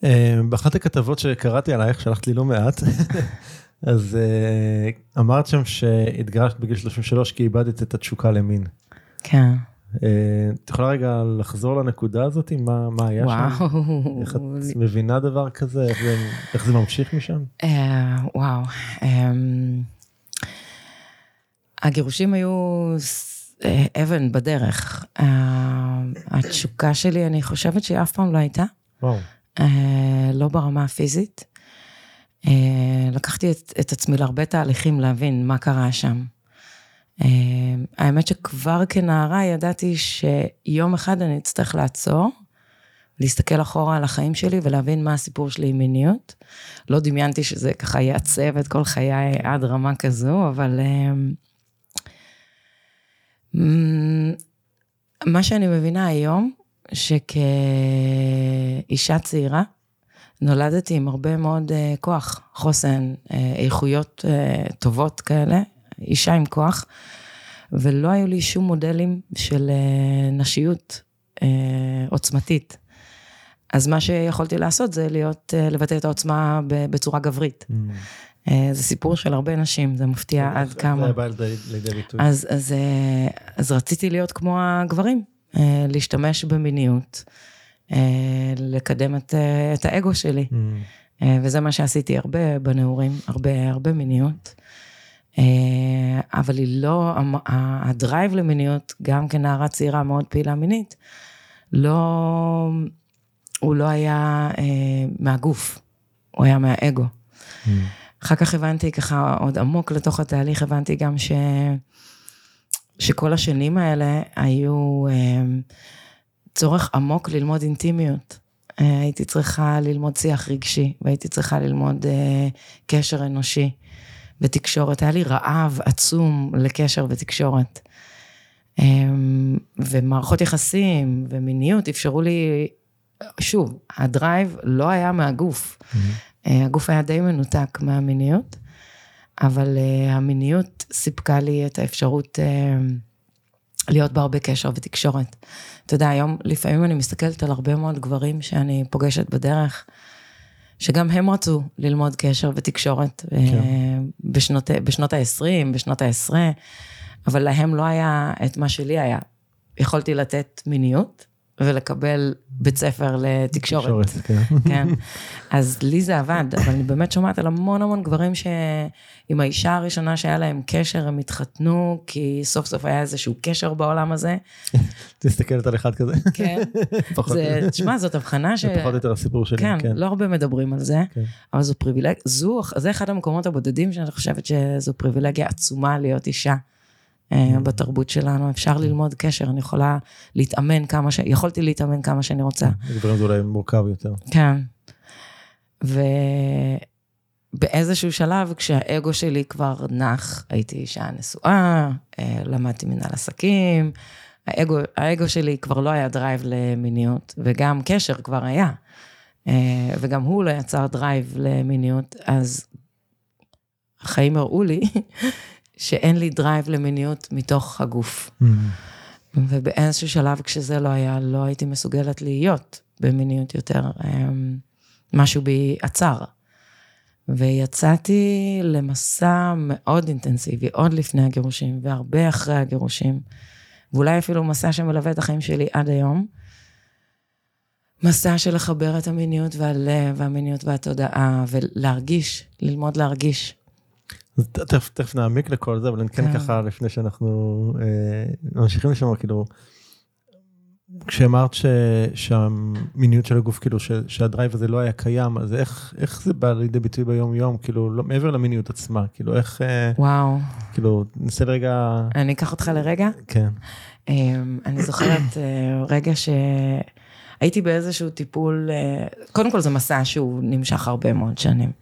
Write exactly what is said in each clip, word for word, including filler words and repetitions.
באחת הכתבות שקראתי עלייך, שלחת לי לא מעט, אז אמרת שם שהתגרשת בגיל שלושים ושלוש, כי איבדת את התשוקה למין. כן. את יכולה רגע לחזור לנקודה הזאת, מה, מה היה שם? וואו. איך את מבינה דבר כזה? איך זה, איך זה ממשיך משם? וואו. הגירושים היו אבן בדרך. התשוקה שלי, אני חושבת שהיא אף פעם לא הייתה. וואו. לא ברמה הפיזית. לקחתי את, את עצמי להרבה תהליכים להבין מה קרה שם. האמת שכבר כנערה ידעתי שיום אחד אני אצטרך לעצור, להסתכל אחורה על החיים שלי ולהבין מה הסיפור שלי עם מיניות. לא דמיינתי שזה ככה יעצב את כל חיי עד רמה כזו, אבל מה שאני מבינה היום, שכאישה צעירה, נולדתי עם הרבה מאוד כוח, חוסן, איכויות טובות כאלה, אישה עם כוח, ולא היו לי שום מודלים של נשיות עוצמתית. אז מה שיכולתי לעשות זה להיות, לבטא את העוצמה בצורה גברית. זה סיפור של הרבה נשים, זה מפתיע עד כמה. זה בא לידי ביטוי. אז, אז, אז רציתי להיות כמו הגברים, להשתמש במיניות, לקדם את, את האגו שלי. וזה מה שעשיתי הרבה בנעורים, הרבה, הרבה מיניות. אבל היא לא, הדרייב למיניות, גם כנערה צעירה מאוד פעילה מינית, לא, הוא לא היה מהגוף, הוא היה מהאגו. אחר כך הבנתי ככה עוד עמוק לתוך התהליך, הבנתי גם ש, שכל השנים האלה היו צורך עמוק ללמוד אינטימיות. הייתי צריכה ללמוד שיח רגשי, והייתי צריכה ללמוד קשר אנושי ותקשורת. היה לי רעב עצום לקשר ותקשורת. ומערכות יחסים ומיניות אפשרו לי, שוב, הדרייב לא היה מהגוף. הגוף היה די מנותק מהמיניות, אבל המיניות סיפקה לי את האפשרות להיות בהרבה קשר ותקשורת. אתה יודע, היום לפעמים אני מסתכלת על הרבה מאוד גברים שאני פוגשת בדרך, שגם הם רצו ללמוד קשר ותקשורת בשנות, בשנות ה-עשרים, בשנות ה-עשרה, אבל להם לא היה את מה שלי היה. יכולתי לתת מיניות, ולקבל בית ספר לתקשורת. תקשורת, כן. כן. אז לי זה עבד, אבל אני באמת שומעת על המון המון גברים שעם האישה הראשונה שהיה להם קשר, הם התחתנו, כי סוף סוף היה איזשהו קשר בעולם הזה. תסתכלת על אחד כזה. כן. זה, תשמע, זאת הבחנה ש... זה פחות יותר הסיפור שלי, כן. כן. לא הרבה מדברים על זה, אבל זו פריבילגיה, זו, זה אחד המקומות הבודדים שאני חושבת שזו פריבילגיה עצומה להיות אישה. בתרבות שלנו, אפשר ללמוד קשר, אני יכולה להתאמן כמה ש... יכולתי להתאמן כמה שאני רוצה. דברים זה אולי מורכב יותר. כן. ובאיזשהו שלב, כשהאגו שלי כבר נח, הייתי אישה נשואה, למדתי מנהל עסקים, האגו, האגו שלי כבר לא היה דרייב למיניות, וגם קשר כבר היה, וגם הוא לא יצר דרייב למיניות, אז החיים הראו לי, שאין לי דרייב למיניות מתוך הגוף. Mm-hmm. ובאיזשהו שלב כשזה לא היה, לא הייתי מסוגלת להיות במיניות יותר, משהו בי עצר. ויצאתי למסע מאוד אינטנסיבי, עוד לפני הגירושים, והרבה אחרי הגירושים, ואולי אפילו מסע שמלווה את החיים שלי עד היום, מסע של לחבר את המיניות והלב, והמיניות והתודעה, ולהרגיש, ללמוד להרגיש. תכף, תכף נעמיק לכל זה, אבל אני כן ככה, לפני שאנחנו ממשיכים לשמוע, כאילו, כשאמרת שהמיניות של הגוף, כאילו, שהדרייב הזה לא היה קיים, אז איך, איך זה בא לידי ביטוי ביום יום, כאילו, מעבר למיניות עצמה, כאילו, איך, וואו. כאילו, נסה לרגע... אני אקח אותך לרגע? כן. אני זוכרת רגע שהייתי באיזשהו טיפול, קודם כל זה מסע שהוא נמשך הרבה מאוד שנים.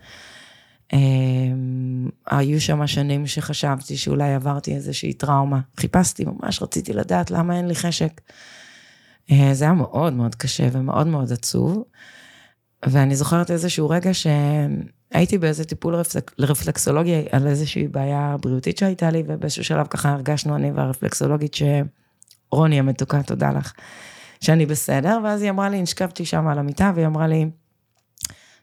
היו שם שנים שחשבתי שאולי עברתי איזושהי טראומה, חיפשתי, ממש רציתי לדעת למה אין לי חשק. זה היה מאוד מאוד קשה ומאוד מאוד עצוב, ואני זוכרת איזשהו רגע שהייתי באיזה טיפול רפלקסולוגי על איזושהי בעיה בריאותית שהייתה לי, ובאיזשהו שלב ככה הרגשנו אני והרפלקסולוגית שרוני המתוקה, תודה לך, שאני בסדר, ואז היא אמרה לי, נשכבתי שם על המיטה, והיא אמרה לי,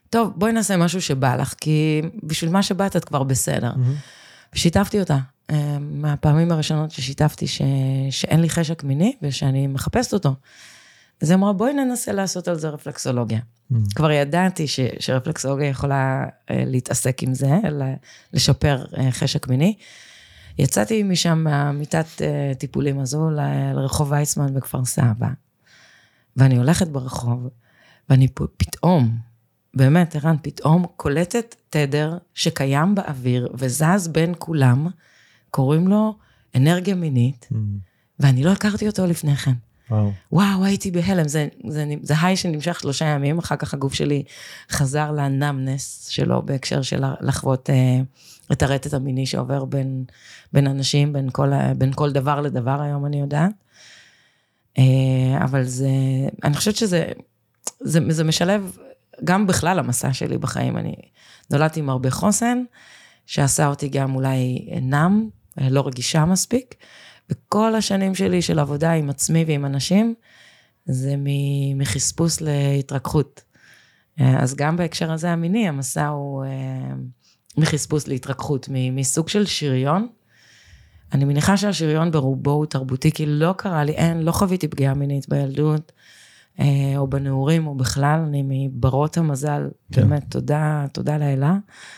טוב, בואי נעשה משהו שבא לך, כי בשביל מה שבאת את כבר בסדר. ושיתפתי אותה, מהפעמים הראשונות ששיתפתי ש... שאין לי חשק מיני, ושאני מחפשת אותו. אז היא אמרה, בואי ננסה לעשות על זה רפלקסולוגיה. כבר ידעתי ש... שרפלקסולוגיה יכולה להתעסק עם זה, לשפר חשק מיני. יצאתי משם מהמיטת טיפולים הזו, לרחוב ויצמן בכפר סבא, ואני הולכת ברחוב, ואני פתאום, באמת, ערן, פתאום קולטת תדר שקיים באוויר, וזז בין כולם, קוראים לו אנרגיה מינית, ואני לא הכרתי אותו לפני כן. וואו, וואו, הייתי בהלם, זה, זה, זה היי שנמשך שלושה ימים, אחר כך הגוף שלי חזר לנמנס שלו, בהקשר של לחוות אה, את הרטט המיני שעובר בין, בין אנשים, בין כל, בין כל דבר לדבר היום, אני יודעת. אה, אבל זה, אני חושבת שזה, זה, זה משלב גם בכלל המסע שלי בחיים, אני נולדתי עם הרבה חוסן, שעשה אותי גם אולי נם, לא רגישה מספיק, וכל השנים שלי של עבודה עם עצמי ועם אנשים, זה מחספוס להתרככות. אז גם בהקשר הזה המיני, המסע הוא מחספוס להתרככות, מסוג של שריון. אני מניחה שהשריון ברובו הוא תרבותי, כי לא קרה לי, אין, לא חוויתי פגיעה מינית בילדות, או בנעורים, או בכלל, אני מברות המזל, כן. באמת, תודה, תודה לאלה.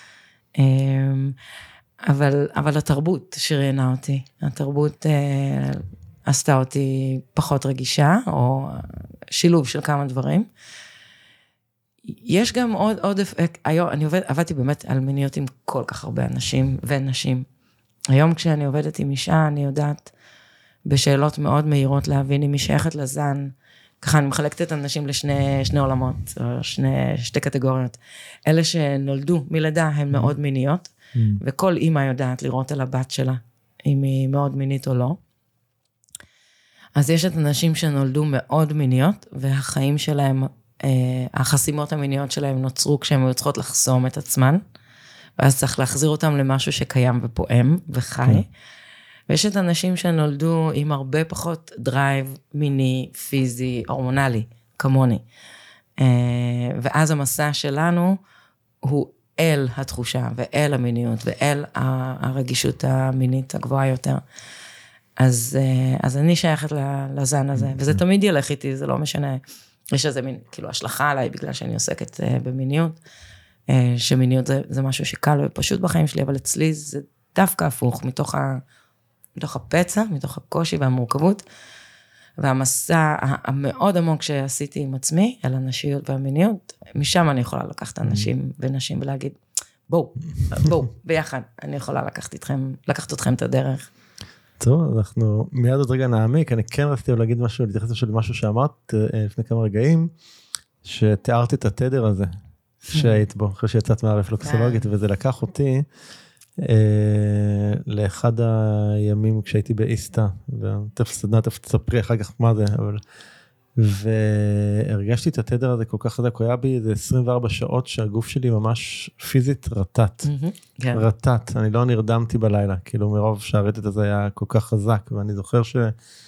אבל, אבל התרבות שריינה אותי, התרבות אה, עשתה אותי פחות רגישה, או שילוב של כמה דברים. יש גם עוד, עוד היום, אני עובד, עבדתי באמת על מיניות עם כל כך הרבה אנשים ונשים. היום כשאני עובדת עם אישה, אני יודעת בשאלות מאוד מהירות להבין אם היא שייכת לזן, ככה אני מחלקת את האנשים לשני שני עולמות, או שני, שתי קטגוריות. אלה שנולדו מלידה הן מאוד מיניות, Mm. וכל אימא יודעת לראות על הבת שלה, אם היא מאוד מינית או לא. אז יש את אנשים שנולדו מאוד מיניות, והחיים שלהם, אה, החסימות המיניות שלהם נוצרו כשהם היו צריכות לחסום את עצמן, ואז צריך להחזיר אותם למשהו שקיים ופועם וחי. Okay. ויש את אנשים שנולדו עם הרבה פחות דרייב מיני, פיזי, הורמונלי, כמוני. אה, ואז המסע שלנו הוא אל התחושה, ואל המיניות, ואל הרגישות המינית הגבוהה יותר. אז, אז אני שייכת לזן הזה, וזה תמיד ילך איתי, זה לא משנה. יש איזה מין, כאילו, השלכה עליי, בגלל שאני עוסקת במיניות, שמיניות זה, זה משהו שקל ופשוט בחיים שלי, אבל אצלי זה דווקא הפוך, מתוך, ה, מתוך הפצע, מתוך הקושי והמורכבות, והמסע המאוד עמוק שעשיתי עם עצמי, על הנשיות והמיניות, משם אני יכולה לקחת אנשים ונשים ולהגיד, בואו, בואו, ביחד, אני יכולה לקחת אתכם, לקחת אתכם את הדרך. טוב, אנחנו מיד עוד רגע נעמיק, אני כן רציתי להגיד משהו, להתייחס למשהו שאמרת לפני כמה רגעים, שתיארת את התדר הזה, שהיית בו, אחרי שיצאת מהרפלקסולוגית, וזה לקח אותי, לאחד הימים כשהייתי באיסטה, ותכף סדנה, תכף תספרי אחר כך מה זה, אבל, והרגשתי את התדר הזה כל כך חזק, הוא היה בי איזה עשרים וארבע שעות שהגוף שלי ממש פיזית רטט, רטט, אני לא נרדמתי בלילה, כאילו מרוב שהרטט הזה היה כל כך חזק, ואני זוכר ש...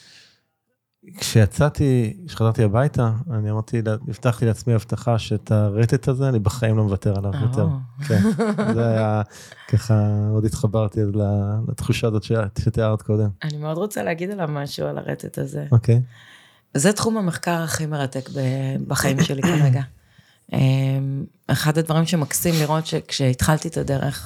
כשיצאתי, כשחזרתי הביתה, אני אמרתי, הבטחתי לעצמי הבטחה שאת הרטט הזה, אני בחיים לא מוותר עליו יותר. כן, זה היה, ככה, עוד התחברתי לתחושה הזאת שתיארת קודם. אני מאוד רוצה להגיד עליו משהו, על הרטט הזה. אוקיי. זה תחום המחקר הכי מרתק בחיים שלי כרגע. אחד הדברים שמקסים לראות שכשהתחלתי את הדרך,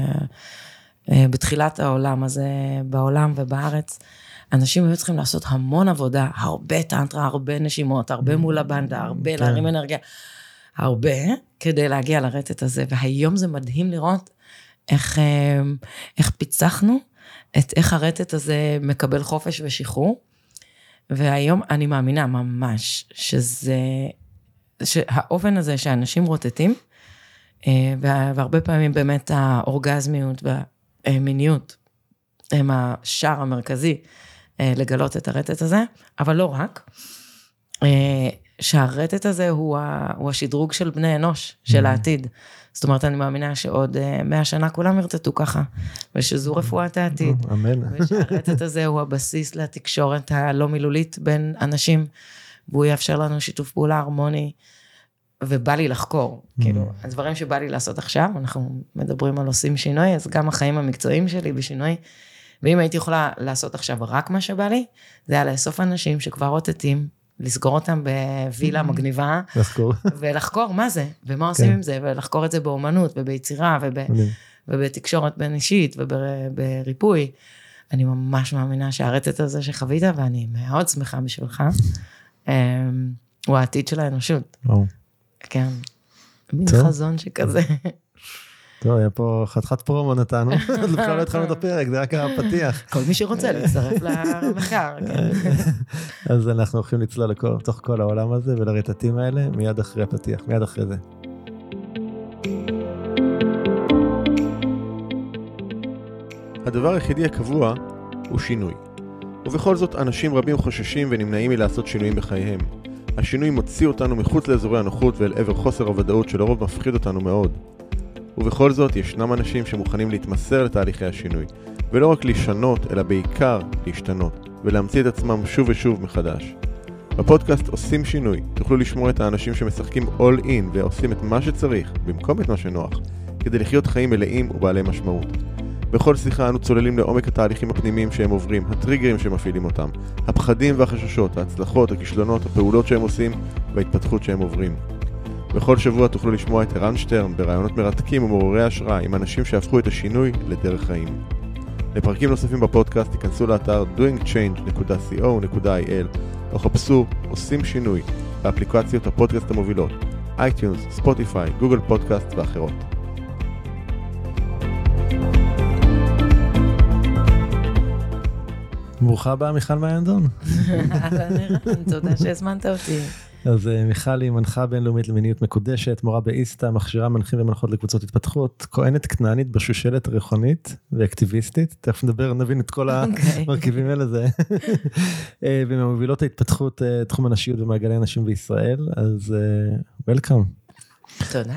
בתחילת העולם הזה, בעולם ובארץ, אנשים היו צריכים לעשות המון עבודה, הרבה טנטרה, הרבה נשימות, הרבה מול הבנדה, הרבה להרים אנרגיה, הרבה כדי להגיע לרטט הזה, והיום זה מדהים לראות איך, איך פיצחנו, את איך הרטט הזה מקבל חופש ושחרור, והיום אני מאמינה ממש שזה, שהאופן הזה שאנשים רוטטים, והרבה פעמים באמת האורגזמיות והמיניות, הם השער המרכזי, לגלות את הרטט הזה, אבל לא רק, שהרטט הזה הוא, הוא השדרוג של בני אנוש, של העתיד. זאת אומרת, אני מאמינה שעוד מאה שנה כולם ירטטו ככה, ושזו רפואת העתיד. אמן. ושהרטט הזה הוא הבסיס לתקשורת הלא מילולית בין אנשים, והוא יאפשר לנו שיתוף פעולה הרמוני, ובא לי לחקור, כאילו, הדברים שבא לי לעשות עכשיו, אנחנו מדברים על עושים שינוי, אז גם החיים המקצועיים שלי בשינוי, ואם הייתי יכולה לעשות עכשיו רק מה שבא לי, זה היה לאסוף אנשים שכבר רוטטים, לסגור אותם בווילה מגניבה, לחקור. ולחקור מה זה, ומה עושים עם זה, ולחקור את זה באומנות, וביצירה, ובתקשורת בין אישית, ובריפוי. אני ממש מאמינה שהרטט הזה שחווית, ואני מאוד שמחה בשבילך, הוא העתיד של האנושות. כן, מין חזון שכזה. טוב, היה פה חתיכת פרומו נתנו, בכלל לא התחלנו את הפרק, זה רק הפתיח. כל מי שרוצה להצטרף למחקר. אז אנחנו הולכים לצלול לתוך כל העולם הזה, ולרטטים האלה, מיד אחרי הפתיח, מיד אחרי זה. הדבר היחידי הקבוע הוא שינוי. ובכל זאת, אנשים רבים חוששים ונמנעים מלעשות שינויים בחייהם. השינוי מוציא אותנו מחוץ לאזורי הנוחות ואל עבר חוסר הוודאות שלרוב מפחיד אותנו מאוד. ובכל זאת, ישנם אנשים שמוכנים להתמסר לתהליכי השינוי, ולא רק לשנות, אלא בעיקר להשתנות, ולהמציא את עצמם שוב ושוב מחדש. בפודקאסט עושים שינוי, תוכלו לשמוע את האנשים שמשחקים all in ועושים את מה שצריך, במקום את מה שנוח, כדי לחיות חיים מלאים ובעלי משמעות. בכל שיחה אנו צוללים לעומק התהליכים הפנימיים שהם עוברים, הטריגרים שמפעילים אותם, הפחדים והחששות, ההצלחות, הכישלונות, הפעולות שהם עושים וההתפתחות שהם עוברים. בכל שבוע תוכלו לשמוע את ערן שטרן ברעיונות מרתקים ומעוררי השראה עם אנשים שהפכו את השינוי לדרך חיים. לפרקים נוספים בפודקאסט תיכנסו לאתר doing change dot co dot il או חפשו עושים שינוי באפליקציות הפודקאסט המובילות, אייטיונס, ספוטיפיי, גוגל פודקאסט ואחרות. ברוכה הבאה מיכל מעיין-דון. אהלן ערן, תודה שהזמנת אותי. אז מיכל היא מנחה בינלאומית למיניות מקודשת, מורה באיסטה, מכשירה מנחים ומנחות לקבוצות התפתחות, כהנת כנענית בשושלת ריחונית ואקטיביסטית, תכף נדבר, נבין את כל המרכיבים האלה, זה, וממובילות ההתפתחות תחום הנשיות ומעגלי אנשים בישראל, אז וולקאם. תודה.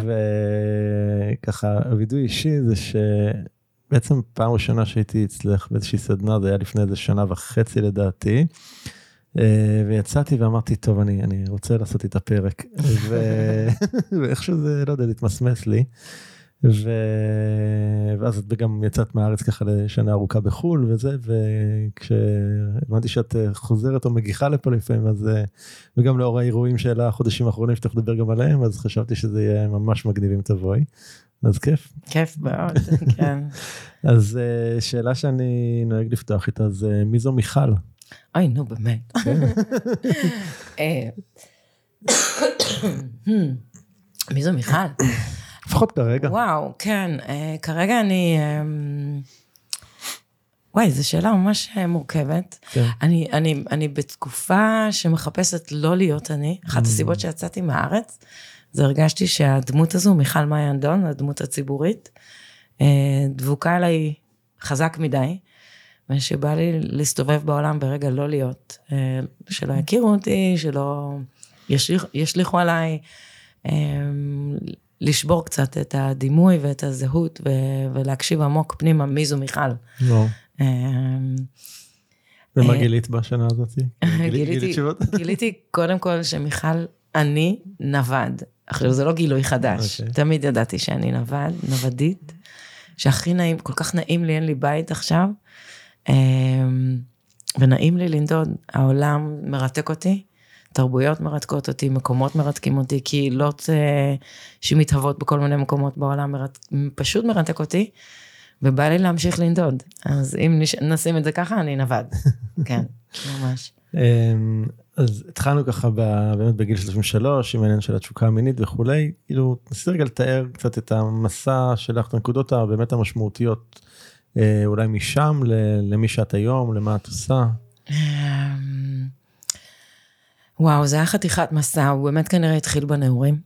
וככה, הווידוי אישי זה שבעצם פעם ראשונה שהייתי אצלך באיזושהי סדנה, זה היה לפני איזה שנה וחצי לדעתי, ויצאתי ואמרתי, טוב, אני, אני רוצה לעשות את הפרק, ו... ואיכשהו זה, לא יודע, התמסמס לי, ו... ואז את גם יצאת מהארץ ככה לשנה ארוכה בחול וזה, וכשהבנתי שאת חוזרת או מגיחה לפה לפעמים, אז, וגם לאור האירועים של החודשים האחרונים שתוך לדבר גם עליהם, אז חשבתי שזה יהיה ממש מגניב אם תבואי, אז כיף. כיף מאוד, כן. אז שאלה שאני נוהג לפתוח איתה, אז מי זו מיכל? אוי, נו, באמת. מי זו מיכל? לפחות כרגע. וואו, כן. כרגע אני... וואי, זו שאלה ממש מורכבת. אני בתקופה שמחפשת לא להיות אני. אחת הסיבות שיצאתי מהארץ, זה הרגשתי שהדמות הזו, מיכל מעיין-דון, הדמות הציבורית, דבוקה אליי חזק מדי. ושבא לי להסתובב בעולם ברגע לא להיות, שלא יכירו אותי, שלא ישליח, ישליחו עליי, לשבור קצת את הדימוי ואת הזהות, ולהקשיב עמוק פנימה, מי זו מיכל. לא. ומה גילית בשנה הזאת? גיליתי קודם כל שמיכל, אני נווד. עכשיו זה לא גילוי חדש, תמיד ידעתי שאני נווד, נוודית, שהכי נעים, כל כך נעים לי, אין לי בית עכשיו, ונעים לי לנדוד, העולם מרתק אותי, תרבויות מרתקות אותי, מקומות מרתקים אותי, קהילות שמתהוות בכל מיני מקומות בעולם, פשוט מרתק אותי, ובא לי להמשיך לנדוד, אז אם נשים את זה ככה, אני נווד, כן, ממש. אז התחלנו ככה באמת בגיל שלושים ושלוש, עם העניין של התשוקה המינית וכולי, כאילו, נסי רגע לתאר קצת את המסע שלך, את הנקודות הבאמת המשמעותיות, אולי משם למי שאת היום, למה את עושה? וואו, זה היה חתיכת מסע, הוא באמת כנראה התחיל בנעורים,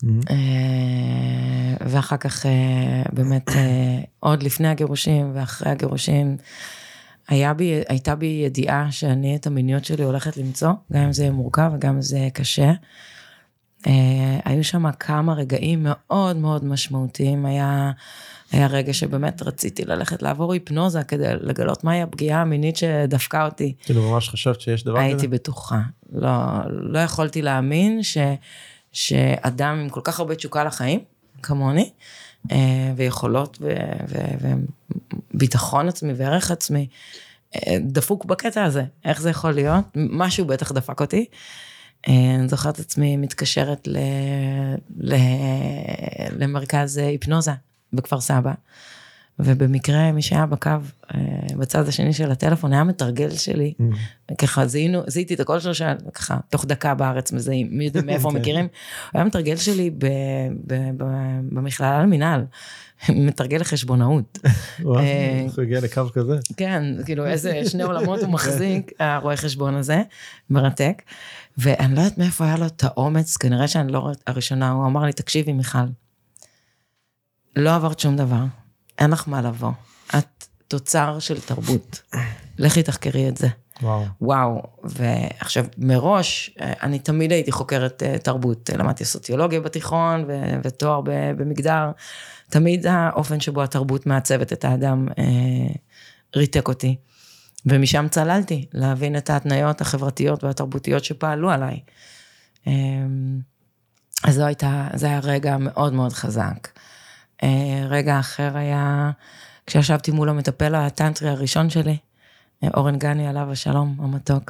ואחר כך באמת עוד לפני הגירושים ואחרי הגירושים, הייתה בי ידיעה שאני את המיניות שלי הולכת למצוא, גם אם זה מורכב וגם אם זה קשה. היו שם כמה רגעים מאוד מאוד משמעותיים, היה... היה רגע שבאמת רציתי ללכת לעבור היפנוזה, כדי לגלות מהי הפגיעה המינית שדפקה אותי. כאילו ממש חשבת שיש דבר כזה? הייתי בטוחה. לא, לא יכולתי להאמין ש, שאדם עם כל כך הרבה תשוקה לחיים, כמוני, ויכולות וביטחון עצמי וערך עצמי, דפוק בקטע הזה, איך זה יכול להיות? משהו בטח דפק אותי. אני זוכרת עצמי מתקשרת ל... ל... למרכז היפנוזה בכפר סבא, ובמקרה מי שהיה בקו, בצד השני של הטלפון, היה מתרגל שלי, ככה זיהינו, זיהיתי את הכל שלו, ככה תוך דקה בארץ מזהים, מי יודע מאיפה מכירים, הוא היה מתרגל שלי במכללה למינהל, מתרגל לחשבונאות. וואו, הוא הגיע לקו כזה. כן, כאילו איזה שני עולמות הוא מחזיק, הרואה חשבון הזה, מרתק, ואני לא יודעת מאיפה היה לו את האומץ, כנראה שאני לא הראשונה, הוא אמר לי, תקשיבי מיכל, לא עברת שום דבר, אין לך מה לבוא, את תוצר של תרבות, לכי תחקרי את זה. וואו. וואו, ועכשיו מראש, אני תמיד הייתי חוקרת תרבות, למדתי סוציולוגיה בתיכון, ו- ותואר במגדר, תמיד האופן שבו התרבות מעצבת את האדם, ריתק אותי, ומשם צללתי, להבין את ההתניות החברתיות והתרבותיות שפעלו עליי. אז זו הייתה, זה היה רגע מאוד מאוד חזק. רגע אחר היה, כשישבתי מול המטפל הטנטרי הראשון שלי, אורן גני עליו השלום, המתוק,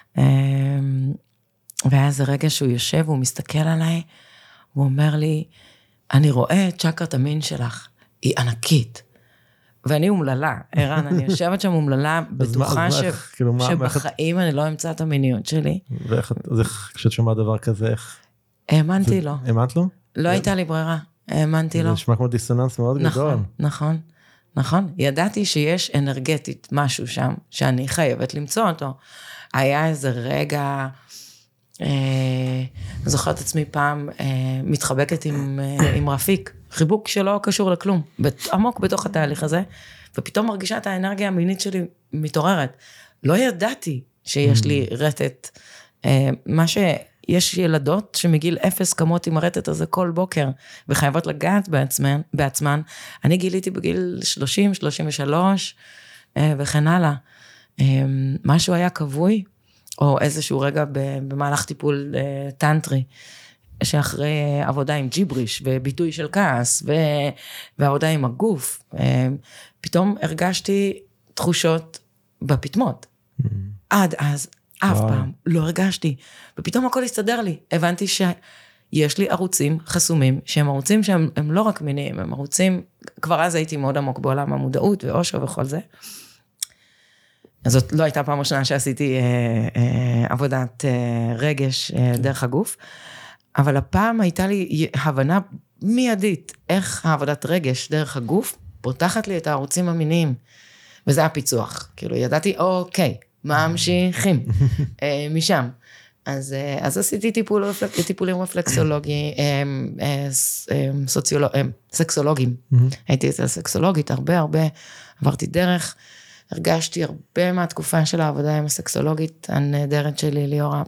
והיה איזה רגע שהוא יושב, והוא מסתכל עליי, הוא אומר לי, אני רואה את צ'קרת המין שלך, היא ענקית, ואני אומללה, ערן, אני יושבת שם אומללה, בטוחה שבחיים אני לא אמצא את המיניות שלי. ואיך, אז איך, כשאת שומעת דבר כזה, איך? האמנתי לו. האמנת לו? לא הייתה לי ברירה, האמנתי לו. זה נשמע כמו דיסוננס מאוד גדול. נכון, נכון, נכון. ידעתי שיש אנרגטית משהו שם, שאני חייבת למצוא אותו. היה איזה רגע, אני זוכרת עצמי פעם, מתחבקת עם רפיק, חיבוק שלא קשור לכלום, עמוק בתוך התהליך הזה, ופתאום מרגישה את האנרגיה המינית שלי מתעוררת. לא ידעתי שיש לי רטט, מה שיש ילדות שמגיל אפס קמות עם הרטט הזה כל בוקר, וחייבות לגעת בעצמן, בעצמן. אני גיליתי בגיל שלושים, שלושים ושלוש, וכן הלאה. משהו היה קבוי, או איזשהו רגע במהלך טיפול טנטרי, שאחרי עבודה עם ג'יבריש, וביטוי של כעס, ועבודה עם הגוף, פתאום הרגשתי תחושות בפתמות. עד אז, אף פעם לא הרגשתי, ופתאום הכל הסתדר לי. הבנתי שיש לי ערוצים חסומים, שהם ערוצים שהם לא רק מיניים, הם ערוצים, כבר אז הייתי מאוד עמוק בעולם המודעות, ואושר וכל זה. אז זאת לא הייתה פעם ראשונה שעשיתי אה, אה, עבודת אה, רגש אה, דרך הגוף, אבל הפעם הייתה לי הבנה מיידית, איך העבודת רגש דרך הגוף, פותחת לי את הערוצים המיניים, וזה הפיצוח, כאילו ידעתי, אוקיי, ממשיכים אה, משם. אז, אה, אז עשיתי טיפול, טיפולים רפלקסולוגיים, אה, אה, אה, סוציולוג, אה, סקסולוגיים, הייתי אצל סקסולוגית, הרבה הרבה, עברתי דרך, הרגשתי הרבה מהתקופה של העבודה עם הסקסולוגית הנהדרת שלי, ליאורה,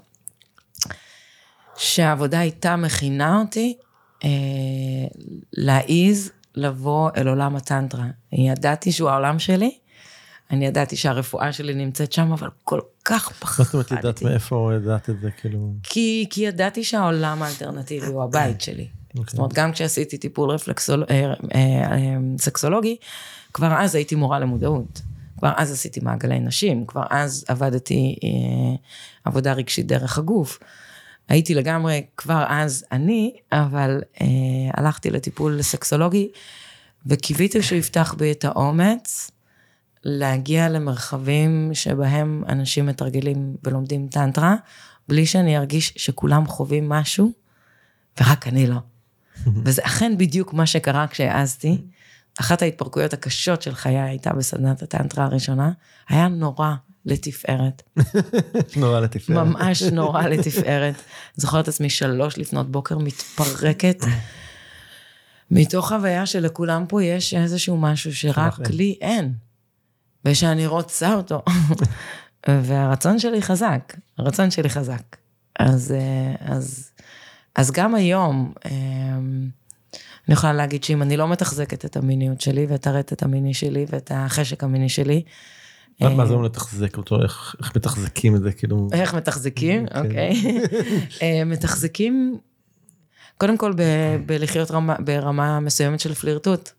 שהעבודה הייתה מכינה אותי אה, להעיז לבוא אל עולם הטנטרה. אני ידעתי שהוא העולם שלי, אני ידעתי שהרפואה שלי נמצאת שם, אבל כל כך פחדתי. מה זאת אומרת, ידעת מאיפה ידעת את זה, כאילו? כי, כי ידעתי שהעולם האלטרנטיבי הוא הבית שלי. Okay. זאת אומרת, גם כשעשיתי טיפול רפלקסול, אה, אה, אה, סקסולוגי, כבר אז הייתי מורה למודעות. כבר אז עשיתי מעגלי נשים, כבר אז עבדתי אה, עבודה רגשית דרך הגוף. הייתי לגמרי כבר אז אני, אבל אה, הלכתי לטיפול סקסולוגי, וקיוויתי שהוא יפתח בי את האומץ, להגיע למרחבים שבהם אנשים מתרגלים ולומדים טנטרה, בלי שאני ארגיש שכולם חווים משהו, ורק אני לא. וזה אכן בדיוק מה שקרה כשהעזתי, אחת ההתפרקויות הקשות של חיי הייתה בסדנת הטנטרה הראשונה, היה נורא לתפארת. נורא לתפארת. ממש נורא לתפארת. זוכרת עצמי שלוש לפנות בוקר מתפרקת, מתוך חוויה שלכולם פה יש איזשהו משהו שרק לי אין, ושאני רוצה אותו. והרצון שלי חזק, הרצון שלי חזק. אז, אז, אז גם היום, אני יכולה להגיד שאם אני לא מתחזקת את המיניות שלי, ואת הרטט המיני שלי, ואת החשק המיני שלי. מה זה לא לתחזק אותו? איך, איך מתחזקים את זה? כאילו... איך מתחזקים? אוקיי. מתחזקים קודם כל, בלחיות ברמה מסוימת של פלירטוט.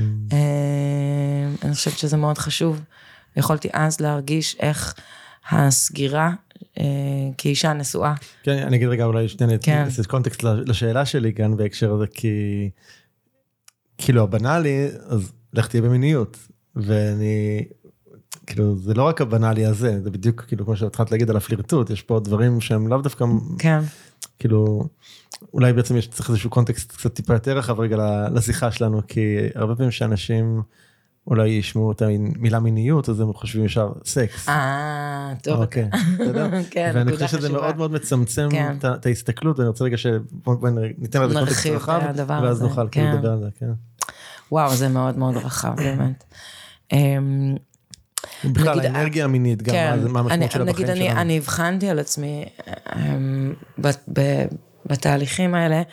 אני חושבת שזה מאוד חשוב. יכולתי אז להרגיש איך הסגירה, כאישה נשואה. כן, אני אגיד רגע, אולי שנייה, נעשה קונטקסט לשאלה שלי כאן, בהקשר הזה, כי כאילו הבנאלי, אז לך תהיה במיניות, ואני, כאילו, זה לא רק הבנאלי הזה, זה בדיוק, כאילו, כמו שהתחלת להגיד על הפלירטוט, יש פה דברים שהם לאו דווקא, כן. כאילו, אולי בעצם יש צריך איזשהו קונטקסט קצת טיפה יותר רחב רגע לשיחה שלנו, כי הרבה פעמים שאנשים אולי ישמעו את המילה מיניות, אז הם חושבים ישר סקס. אה, טוב. אוקיי, בסדר? כן, ואני חושב שזה מאוד מאוד מצמצם את ההסתכלות, ואני רוצה רגע שניתן לזה קונטקסט רחב, ואז נוכל לדבר על זה, כן. וואו, זה מאוד מאוד רחב, באמת. בכלל, האנרגיה המינית, גם מה המשמעות שלה בחיים שלנו. נגיד, אני הבחנתי על עצמי, בתהליכים האלה,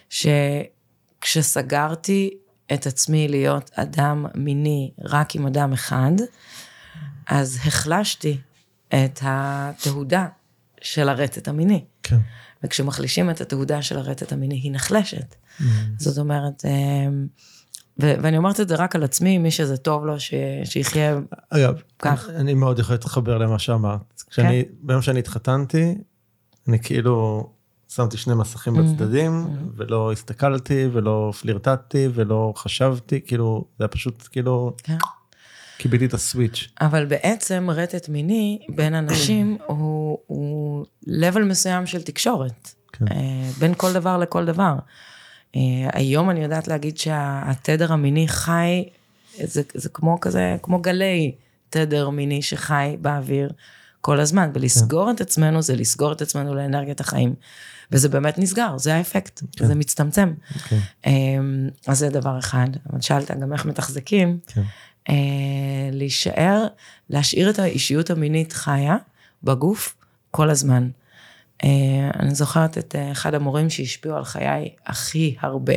שכשסגרתי את עצמי להיות אדם מיני רק עם אדם אחד, אז החלשתי את התהודה של הרטט המיני. כן. וכשמחלישים את התהודה של הרטט המיני, היא נחלשת. Mm. זאת אומרת, ו- ואני אומרת את זה רק על עצמי, מי שזה טוב לו, ש- שיחיה אגב, כך. אני, אני מאוד יכול להתחבר למה שאמרת. כשאני, כן? ביום שאני התחתנתי, אני כאילו שמתי שני מסכים בצדדים, ולא הסתכלתי, ולא פלירטטתי, ולא חשבתי, כאילו, זה היה פשוט כאילו, קיבלתי את הסוויץ'. אבל בעצם רטט מיני בין אנשים, הוא, הוא level מסוים של תקשורת, בין כל דבר לכל דבר. היום אני יודעת להגיד שהתדר המיני חי, זה, זה כמו כזה, כמו גלי תדר מיני שחי באוויר, כל הזמן, ולסגור את עצמנו, זה לסגור את עצמנו לאנרגיית החיים, וזה באמת נסגר, זה האפקט, זה מצטמצם. אז זה דבר אחד, אבל שאלת גם איך מתחזקים, להישאר, להשאיר את האישיות המינית חיה, בגוף, כל הזמן. אני זוכרת את אחד המורים שהשפיעו על חיי הכי הרבה,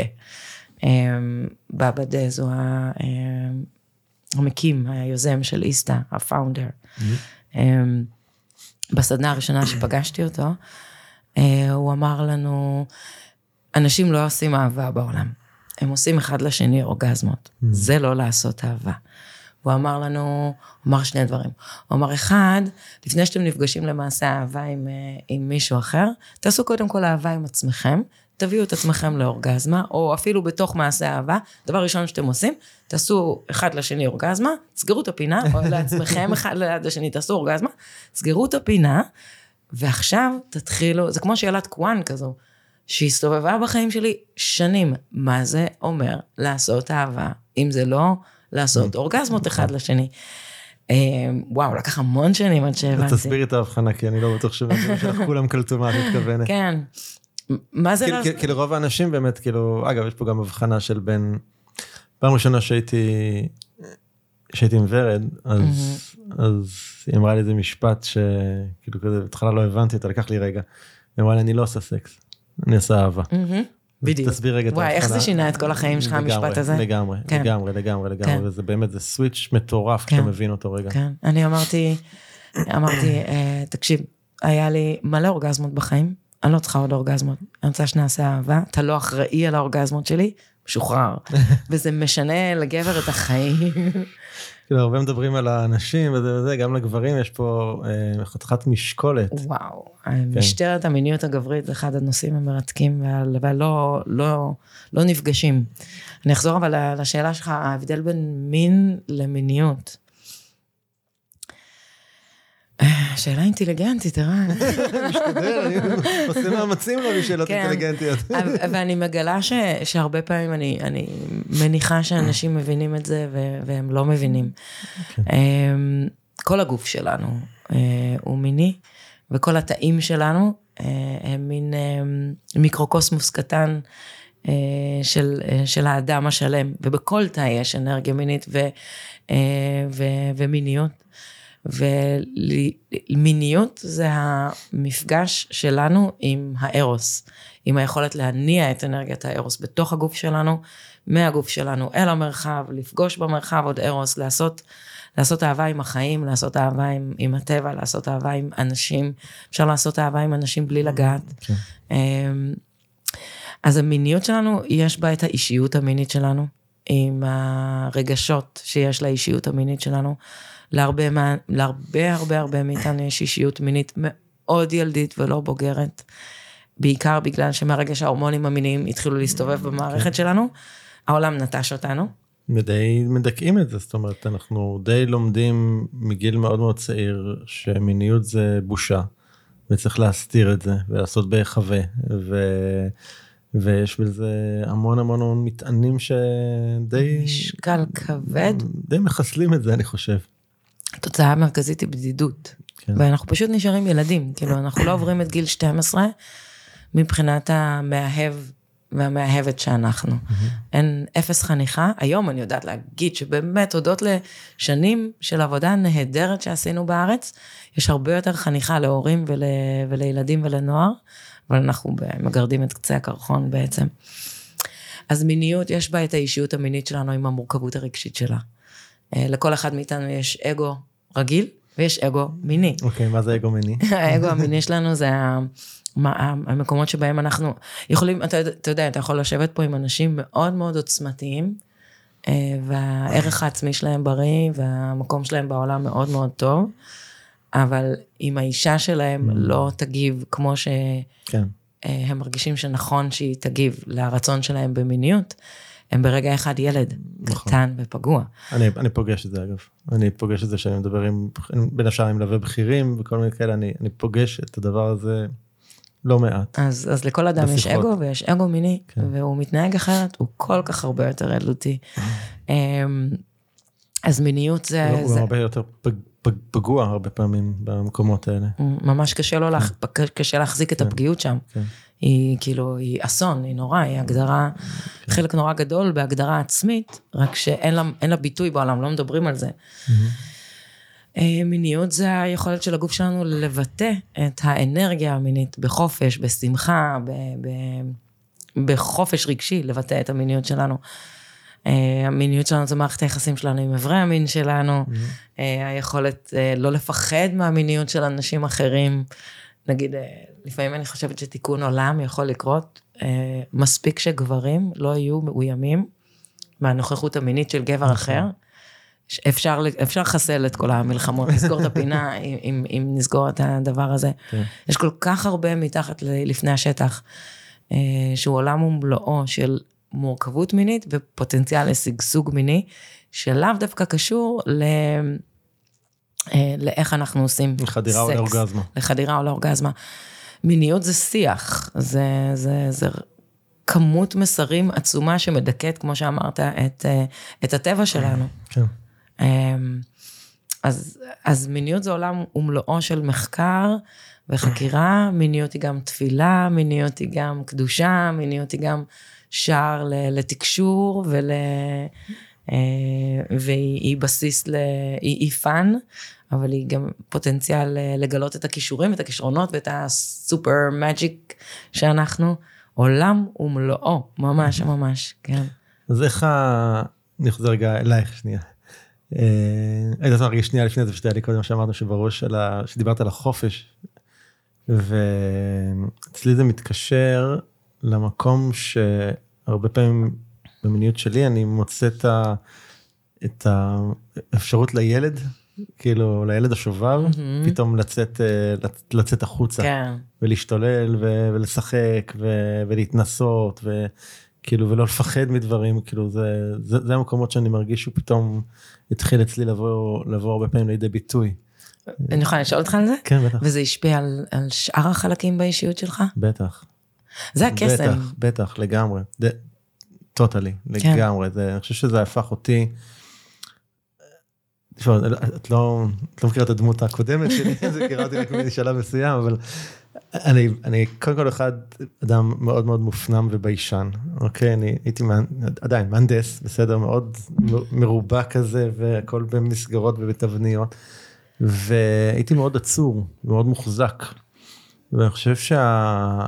בבא דז, הוא המקים, היוזם של איסטה, הפאונדר. בסדנה הראשונה שפגשתי אותו, הוא אמר לנו, אנשים לא עושים אהבה בעולם, הם עושים אחד לשני אורגזמות, זה לא לעשות אהבה. הוא אמר לנו, הוא אמר שני דברים, הוא אמר אחד, לפני שאתם נפגשים למעשה אהבה עם, עם מישהו אחר, תעשו קודם כל אהבה עם עצמכם, תביאו את עצמכם לאורגזמה, או אפילו בתוך מעשה אהבה, דבר ראשון שאתם עושים, תעשו אחד לשני אורגזמה, סגרו את הפינה, או לעצמכם אחד ליד השני, תעשו אורגזמה, סגרו את הפינה, ועכשיו תתחילו, זה כמו שאלת קוואן כזו, שהסתובבה בחיים שלי שנים, מה זה אומר לעשות אהבה, אם זה לא לעשות אורגזמות אחד לשני. וואו, לקח המון שנים עד שהבנתי. תסביר את ההבחנה, כי אני לא בטוח שכולם קלטו מה את מתכוונת. כן. מה זה? כי לרוב האנשים באמת, כאילו, אגב, יש פה גם הבחנה של בין, פעם ראשונה שהייתי, שהייתי עם ורד, אז היא אמרה לי איזה משפט שכאילו כזה, בתחילה לא הבנתי אותה, לקח לי רגע. היא אמרה לי, אני לא עושה סקס, אני עושה אהבה. בדיוק. תסביר רגע את ההבחנה. וואי, איך זה שינה את כל החיים שלך, המשפט הזה? לגמרי, לגמרי, לגמרי, לגמרי, וזה באמת, זה סוויץ' מטורף, כשאתה מבין אותו רגע. כן, אני אמרתי, אמרתי, תקשיב, היה לי מלא אורגזמות בחיים, אני לא צריכה עוד אורגזמות, אני רוצה שנעשה אהבה, אתה לא אחראי על האורגזמות שלי, משוחרר, וזה משנה לגבר את החיים. כאילו, הרבה מדברים על האנשים, וזה וזה, גם לגברים יש פה חתיכת משקולת. וואו, משטרת המיניות הגברית, זה אחד הנושאים המרתקים, ולא לא, לא נפגשים. אני אחזור אבל לשאלה שלך, ההבדל בין מין למיניות. שאלה אינטליגנטית, ערן. משתדל, אני עושה מאמצים לו בשאלות אינטליגנטיות. ואני מגלה שהרבה פעמים אני מניחה שאנשים מבינים את זה, והם לא מבינים. כל הגוף שלנו הוא מיני, וכל התאים שלנו הם מין מיקרוקוסמוס קטן של האדם השלם, ובכל תא יש אנרגיה מינית ומיניות. ומיניות זה המפגש שלנו עם הארוס, עם היכולת להניע את אנרגיית הארוס בתוך הגוף שלנו, מהגוף שלנו אל המרחב, לפגוש במרחב עוד ארוס, לעשות, לעשות אהבה עם החיים, לעשות אהבה עם, עם הטבע, לעשות אהבה עם אנשים, אפשר לעשות אהבה עם אנשים בלי לגעת. Okay. אז המיניות שלנו, יש בה את האישיות המינית שלנו, עם הרגשות שיש לאישיות המינית שלנו, להרבה, להרבה הרבה הרבה מאיתנו יש אישיות מינית מאוד ילדית ולא בוגרת, בעיקר בגלל שמהרגע שההורמונים המיניים התחילו להסתובב במערכת שלנו, העולם נטש אותנו. ודי מדכאים את זה, זאת אומרת, אנחנו די לומדים מגיל מאוד מאוד צעיר, שמיניות זה בושה, וצריך להסתיר את זה, ולעשות בהיחווה, ו... ויש בזה המון המון המון מטענים שדי... משקל כבד. די מחסלים את זה, אני חושב. התוצאה המרכזית היא בדידות. כן. ואנחנו פשוט נשארים ילדים, כאילו אנחנו לא עוברים את גיל שתים עשרה, מבחינת המאהב והמאהבת שאנחנו. Mm-hmm. אין אפס חניכה. היום אני יודעת להגיד שבאמת הודות לשנים של עבודה נהדרת שעשינו בארץ, יש הרבה יותר חניכה להורים ול... ולילדים ולנוער, אבל אנחנו מגרדים את קצה הקרחון בעצם. אז מיניות, יש בה את האישיות המינית שלנו עם המורכבות הרגשית שלה. לכל אחד מאיתנו יש אגו רגיל, ויש אגו מיני. אוקיי, מה זה אגו מיני? האגו המיני שלנו זה המקומות שבהם אנחנו יכולים, אתה יודע, אתה יכול לשבת פה עם אנשים מאוד מאוד עוצמתיים, והערך העצמי שלהם בריא, והמקום שלהם בעולם מאוד מאוד טוב, אבל אם האישה שלהם לא תגיב כמו שהם מרגישים שנכון שהיא תגיב לרצון שלהם במיניות, הם ברגע אחד ילד קטן ופגוע. אני, אני פוגש את זה אגב. אני פוגש את זה שאני מדבר עם, בין השאר עם מלווה בכירים וכל מיני כאלה, אני, אני פוגש את הדבר הזה לא מעט. אז, אז לכל אדם בשיחות. יש אגו ויש אגו מיני, כן. והוא מתנהג אחרת, הוא כל כך הרבה יותר ילדותי. אז מיניות זה... הוא זה... הרבה יותר פגוע הרבה פעמים במקומות האלה. ממש קשה לו, לה... קשה להחזיק את הפגיעות שם. היא כאילו, היא אסון, היא נורא, היא הגדרה, חלק נורא גדול בהגדרה עצמית, רק שאין לה, אין לה ביטוי בעולם, לא מדברים על זה. מיניות זה היכולת של הגוף שלנו לבטא את האנרגיה המינית בחופש, בשמחה, בחופש רגשי, לבטא את המיניות שלנו. המיניות שלנו זה מערכת היחסים שלנו עם עברי המין שלנו, היכולת לא לפחד מהמיניות של אנשים אחרים, נגיד, לפעמים אני חושבת שתיקון עולם יכול לקרות, מספיק שגברים לא יהיו מאוימים מהנוכחות המינית של גבר אחר, אפשר, אפשר לחסל את כל המלחמות, לסגור את הפינה, אם, אם נסגור את הדבר הזה. יש כל כך הרבה מתחת לפני השטח, שהוא עולם ומלואו של מורכבות מינית, ופוטנציאל לסגסוג מיני, שלאו דווקא קשור ל... לאיך אנחנו עושים סקס. לחדירה או לאורגזמה. לחדירה או לאורגזמה. מיניות זה שיח, זה, זה, זה כמות מסרים עצומה שמדכאת, כמו שאמרת, את, את הטבע שלנו. כן. אז, אז מיניות זה עולם ומלואו של מחקר וחקירה, מיניות היא גם תפילה, מיניות היא גם קדושה, מיניות היא גם שער לתקשור ול... והיא בסיס, ל... היא, היא פן, אבל היא גם פוטנציאל לגלות את הכישורים, את הכישרונות ואת הסופר מג'יק שאנחנו, עולם ומלואו, ממש ממש, כן. אז איך ה... אני חוזר רגע אלייך שנייה. היית רוצה להרגיש שנייה לפני זה, פשוט היה לי קודם שאמרנו שבראש, ה... שדיברת על החופש, ואצלי זה מתקשר למקום שהרבה פעמים, במיניות שלי, אני מוצא את, ה, את האפשרות לילד, כאילו, לילד השובב, mm-hmm. פתאום לצאת, לצאת החוצה, כן. ולהשתולל, ו, ולשחק, ו, ולהתנסות, וכאילו, ולא לפחד מדברים, כאילו, זה, זה, זה המקומות שאני מרגיש שהוא פתאום התחיל אצלי לבוא, לבוא הרבה פעמים לידי ביטוי. אני יכולה לשאול אותך על זה? כן, בטח. וזה השפיע על, על שאר החלקים באישיות שלך? בטח. זה הקסם. בטח, בטח, לגמרי. ד... טוטלי, לגמרי, זה, אני חושב שזה הפך אותי, תשמע, את לא, את לא מכירה את הדמות הקודמת שלי, זה מכירה אותי רק משלב מסוים, אבל אני, אני קודם כל אחד אדם מאוד מאוד מופנם וביישן, אוקיי, אני הייתי עדיין מהנדס, בסדר, מאוד מרובע כזה, והכל במסגרות ובתבניות, והייתי מאוד עצור, מאוד מוחזק, ואני חושב שה...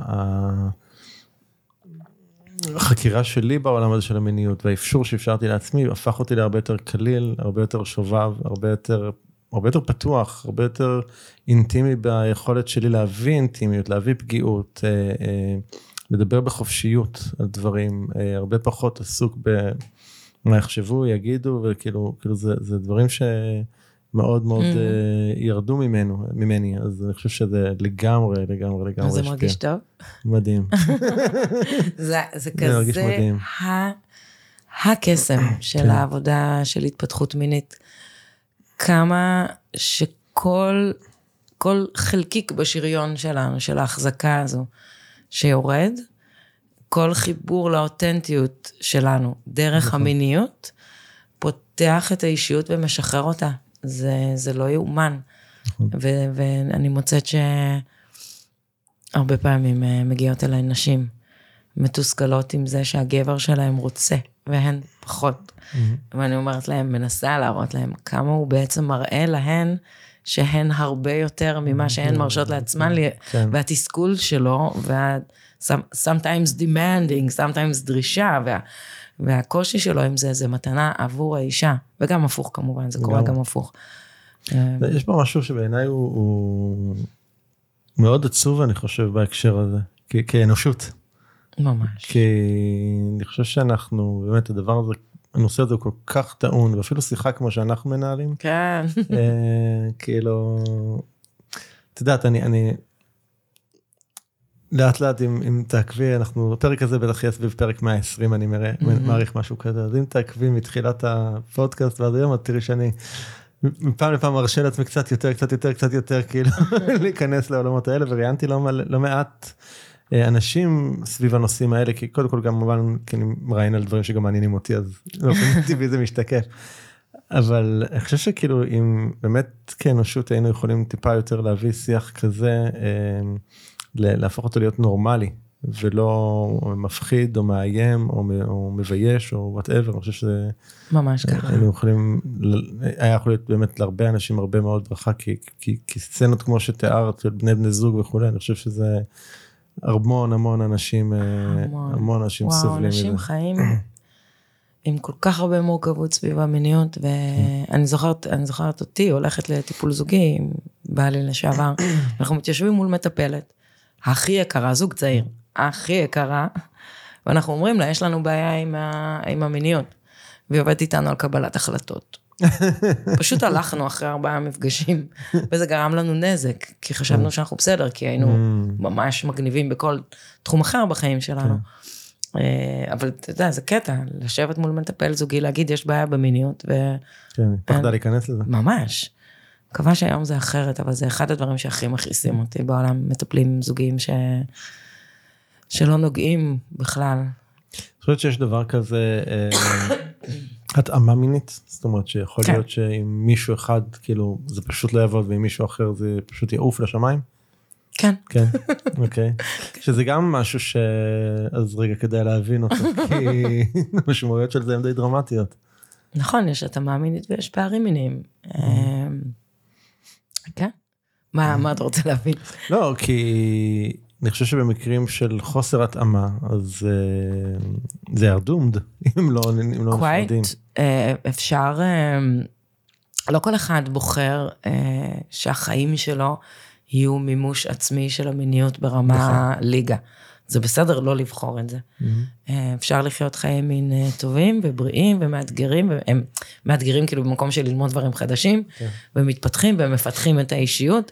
החקירה שלי בעולם הזה של המיניות, והאפשור שאפשרתי לעצמי, הפך אותי להרבה יותר קליל, הרבה יותר שובב, הרבה יותר, הרבה יותר פתוח, הרבה יותר אינטימי ביכולת שלי להביא אינטימיות, להביא פגיעות, לדבר בחופשיות על דברים, הרבה פחות עסוק במה יחשבו, יגידו, וכאילו, כאילו זה, זה דברים שמאוד מאוד mm. ירדו ממנו, ממני, אז אני חושב שזה לגמרי, לגמרי, לגמרי. זה מרגיש טוב? מדהים. זה, זה כזה ה, הקסם של כן. העבודה של התפתחות מינית, כמה שכל כל חלקיק בשריון שלנו, של ההחזקה הזו, שיורד, כל חיבור לאותנטיות שלנו, דרך נכון. המיניות, פותח את האישיות ומשחרר אותה. זה, זה לא יאומן. נכון. ו, ואני מוצאת שהרבה פעמים מגיעות אליי נשים, מתוסכלות עם זה שהגבר שלהם רוצה, והן פחות. Mm-hmm. ואני אומרת להם, מנסה להראות להם, כמה הוא בעצם מראה להן, שהן הרבה יותר ממה שהן מרשות לעצמן, כן. והתסכול שלו, וה... sometimes demanding, sometimes דרישה, וה, והקושי שלו עם זה, זה מתנה עבור האישה, וגם הפוך כמובן, זה קורה גם הפוך. יש פה משהו שבעיניי הוא, הוא מאוד עצוב, אני חושב, בהקשר הזה, כ- כאנושות. ממש. כי אני חושב שאנחנו, באמת, הדבר הזה, הנושא הזה הוא כל כך טעון, ואפילו שיחה כמו שאנחנו מנהלים. כן. כאילו, את יודעת, אני, אני, לאט לאט, אם, אם תעקבי, אנחנו, בפרק הזה בטח יהיה סביב פרק מאה ועשרים, אני מראה, mm-hmm. מעריך משהו כזה, אז אם תעקבי מתחילת הפודקאסט, ועד היום, את תראי שאני, מפעם לפעם מרשה לעצמי קצת יותר, קצת יותר, קצת יותר, כאילו, להיכנס לעולמות האלה, וראיינתי לא, לא מעט אנשים סביב הנושאים האלה, כי קודם כל גם מובן, כי אני מראיין על דברים שגם מעניינים אותי, אז באופן טבעי זה משתקף. אבל אני חושב שכאילו, אם באמת כאנושות היינו יכולים טיפה יותר להביא שיח כזה, להפוך אותו להיות נורמלי, ולא מפחיד או מאיים או, או מבייש או whatever, אני חושב שזה... ממש ככה. היינו יכולים, היה יכול להיות באמת להרבה אנשים הרבה מאוד ברכה, כי, כי, כי סצנות כמו שתיארת, בני בני זוג וכו', אני חושב שזה המון המון אנשים, המון, המון אנשים וואו, סובלים מזה. וואו, אנשים חיים עם כל כך הרבה מורכבות סביב המיניות, ואני זוכרת, אני זוכרת אותי, הולכת לטיפול זוגי, עם בעלי לשעבר, אנחנו מתיישבים מול מטפלת, הכי יקרה, זוג צעיר, הכי יקרה, ואנחנו אומרים לה, יש לנו בעיה עם, ה, עם המיניות, והיא עובדת איתנו על קבלת החלטות. פשוט הלכנו אחרי ארבעה מפגשים, וזה גרם לנו נזק, כי חשבנו שאנחנו בסדר, כי היינו ממש מגניבים בכל תחום אחר בחיים שלנו. אבל אתה יודע, זה קטע, לשבת מול מטפל זוגי, להגיד, יש בעיה במיניות, ו... כן, פחדה להיכנס לזה. ממש. מקווה שהיום זה אחרת, אבל זה אחד הדברים שהכי מכעיסים אותי בעולם, מטפלים זוגיים ש... שלא נוגעים בכלל. אני חושבת שיש דבר כזה, התאמה מינית, זאת אומרת שיכול כן. להיות שעם מישהו אחד, כאילו, זה פשוט לא יעבוד, ועם מישהו אחר זה פשוט יעוף לשמיים? כן. כן, אוקיי. שזה גם משהו ש... אז רגע כדאי להבין אותו, כי המשמעויות של זה הן די דרמטיות. נכון, יש התאמה מינית ויש פערים מיניים. כן? מה אתה רוצה להבין? לא, כי אני חושב שבמקרים של חוסר התאמה, אז זה ירדומד, אם לא נפרדים. אפשר, לא כל אחד בוחר שהחיים שלו יהיו מימוש עצמי של המיניות ברמה ליגה. זה בסדר לא לבחור את זה. אפשר לחיות חיי מין טובים ובריאים ומאתגרים, והם מאתגרים כאילו במקום של ללמוד דברים חדשים, ומתפתחים ומפתחים את האישיות.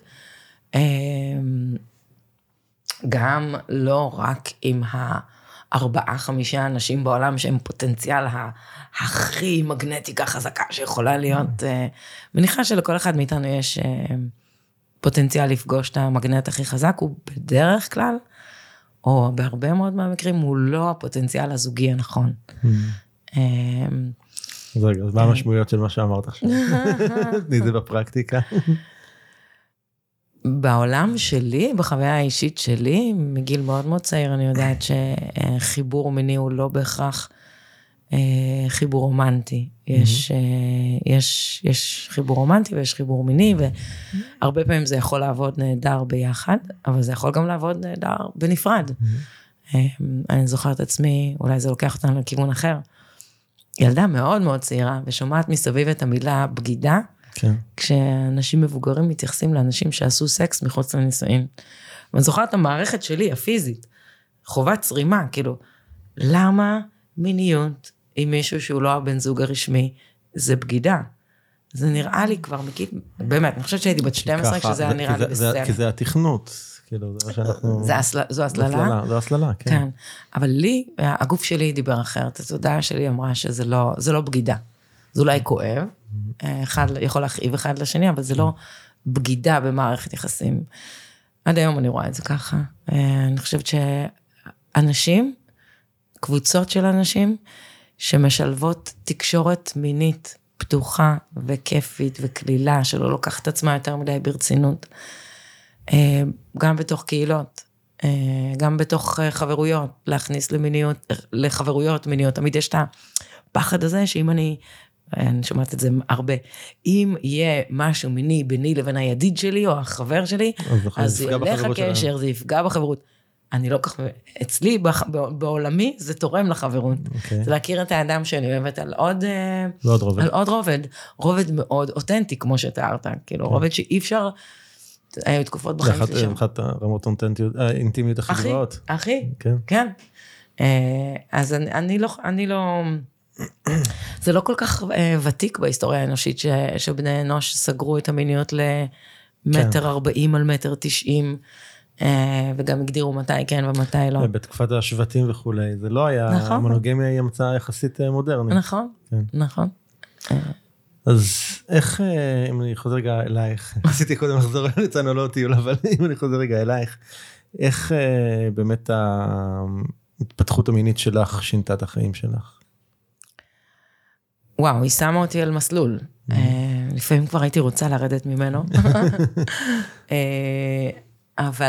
גם לא רק עם הארבעה, חמישה אנשים בעולם שהם פוטנציאל הכי מגנטיקה חזקה שיכולה להיות. מניחה שלכל אחד מאיתנו יש פוטנציאל לפגוש את המגנט הכי חזק, הוא בדרך כלל, או בהרבה מאוד מהמקרים, הוא לא הפוטנציאל הזוגי הנכון. אז רגע, אז מה המשמעויות של מה שאמרת עכשיו? תני זה בפרקטיקה. בעולם שלי, בחוויה האישית שלי, מגיל מאוד מאוד צעיר, אני יודעת שחיבור מיני הוא לא בהכרח חיבור רומנטי. יש, יש, יש חיבור רומנטי ויש חיבור מיני, והרבה פעמים זה יכול לעבוד נהדר ביחד, אבל זה יכול גם לעבוד נהדר בנפרד. אני זוכרת עצמי, אולי זה לוקח אותנו לכיוון אחר, ילדה מאוד מאוד צעירה, ושומעת מסביב את המילה בגידה, כן. כשאנשים מבוגרים מתייחסים לאנשים שעשו סקס מחוץ לנישואים. ואני זוכרת את המערכת שלי, הפיזית, חובת צרימה, כאילו, למה מיניות עם מישהו שהוא לא הבן זוג הרשמי, זה בגידה. זה נראה לי כבר, באמת, אני חושבת שהייתי בת שתים עשרה, כשזה היה נראה לי בסדר. כי זה התכנות, כאילו, זה מה שאנחנו... זו הסללה? זו הסללה, כן. כן, אבל לי, הגוף שלי דיבר אחרת, התודעה שלי אמרה שזה לא בגידה. זה אולי כואב, אחד יכול להכאיב אחד לשני, אבל זה לא בגידה במערכת יחסים. עד היום אני רואה את זה ככה. אני חושבת שאנשים, קבוצות של אנשים, שמשלבות תקשורת מינית פתוחה וכיפית וכלילה, שלא לוקחת את עצמה יותר מדי ברצינות, גם בתוך קהילות, גם בתוך חברויות, להכניס למיניות, לחברויות מיניות, תמיד יש את הפחד הזה, שאם אני, אני שומעת את זה הרבה, אם יהיה משהו מיני ביני לבין הידיד שלי, או החבר שלי, אז ילך הקשר, זה יפגע בחברות. אני לא כך, אצלי, בעולמי, זה תורם לחברות. זה להכיר את האדם שאני אוהבת על עוד, על עוד רובד, רובד מאוד אותנטי, כמו שתיארת, כאילו, רובד שאי אפשר, היו תקופות בחיים שלי שם. אחת הרמות האינטימיות הכי גבוהות. הכי, כן. אז אני לא, אני לא, זה לא כל כך ותיק בהיסטוריה האנושית, שבני אנוש סגרו את המיניות למטר ארבעים על מטר תשעים, וגם הגדירו מתי כן ומתי לא. בתקופת השבטים וכולי, זה לא היה, מונוגמיה היא המצאה יחסית מודרנית. נכון, נכון. אז איך, אם אני חוזר רגע אלייך, עשיתי קודם לחזור אלינו לא טיול, אבל אם אני חוזר רגע אלייך, איך באמת ההתפתחות המינית שלך שינתה את החיים שלך? וואו, היא שמה אותי על מסלול. לפעמים כבר הייתי רוצה לרדת ממנו. אבל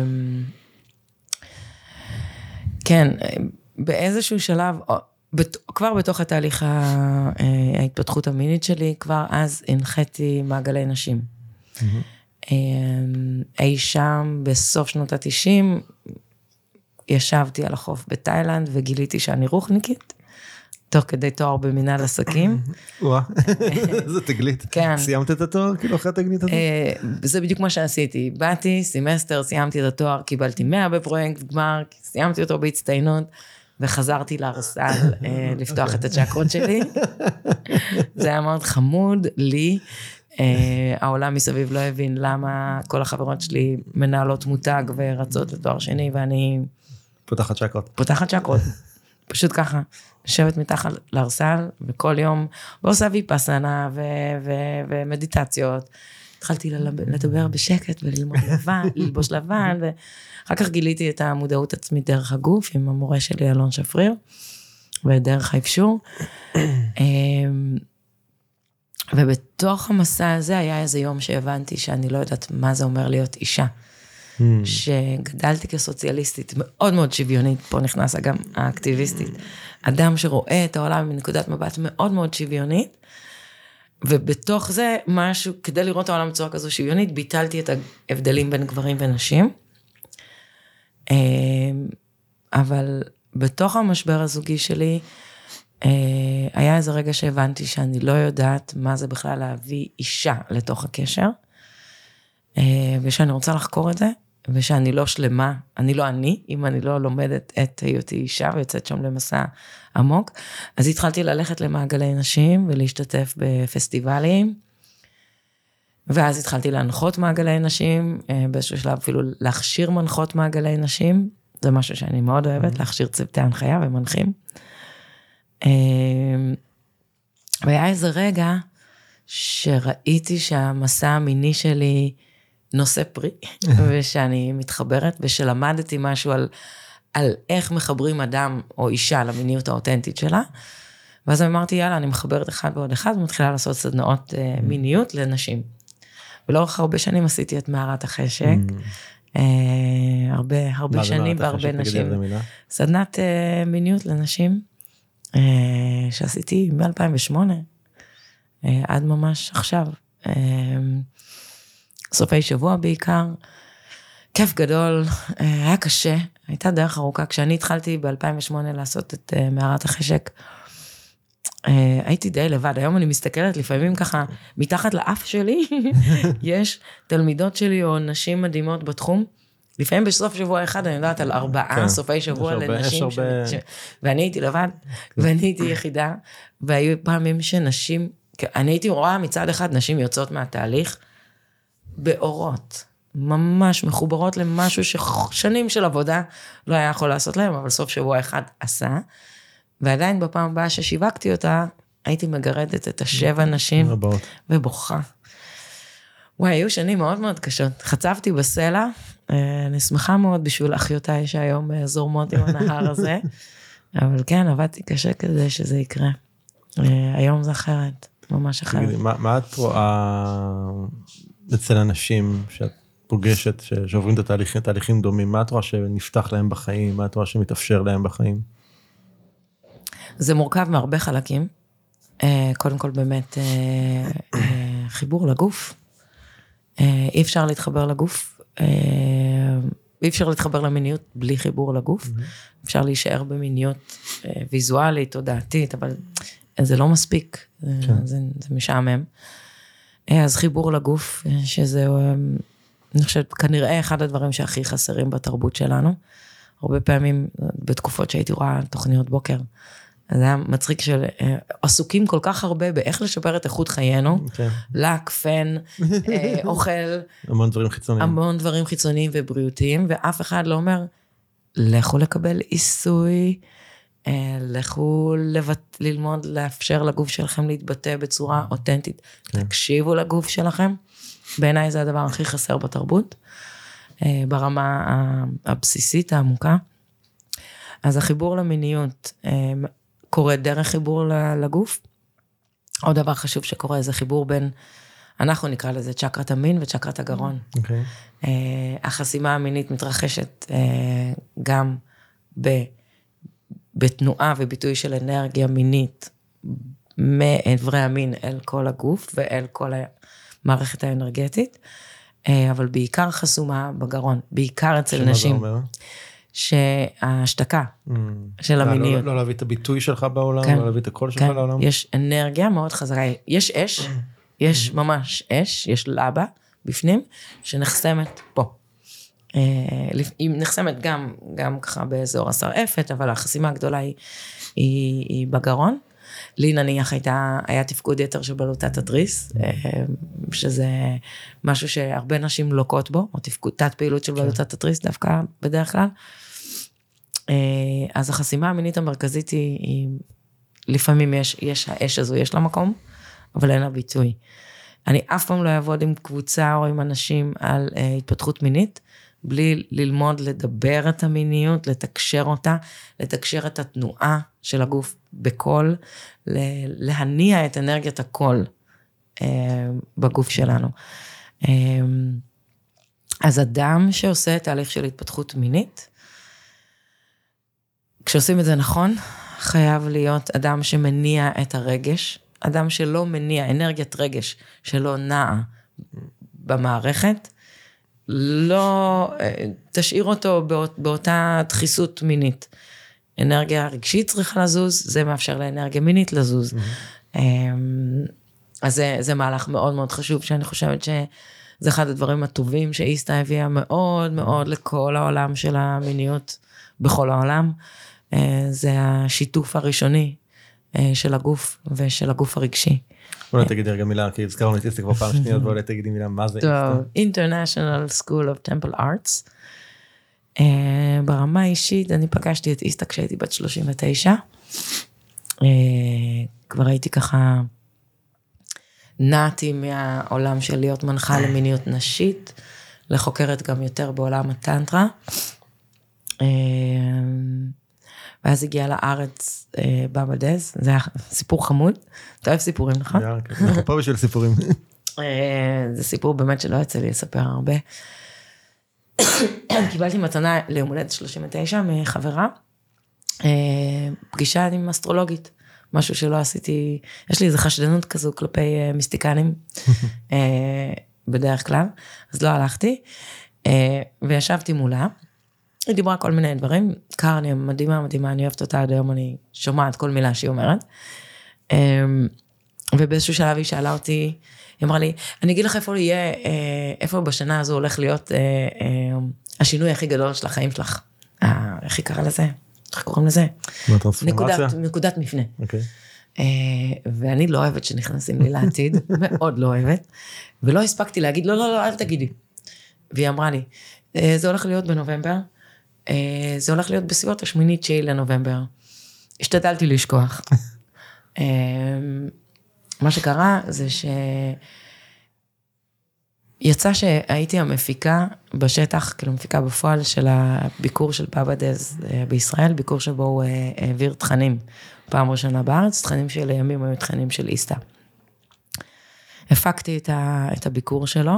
כן, באיזשהו שלב, כבר בתוך התהליך ההתפתחות המינית שלי, כבר אז הנחיתי מעגלי נשים. אי שם בסוף שנות ה-תשעים, ישבתי על החוף בתאילנד, וגיליתי שאני רוחניקית, תוך כדי תואר במנהל עסקים. וואה, זה תגלית. כן. סיימת את התואר? כאילו אחרי התגלית הזאת? זה בדיוק מה שעשיתי. באתי, סמסטר, סיימתי את התואר, קיבלתי מאה בפרויקט גמר, סיימתי אותו בהצטיינות, וחזרתי לארסל לפתוח את הצ'קרות שלי. זה היה מאוד חמוד לי. העולם מסביב לא הבין למה כל החברות שלי מנהלות מותג ורצות לתואר שני, ואני... פותחת צ'קרות. פותחת צ'קרות. פשוט ככה, יושבת מתחת לארסל, וכל יום, ועושה ויפסנה ומדיטציות. התחלתי לדבר בשקט וללמוד לבן, ללבוש לבן, ואחר כך גיליתי את המודעות עצמית דרך הגוף, עם המורה שלי אלון שפריר, ודרך האפשור. ובתוך המסע הזה היה איזה יום שהבנתי שאני לא יודעת מה זה אומר להיות אישה. שגדלתי כסוציאליסטית, מאוד מאוד שוויונית, פה נכנס גם האקטיביסטית, אדם שרואה את העולם מנקודת מבט מאוד מאוד שוויונית, ובתוך זה משהו, כדי לראות את העולם בצורה כזו שוויונית, ביטלתי את ההבדלים בין גברים ונשים, אבל בתוך המשבר הזוגי שלי, היה איזה רגע שהבנתי שאני לא יודעת מה זה בכלל להביא אישה לתוך הקשר, ושאני רוצה לחקור את זה, ושאני לא שלמה, אני לא אני, אם אני לא לומדת את היותי אישה, ויוצאת שם למסע עמוק, אז התחלתי ללכת למעגלי נשים, ולהשתתף בפסטיבלים, ואז התחלתי להנחות מעגלי נשים, באיזשהו שלב אפילו להכשיר מנחות מעגלי נשים, זה משהו שאני מאוד אוהבת, להכשיר צוותי הנחיה ומנחים, והיה איזה רגע, שראיתי שהמסע המיני שלי, נושא פרי, ושאני מתחברת, ושלמדתי משהו על, על איך מחברים אדם או אישה למיניות האותנטית שלה, ואז אמרתי, יאללה, אני מחברת אחד ועוד אחד, ומתחילה לעשות סדנאות uh, מיניות לנשים. ולאורך הרבה שנים עשיתי את מערת החשק, uh, הרבה, הרבה שנים והרבה נשים. סדנת uh, מיניות לנשים, uh, שעשיתי מ-אלפיים ושמונה, uh, עד ממש עכשיו. Uh, סופי שבוע בעיקר, כיף גדול, היה קשה, הייתה דרך ארוכה, כשאני התחלתי ב-אלפיים ושמונה לעשות את מערת החשק, הייתי די לבד, היום אני מסתכלת לפעמים ככה, מתחת לאף שלי, יש תלמידות שלי או נשים מדהימות בתחום, לפעמים בסוף שבוע אחד, אני יודעת על ארבעה כן. סופי שבוע הרבה, לנשים, ש... הרבה... ש... ואני הייתי לבד, ואני הייתי יחידה, והיו פעמים שנשים, אני הייתי רואה מצד אחד נשים יוצאות מהתהליך, באורות, ממש מחוברות למשהו ששנים של עבודה לא היה יכול לעשות להם, אבל סוף שבוע אחד עשה, ועדיין בפעם הבאה ששיווקתי אותה, הייתי מגרדת את השבע נשים, ובוכה. וואי, היו שנים מאוד מאוד קשות. חצבתי בסלע, אני שמחה מאוד בשביל אחיותיי שהיום זורמות עם הנהר הזה, אבל כן, עבדתי קשה כזה שזה יקרה. היום זה אחרת, ממש אחרת. מה, מה את רואה אצל אנשים שאת פוגשת, שעוברים את התהליכים, תהליכים דומים, מה את רואה שנפתח להם בחיים, מה את רואה שמתאפשר להם בחיים? זה מורכב מהרבה חלקים. קודם כל באמת חיבור לגוף. אי אפשר להתחבר לגוף, אי אפשר להתחבר למיניות בלי חיבור לגוף, אפשר להישאר במיניות ויזואלית, תודעתית, אבל זה לא מספיק, זה משעמם. אז חיבור לגוף, שזה, אני חושבת, כנראה אחד הדברים שהכי חסרים בתרבות שלנו, הרבה פעמים בתקופות שהייתי רואה תוכניות בוקר, זה היה מצחיק של עסוקים כל כך הרבה באיך לשפר את איכות חיינו, לק, פן, אוכל. המון דברים חיצוניים. המון דברים חיצוניים ובריאותיים, ואף אחד לא אומר, לכו לקבל עיסוי, לכו ללמוד, לאפשר לגוף שלכם להתבטא בצורה אותנטית. תקשיבו לגוף שלכם. בעיניי זה הדבר הכי חסר בתרבות, ברמה הבסיסית, העמוקה. אז החיבור למיניות קורה דרך חיבור לגוף. עוד דבר חשוב שקורה זה חיבור בין, אנחנו נקרא לזה צ'קרת המין וצ'קרת הגרון. Okay. החסימה המינית מתרחשת גם בתנועה וביטוי של אנרגיה מינית מעברי המין אל כל הגוף ואל כל המערכת האנרגטית, אבל בעיקר חסומה בגרון, בעיקר אצל נשים. שמה זה אומר? שההשתקה mm. של המיניות. לא, לא להביא את הביטוי שלך בעולם, כן, לא להביא את הקול שלך כן. לעולם. יש אנרגיה מאוד חזקה, יש אש, יש ממש אש, יש לבה בפנים, שנחסמת פה. היא נחסמת גם, גם ככה באזור השרעפת, אבל החסימה הגדולה היא, היא, היא בגרון. לי נניח הייתה, היה תפקוד יתר של בלוטת התריס, שזה משהו שהרבה נשים לוקות בו, או תפקוד תת פעילות של בלוטת התריס, דווקא בדרך כלל. אז החסימה המינית המרכזית היא, היא לפעמים יש, יש האש הזו, יש לה מקום, אבל אין לה ביטוי. אני אף פעם לא אעבוד עם קבוצה או עם אנשים על התפתחות מינית, בלי ללמוד לדבר את המיניות, לתקשר אותה, לתקשר את התנועה של הגוף בקול, להניע את אנרגיית הקול בגוף שלנו. אז אדם שעושה תהליך של התפתחות מינית, כשעושים את זה נכון, חייב להיות אדם שמניע את הרגש, אדם שלא מניע, אנרגיית רגש שלא נעה במערכת, לא, תשאיר אותו באות, באותה דחיסות מינית. אנרגיה רגשית צריכה לזוז, זה מאפשר לאנרגיה מינית לזוז. Mm-hmm. אז זה, זה מהלך מאוד מאוד חשוב, שאני חושבת שזה אחד הדברים הטובים, שאיסטה הביאה מאוד מאוד לכל העולם של המיניות, בכל העולם. זה השיתוף הראשוני של הגוף, ושל הגוף הרגשי. אולי תגידי רגע מילה, כי הזכרנו את איסטה כבר פעם שנייה, ואולי תגידי מילה, מה זה איסטה? International School of Temple Arts. ברמה האישית, אני פגשתי את איסטה כשהייתי בת שלושים ותשע. כבר הייתי ככה, נעתי מהעולם של להיות מנחה למיניות נשית, לחוקרת גם יותר בעולם הטנטרה. ואז הגיעה לארץ במדז, זה היה סיפור חמוד, אתה אוהב סיפורים, נכון? אנחנו פה בשביל סיפורים. זה סיפור באמת שלא יצא לי לספר הרבה. קיבלתי מתנה ליום הולדת שלושים ותשע מחברה, פגישה עם אסטרולוגית, משהו שלא עשיתי, יש לי איזו חשדנות כזו כלפי מיסטיקנים, בדרך כלל, אז לא הלכתי, וישבתי מולה, היא דיברה כל מיני דברים, קרני מדהימה, מדהימה, אני אוהבת אותה עד היום, אני שומעת כל מילה שהיא אומרת, ובאיזשהו שלב היא שאלה אותי, היא אמרה לי, אני אגיד לך איפה יהיה, איפה בשנה הזו הולך להיות השינוי הכי גדול של החיים שלך. איך היא קרא לזה? איך קוראים לזה? טרנספורמציה? נקודת מפנה. אוקיי. ואני לא אוהבת שנכנסים לי לעתיד, מאוד לא אוהבת, ולא הספקתי להגיד, לא, לא, לא, אל תגידי. והיא אמרה לי, זה הולך להיות בנובמבר, זה הולך להיות בסביבות השמינית תשיעי לנובמבר. השתדלתי לשכוח. מה שקרה זה שיצא שהייתי המפיקה בשטח, כאילו מפיקה בפועל של הביקור של פאבדז בישראל, ביקור שבו הוא העביר תכנים פעם ראשונה בארץ, תכנים של הימים היו תכנים של איסטה. הפקתי את, ה, את הביקור שלו,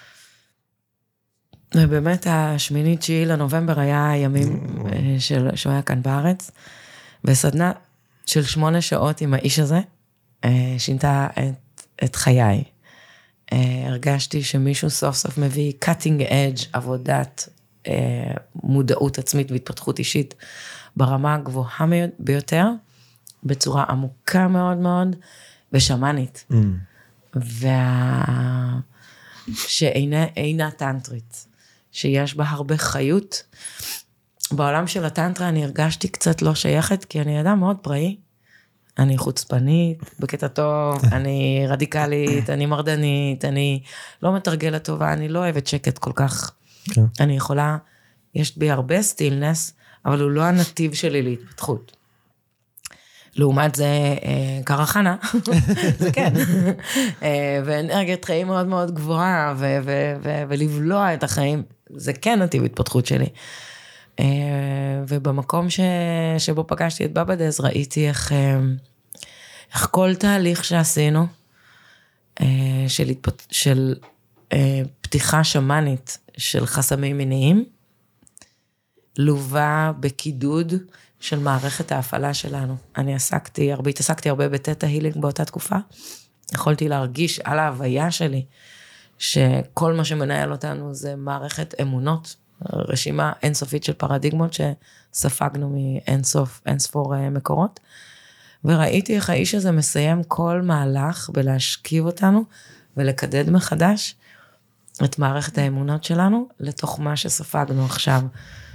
ובאמת השמינית תשיעי לנובמבר היה הימים של, שהוא היה כאן בארץ, וסדנה של שמונה שעות עם האיש הזה, שינתה את, את חיי. הרגשתי שמישהו סוף סוף מביא cutting edge, עבודת מודעות עצמית והתפתחות אישית, ברמה הגבוהה ביותר, בצורה עמוקה מאוד מאוד, ושמנית. Mm. וה... שאינה טנטרית, שיש בה הרבה חיות. בעולם של הטנטרה אני הרגשתי קצת לא שייכת, כי אני אדם מאוד פראי, אני חוצפנית, בקטע טוב, אני רדיקלית, אני מרדנית, אני לא מתרגלת טובה, אני לא אוהבת שקט כל כך. כן. אני יכולה, יש בי הרבה סטילנס, אבל הוא לא הנתיב שלי להתפתחות. לעומת זה, קרחנה, זה כן, ואנרגיית חיים מאוד מאוד גבוהה, ולבלוע את החיים, זה כן נתיב התפתחות שלי. ובמקום שבו פגשתי את בבדז, ראיתי איך, איך כל תהליך שעשינו, של, התפת... של פתיחה שמנית של חסמים מיניים, לובה בקידוד של מערכת ההפעלה שלנו. אני עסקתי הרבה, התעסקתי הרבה בטטה הילינג באותה תקופה, יכולתי להרגיש על ההוויה שלי, שכל מה שמנהל אותנו זה מערכת אמונות, רשימה אינסופית של פרדיגמות שספגנו מאינסוף, אינספור מקורות, וראיתי איך האיש הזה מסיים כל מהלך בלהשכיב אותנו ולקדד מחדש את מערכת האמונות שלנו לתוך מה שספגנו עכשיו.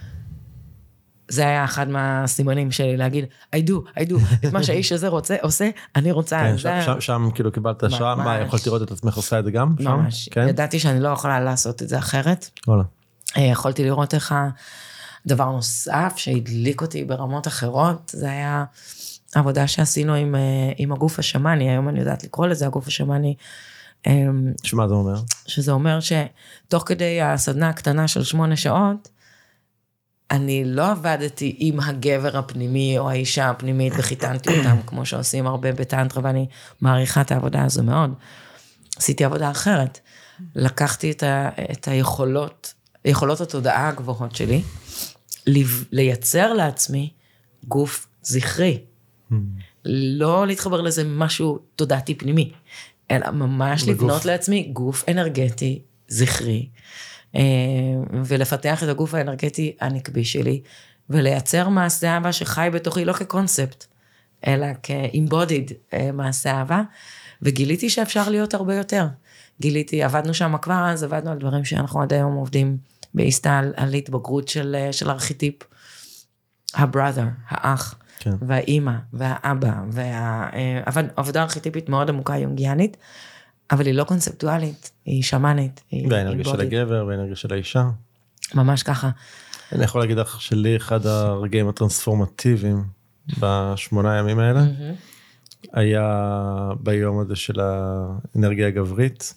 זה היה אחד מהסימנים שלי להגיד, I do, I do, את מה שהאיש הזה רוצה, עושה, אני רוצה. כן, שם, שם, שם כאילו קיבלת השראה, מה, יכולת לראות את עצמך עושה את זה גם? ממש, כן? ידעתי שאני לא יכולה לעשות את זה אחרת. וואלה. יכולתי לראות איך הדבר נוסף שהדליק אותי ברמות אחרות, זה היה עבודה שעשינו עם, עם הגוף השמני, היום אני יודעת לקרוא לזה הגוף השמני. שמה זה אומר? שזה אומר שתוך כדי הסדנה הקטנה של שמונה שעות, אני לא עבדתי עם הגבר הפנימי או האישה הפנימית וחיתנתי אותם, כמו שעושים הרבה בטנטרה, ואני מעריכה את העבודה הזו מאוד. עשיתי עבודה אחרת. לקחתי את, ה, את היכולות, יכולות התודעה הגבוהות שלי, לייצר לעצמי גוף זכרי. Mm. לא להתחבר לזה משהו תודעתי פנימי, אלא ממש בגוף. לבנות לעצמי גוף אנרגטי זכרי, ולפתח את הגוף האנרגטי הנקבי שלי, ולייצר מעשה אהבה שחי בתוכי לא כקונספט, אלא כאימבודיד מעשה אהבה, וגיליתי שאפשר להיות הרבה יותר. גיליתי, עבדנו שם כבר אז, עבדנו על דברים שאנחנו עד היום עובדים באיסטה, על, על התבגרות של, של ארכיטיפ, הברother, האח, כן. והאימא, והאבא, וה... עבודה ארכיטיפית מאוד עמוקה יונגיאנית, אבל היא לא קונספטואלית, היא שמנית. והאנרגיה של הגבר, והאנרגיה של האישה. ממש ככה. אני יכול להגיד לך שלי, אחד הרגעים הטרנספורמטיביים, בשמונה הימים האלה, mm-hmm. היה ביום הזה של האנרגיה הגברית,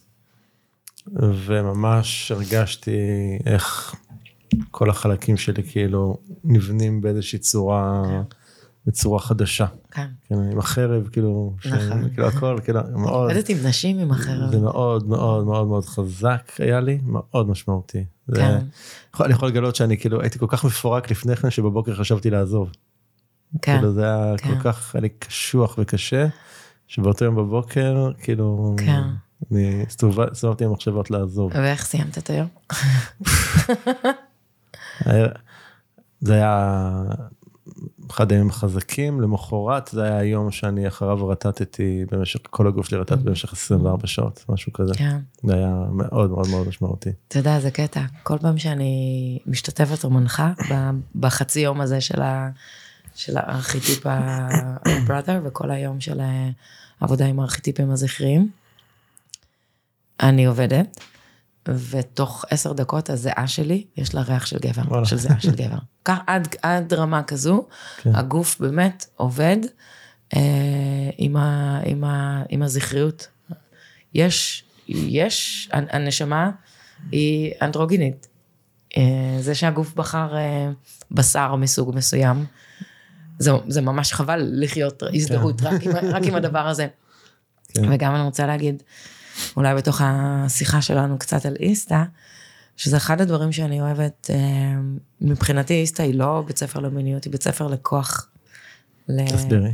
וממש הרגשתי איך כל החלקים שלי כאילו נבנים באיזושהי צורה, בצורה חדשה. כן. עם החרב, כאילו, נכון. כאילו הכל, כאילו, מאוד. עבדת עם נשים עם החרב. זה מאוד מאוד מאוד מאוד חזק היה לי, מאוד משמעותי. כן. אני יכול לגלות שאני כאילו הייתי כל כך מפורק לפני כן, שבבוקר חשבתי לעזוב. כן. כאילו זה היה כל כך, היה לי קשוח וקשה, שבאותו יום בבוקר, כאילו, אני סובבתי עם מחשבות לעזוב. ואיך סיימת את היום? זה היה אחד הימים חזקים, למחרת זה היה היום שאני אחריו רטטתי במשך, כל הגוף שלי רטט במשך עשרים וארבע שעות, משהו כזה. כן. זה היה מאוד מאוד מאוד משמעותי. אתה יודע, זה קטע. כל פעם שאני משתתפת או מנחה, בחצי יום הזה של ה... של הארכיטיפ ה-brother, וכל היום של העבודה עם הארכיטיפים הזכריים, אני עובדת, ותוך עשר דקות הזיעה שלי, יש לה ריח של גבר, של זיעה של גבר. כך, עד, עד רמה כזו, כן. הגוף באמת עובד אה, עם, ה, עם, ה, עם הזכריות. יש, יש, הנשמה היא אנדרוגינית. אה, זה שהגוף בחר אה, בשר מסוג מסוים, זה, זה ממש חבל לחיות הזדהות, כן. רק, עם, רק עם הדבר הזה. כן. וגם אני רוצה להגיד, אולי בתוך השיחה שלנו קצת על איסטה, שזה אחד הדברים שאני אוהבת, מבחינתי איסטה היא לא בית ספר למיניות, היא בית ספר לכוח. תסבירי.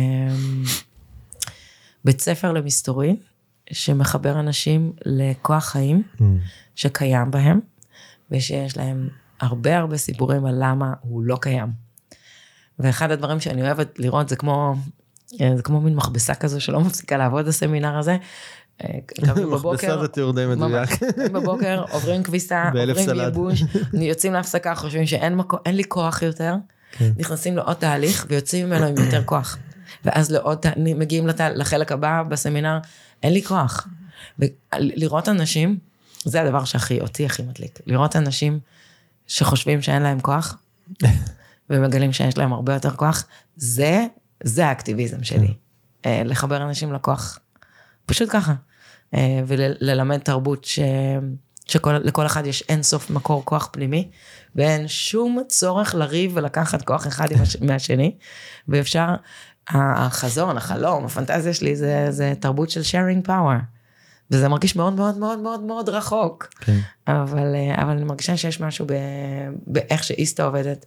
בית ספר למסתורין, שמחבר אנשים לכוח חיים, שקיים בהם, ושיש להם הרבה הרבה סיפורים על למה הוא לא קיים. ואחד הדברים שאני אוהבת לראות, זה כמו, זה כמו מין מכבסה כזו, שלא מפסיקה לעבוד הסמינר הזה, מכבסה זה תיאור די מדויק. בבוקר עוברים כביסה, עוברים ייבוש, יוצאים להפסקה, חושבים שאין לי כוח יותר, נכנסים לעוד תהליך ויוצאים ממנו עם יותר כוח. ואז מגיעים לחלק הבא בסמינר, אין לי כוח. לראות אנשים, זה הדבר שהכי, אותי הכי מדליק, לראות אנשים שחושבים שאין להם כוח, ומגלים שיש להם הרבה יותר כוח, זה, זה האקטיביזם שלי. לחבר אנשים לכוח. פשוט ככה. וללמד תרבות ש... שלכל אחד יש אין סוף מקור כוח פנימי, ואין שום צורך לריב ולקחת כוח אחד מהשני, ואפשר, החזון, החלום, הפנטזיה שלי, זה, זה תרבות של sharing power, וזה מרגיש מאוד מאוד מאוד מאוד מאוד רחוק, כן. אבל, אבל אני מרגישה שיש משהו ב... באיך שאיסטה עובדת,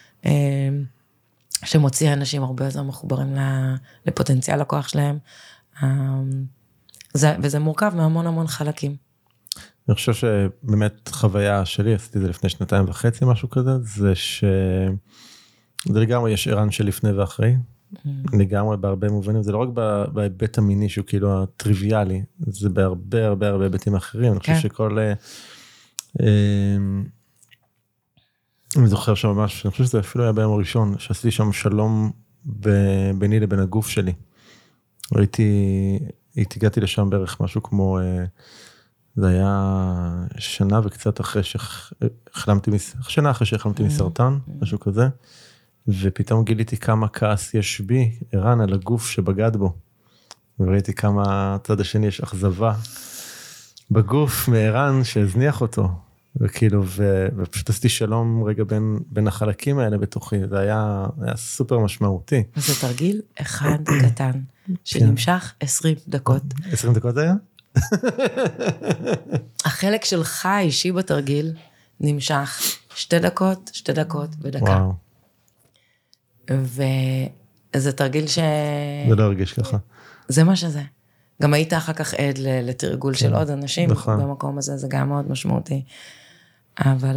שמוציא אנשים הרבה יותר מחוברים לפוטנציאל הכוח שלהם, זה, וזה מורכב מהמון המון חלקים. אני חושב שבאמת חוויה שלי, עשיתי את זה לפני שנתיים וחצי, משהו כזה, זה ש... זה לגמרי יש ערן של לפני ואחרי, לגמרי בהרבה מובנים, זה לא רק בהיבט המיני שהוא כאילו הטריוויאלי, זה בהרבה הרבה הרבה היבטים אחרים, אני חושב שכל... אני זוכר שם ממש, אני חושב שזה אפילו היה ביום הראשון, שעשיתי שם שלום ביני לבין הגוף שלי. ראיתי, הגעתי לשם בערך משהו כמו, זה היה שנה וקצת אחרי שהחלמתי, שנה אחרי שהחלמתי מסרטן, משהו כזה, ופתאום גיליתי כמה כעס יש בי, ערן על הגוף שבגד בו, וראיתי כמה צד השני יש אכזבה בגוף מערן שהזניח אותו, וכאילו, ופשוט עשיתי שלום רגע בין, בין החלקים האלה בתוכי, זה היה, היה סופר משמעותי. זה תרגיל אחד קטן, שנמשך עשרים דקות. עשרים דקות היה? החלק שלך האישי בתרגיל, נמשך שתי דקות, שתי דקות ודקה. וואו. וזה תרגיל ש... זה לא הרגיש ככה. זה מה שזה. גם היית אחר כך עד לתרגול של עוד אנשים, במקום הזה, זה גם מאוד משמעותי. אבל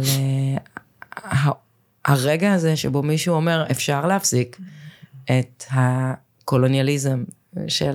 הרגע הזה שבו מישהו אומר, אפשר להפסיק את הקולוניאליזם של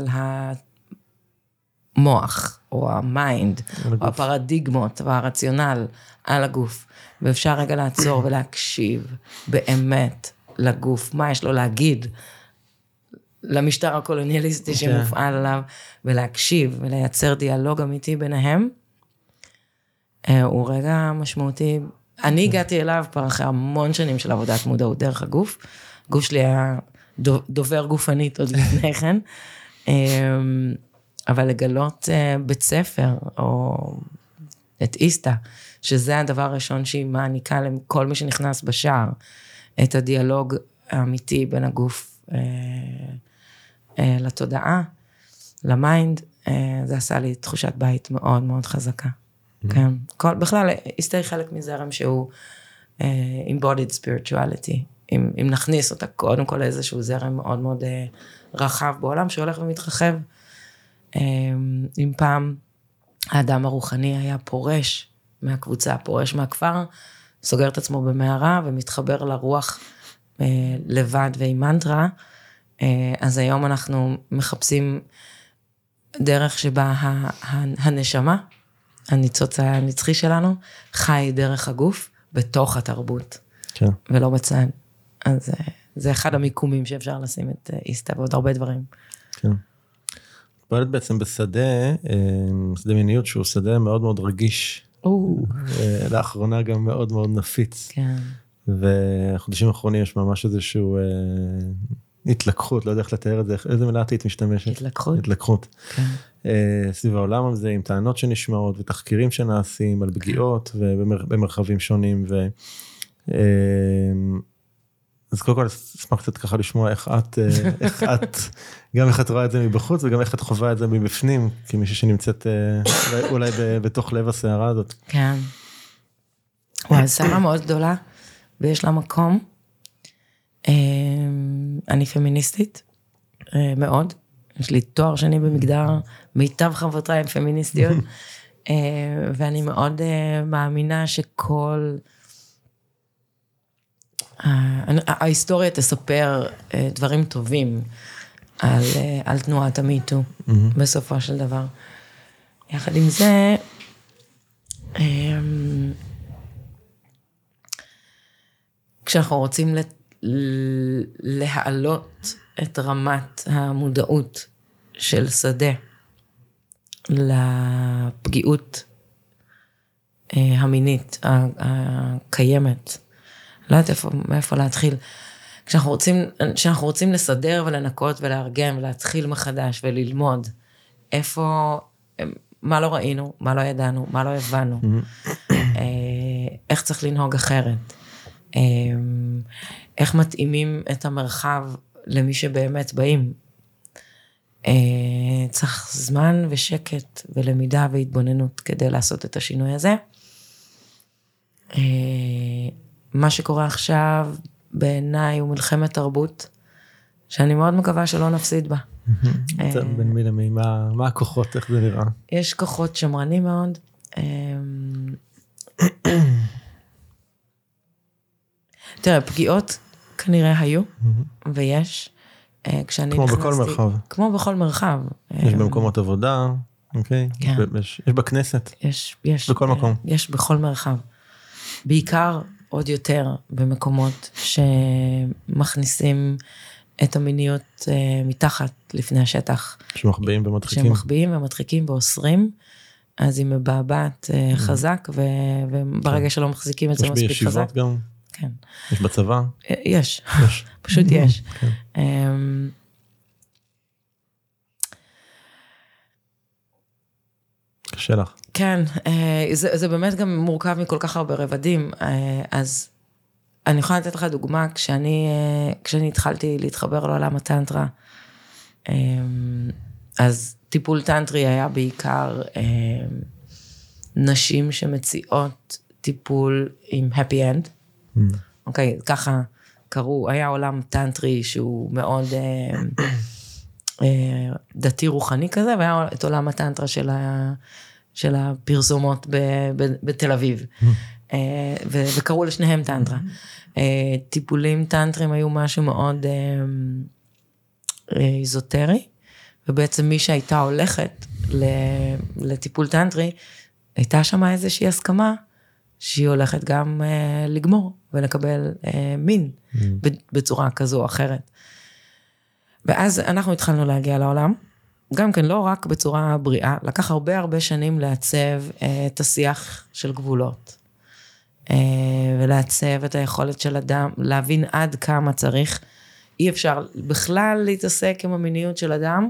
המוח, או המיינד, או הפרדיגמות, והרציונל על הגוף, ואפשר רגע לעצור ולהקשיב באמת לגוף, מה יש לו להגיד, למשטר הקולוניאליסטי שמופעל עליו, ולהקשיב ולייצר דיאלוג אמיתי ביניהם, הוא רגע משמעותי. אני הגעתי אליו כבר אחרי המון שנים של עבודת מודעות דרך הגוף, הגוף שלי היה דובר גופנית עוד לפני כן, אבל לגלות בית ספר, או את איסטה, שזה הדבר הראשון שהיא מעניקה לכל מי שנכנס בשער, את הדיאלוג האמיתי בין הגוף לתודעה, למיינד, זה עשה לי תחושת בית מאוד מאוד חזקה. כן. בכלל, איסטה היא חלק מזרם שהוא embodied spirituality, אם, אם נכניס אותה קודם כל איזשהו זרם מאוד מאוד רחב בעולם, שהולך ומתרחב. אם פעם האדם הרוחני היה פורש מהקבוצה, פורש מהכפר, סוגר את עצמו במערה ומתחבר לרוח לבד ועם מנטרה, אז היום אנחנו מחפשים דרך שבה הנשמה, הניצוץ הנצחי שלנו, חי דרך הגוף, בתוך התרבות, כן. ולא בצד. אז זה אחד המיקומים שאפשר לשים את איסתא, ועוד הרבה דברים. כן. פועלת בעצם בשדה, שדה מיניות שהוא שדה מאוד מאוד רגיש. לאחרונה גם מאוד מאוד נפיץ. כן. וחודשים האחרונים יש ממש איזשהו התלקחות, לא יודע איך לתאר את זה, איזה מילה היית משתמשת? התלקחות. התלקחות. כן. סביב העולם הזה, עם טענות שנשמעות ותחקירים שנעשים על פגיעות ובמרחבים שונים. ו... אז קודם כל, אשמח קצת ככה לשמוע איך את, איך את, גם איך את רואה את זה מבחוץ, וגם איך את חווה את זה מבפנים, כמישהו שנמצאת אולי, אולי בתוך לב הסערה הזאת. כן. וואי, סערה מאוד גדולה, ויש לה מקום. אני פמיניסטית, מאוד. יש לי תואר שני במגדר, מיטב חברותיי הן פמיניסטיות, ואני מאוד מאמינה שכל... ההיסטוריה תספר דברים טובים על, על תנועת המיטו, mm-hmm. בסופו של דבר. יחד עם זה, כשאנחנו רוצים להעלות את רמת המודעות של שדה לפגיעות המינית הקיימת, לא יודעת איפה, מאיפה להתחיל. כשאנחנו רוצים, כשאנחנו רוצים לסדר ולנקות ולארגן ולהתחיל מחדש וללמוד, איפה, מה לא ראינו, מה לא ידענו, מה לא הבנו, איך צריך לנהוג אחרת, איך מתאימים את המרחב למי שבאמת באים. צריך זמן ושקט ולמידה והתבוננות כדי לעשות את השינוי הזה. מה שקורה עכשיו בעיניי הוא מלחמת תרבות, שאני מאוד מקווה שלא נפסיד בה. בין מי למי, מה הכוחות, איך זה נראה? יש כוחות שמרנים מאוד. תראה, פגיעות כנראה היו, ויש. כמו בכל מרחב. כמו בכל מרחב. יש במקומות עבודה, אוקיי? יש בכנסת. יש. בכל מקום. יש בכל מרחב. בעיקר עוד יותר במקומות שמכניסים את המיניות מתחת לפני השטח. שמחביאים ומדחיקים. שמחביאים ומדחיקים ואוסרים, אז היא מבעבעת חזק, וברגע שלא מחזיקים את זה מספיק חזק. יש בישיבות גם? כן. יש בצבא? יש, פשוט יש. קשה לך. כן, זה, זה באמת גם מורכב מכל כך הרבה רבדים, אז אני יכולה לתת לך דוגמה, כשאני, כשאני התחלתי להתחבר לעולם הטנטרה, אז טיפול טנטרי היה בעיקר נשים שמציעות טיפול עם happy end, אוקיי, ככה קראו, היה עולם טנטרי שהוא מאוד דתי רוחני כזה, והיה את עולם הטנטרה של ה... של הפרסומות בתל אביב, וקראו לשניהם טנטרה. טיפולים טנטרים היו משהו מאוד איזוטרי, ובעצם מי שהייתה הולכת לטיפול טנטרי, הייתה שם איזושהי הסכמה, שהיא הולכת גם לגמור, ולקבל מין, בצורה כזו או אחרת. ואז אנחנו התחלנו להגיע לעולם, גם כן לא רק בצורה בריאה, לקח הרבה הרבה שנים לעצב את השיח של גבולות, ולעצב את היכולת של אדם, להבין עד כמה צריך, אי אפשר בכלל להתעסק עם המיניות של אדם,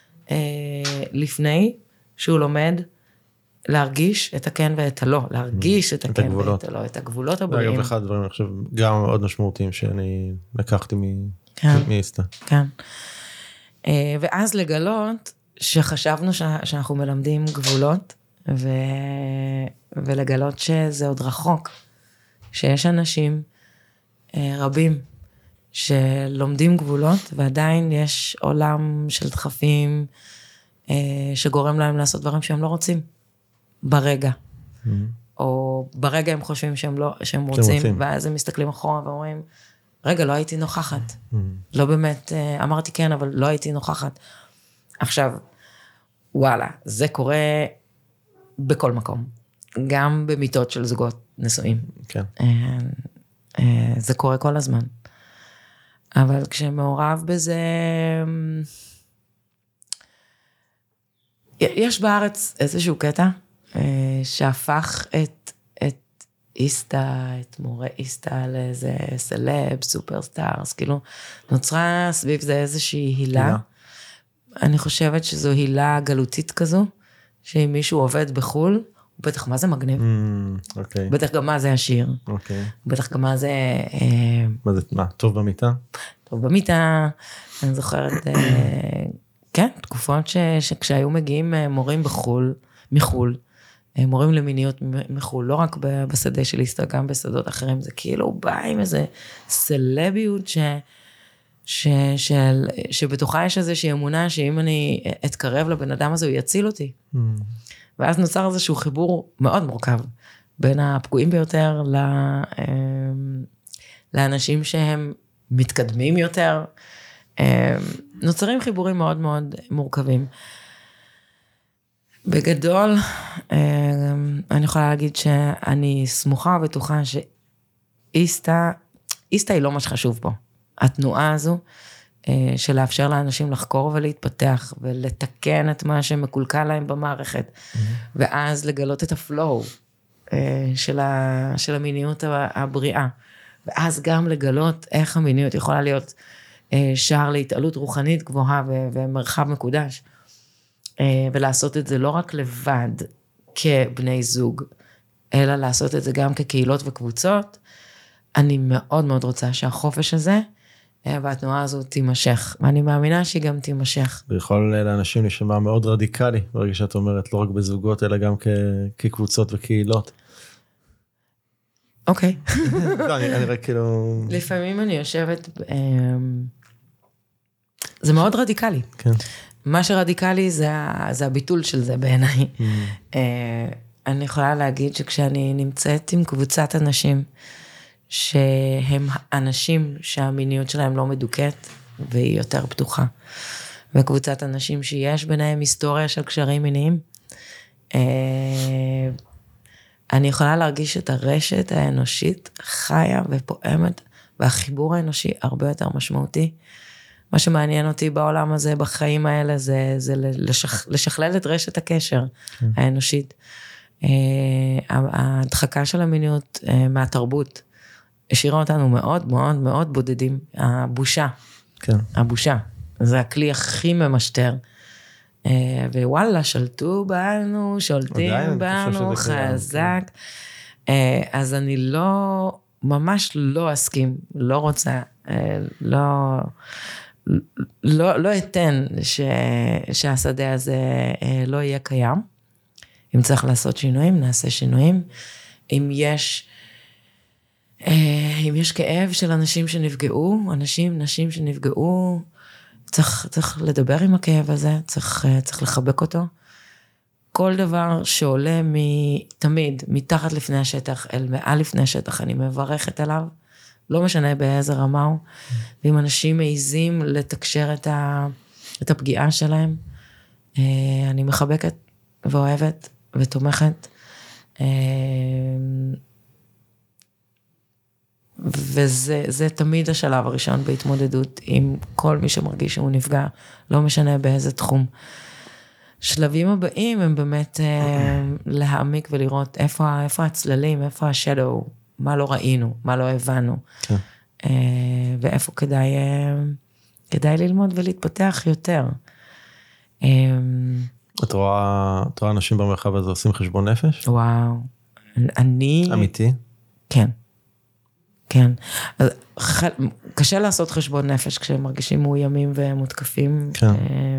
לפני שהוא לומד להרגיש את הכן ואת הלא, להרגיש את הכן ואת הלא, את הגבולות הבריאים. אגב, אחד הדברים, אני חושב, גם מאוד משמעותיים שאני לקחתי מאיסתא. כן. ואז לגלות שחשבנו שאנחנו מלמדים גבולות, ו... ולגלות שזה עוד רחוק, שיש אנשים רבים שלומדים גבולות, ועדיין יש עולם של דחפים שגורם להם לעשות דברים שהם לא רוצים ברגע, או ברגע הם חושבים שהם, לא, שהם רוצים, רוצים, ואז הם מסתכלים אחורה ואומרים, רגע, לא הייתי נוכחת. לא באמת, אמרתי כן, אבל לא הייתי נוכחת. עכשיו, וואלה, זה קורה בכל מקום. גם במיטות של זוגות נשואים. כן. זה קורה כל הזמן. אבל כשמעורב בזה, יש בארץ איזשהו קטע, שהפך את, את איסטה, את מורה איסטה לאיזה סלב, סופרסטארס, כאילו, נוצרה סביב זה איזושהי הילה. הילה. אני חושבת שזו הילה גלותית כזו, שאם מישהו עובד בחול, הוא בטח מה זה מגניב. Mm, okay. בטח גם מה זה עשיר. Okay. בטח גם מה זה... מה זה, מה? טוב במיטה? טוב במיטה, אני זוכרת, כן, תקופות ש, שכשהיו מגיעים מורים בחול, מחול, מורים למיניות מחול, לא רק בשדה של איסטה, גם בשדות אחרים, זה כאילו הוא בא עם איזה סלביות ש... ש, של, שבתוכה יש איזושהי אמונה שאם אני אתקרב לבן אדם הזה, הוא יציל אותי. Mm. ואז נוצר איזשהו חיבור מאוד מורכב, בין הפגועים ביותר ל, לאנשים שהם מתקדמים יותר. נוצרים חיבורים מאוד מאוד מורכבים. בגדול, אני יכולה להגיד שאני סמוכה ובטוחה שאיסטה, איסטה היא לא מה שחשוב פה. התנועה הזו, של לאפשר לאנשים לחקור ולהתפתח, ולתקן את מה שמקולקל להם במערכת, mm-hmm. ואז לגלות את הפלואו של, ה, של המיניות הבריאה, ואז גם לגלות איך המיניות יכולה להיות שער להתעלות רוחנית גבוהה ו- ומרחב מקודש, ולעשות את זה לא רק לבד כבני זוג, אלא לעשות את זה גם כקהילות וקבוצות. אני מאוד מאוד רוצה שהחופש הזה, והתנועה הזו תימשך, ואני מאמינה שהיא גם תימשך. ויכול לאנשים להישמע מאוד רדיקלי, ברגע שאת אומרת, לא רק בזוגות, אלא גם כקבוצות וקהילות. אוקיי. לא, אני רק כאילו... לפעמים אני יושבת, זה מאוד רדיקלי. כן. מה שרדיקלי זה, זה הביטול של זה בעיניי. אני יכולה להגיד שכשאני נמצאת עם קבוצת אנשים, שהם אנשים שהמיניות שלהם לא מדוכאת, והיא יותר פתוחה. וקבוצת אנשים שיש ביניהם היסטוריה של קשרים מיניים, אני יכולה להרגיש את הרשת האנושית חיה ופועמת, והחיבור האנושי הרבה יותר משמעותי. מה שמעניין אותי בעולם הזה, בחיים האלה, זה, זה לשכ, לשכלל את רשת הקשר האנושית. ההדחקה של המיניות מהתרבות, השאירה אותנו מאוד מאוד מאוד בודדים. הבושה. כן. הבושה. זה הכלי הכי ממשטר. ווואלה, שלטו בנו, שולטים בנו, חזק. אז אני לא, ממש לא אסכים, לא רוצה, לא, לא, לא אתן ש, שהשדה הזה לא יהיה קיים. אם צריך לעשות שינויים, נעשה שינויים. אם יש... אם יש כאב של אנשים שנפגעו, אנשים, נשים שנפגעו, צריך, צריך לדבר עם הכאב הזה, צריך, צריך לחבק אותו. כל דבר שעולה תמיד, מתחת לפני השטח, אל מעל לפני השטח, אני מברכת עליו, לא משנה באיזה רמה הוא, ואם אנשים מעיזים לתקשר את, ה, את הפגיעה שלהם, אני מחבקת ואוהבת ותומכת, וזה זה תמיד השלב הראשון בהתמודדות עם כל מי שמרגיש שהוא נפגע, לא משנה באיזה תחום. שלבים הבאים הם באמת להעמיק ולראות איפה, איפה הצללים, איפה השדו, מה לא ראינו, מה לא הבנו, כן. ואיפה כדאי, כדאי ללמוד ולהתפתח יותר. את רואה, את רואה אנשים במרחב הזה עושים חשבון נפש? וואו, אני... אמיתי? כן. כן, קשה לעשות חשבון נפש כשהם מרגישים מאוימים ומותקפים, כן.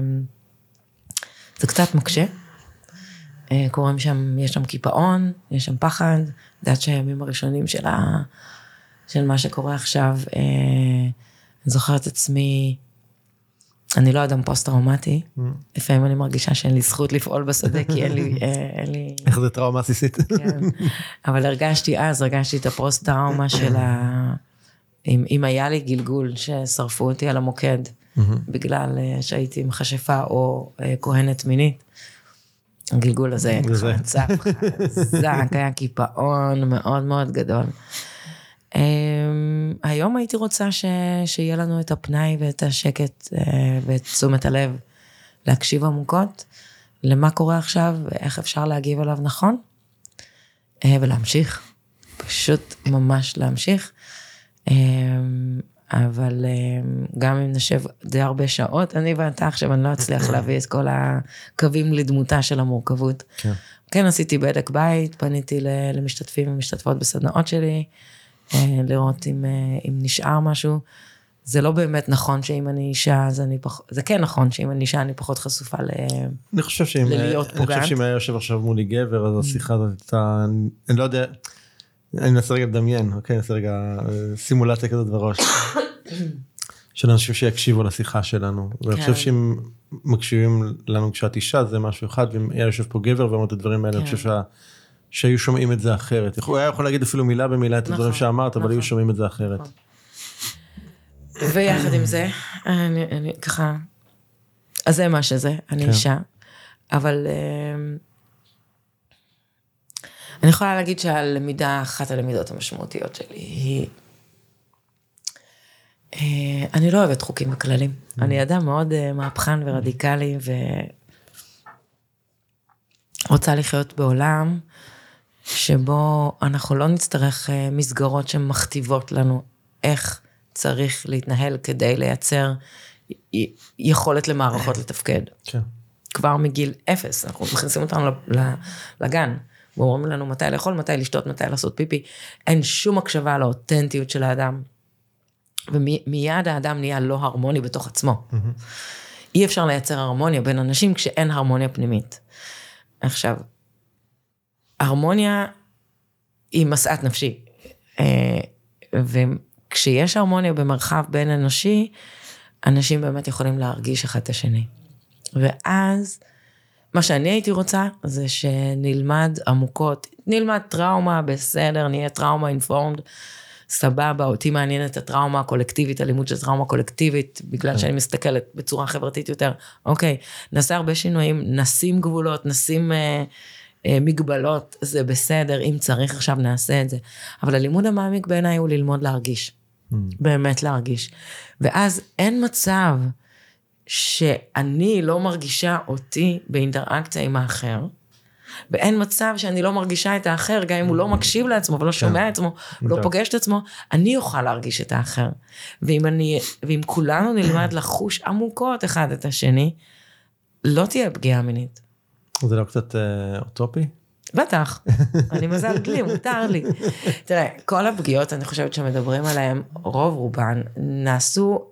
זה קצת מקשה, קוראים שם, יש שם קיפאון, יש שם פחד, דעת שהימים הראשונים של, ה, של מה שקורה עכשיו, אני זוכרת עצמי, אני לא אדם פוסט-טראומטי, לפעמים אני מרגישה שאין לי זכות לפעול בשדה, כי אין לי... איך זה טראומה סיסית? כן, אבל הרגשתי אז, הרגשתי את הפוסט-טראומה של ה... אם, אם היה לי גלגול ששרפו אותי על המוקד, mm-hmm. בגלל שהייתי מכשפה או כהנת מינית, הגלגול הזה צף חזק, היה קיפאון מאוד מאוד גדול. היום הייתי רוצה ש, שיהיה לנו את הפנאי ואת השקט ואת תשומת הלב, להקשיב עמוקות, למה קורה עכשיו ואיך אפשר להגיב עליו נכון, ולהמשיך, פשוט ממש להמשיך, אבל גם אם נשב די הרבה שעות, אני ואתה עכשיו, אני לא אצליח להביא את כל הקווים לדמותה של המורכבות. כן. כן, עשיתי בדק בית, פניתי למשתתפים ומשתתפות בסדנאות שלי, לראות אם, אם נשאר משהו. זה לא באמת נכון שאם אני אישה, אז אני פחות, זה כן נכון שאם אני אישה, אני פחות חשופה ל... אני חושב שאם, ללהיות פוגעת. אני חושב שאם היה יושב עכשיו מולי גבר, אז השיחה הזאת הייתה, אני לא יודע, אני מנסה רגע לדמיין, אוקיי, ננסה רגע סימולציה כזאת בראש, של אנשים שיקשיבו לשיחה שלנו, ואני חושב שאם מקשיבים לנו כשאת אישה, זה משהו אחד, ואם היה יושב פה גבר ואומר את הדברים האלה, אני חושב שהיו שומעים את זה אחרת. הוא היה יכול להגיד אפילו מילה במילה את הדברים שאמרת, אבל היו שומעים את זה אחרת. ויחד עם זה, אני, אני ככה, אז זה מה שזה, אני אישה, אבל אני יכולה להגיד שהלמידה, אחת הלמידות המשמעותיות שלי היא, אני לא אוהבת חוקים וכללים, אני אדם מאוד מהפכן ורדיקלי, ורוצה לחיות בעולם, שבו אנחנו לא נצטרך מסגרות שמכתיבות לנו איך צריך להתנהל כדי לייצר יכולת למערכות לתפקד. כן. כבר מגיל אפס, אנחנו מכניסים אותנו לגן, ואומרים לנו מתי לאכול, מתי לשתות, מתי לעשות פיפי, אין שום הקשבה לאותנטיות של האדם, ומיד האדם נהיה לא הרמוני בתוך עצמו. אי אפשר לייצר הרמוניה בין אנשים כשאין הרמוניה פנימית. עכשיו, הרמוניה היא מסעת נפשי, וכשיש הרמוניה במרחב בין אנושי, אנשים באמת יכולים להרגיש אחד את השני. ואז, מה שאני הייתי רוצה, זה שנלמד עמוקות, נלמד טראומה, בסדר, נהיה טראומה אינפורמד, סבבה, אותי מעניינת הטראומה הקולקטיבית, הלימוד של טראומה קולקטיבית, בגלל שאני מסתכלת בצורה חברתית יותר, אוקיי, נעשה הרבה שינויים, נשים גבולות, נשים אה, אה, מגבלות, זה בסדר, אם צריך עכשיו נעשה את זה, אבל הלימוד המעמיק בעיניי הוא ללמוד להרגיש, mm. באמת להרגיש, ואז אין מצב שאני לא מרגישה אותי באינטראקציה עם האחר, ואין מצב שאני לא מרגישה את האחר, גם אם הוא לא מקשיב לעצמו, ולא שומע את עצמו, ולא פוגש את עצמו, אני אוכל להרגיש את האחר. ואם אני, ואם כולנו נלמד לחוש עמוקות אחד את השני, לא תהיה פגיעה מינית. זה לא קצת אוטופי? בטח, אני מזל גלי, מותר לי. תראה, כל הפגיעות, אני חושבת שמדברים עליהן, רוב רובן, נעשו,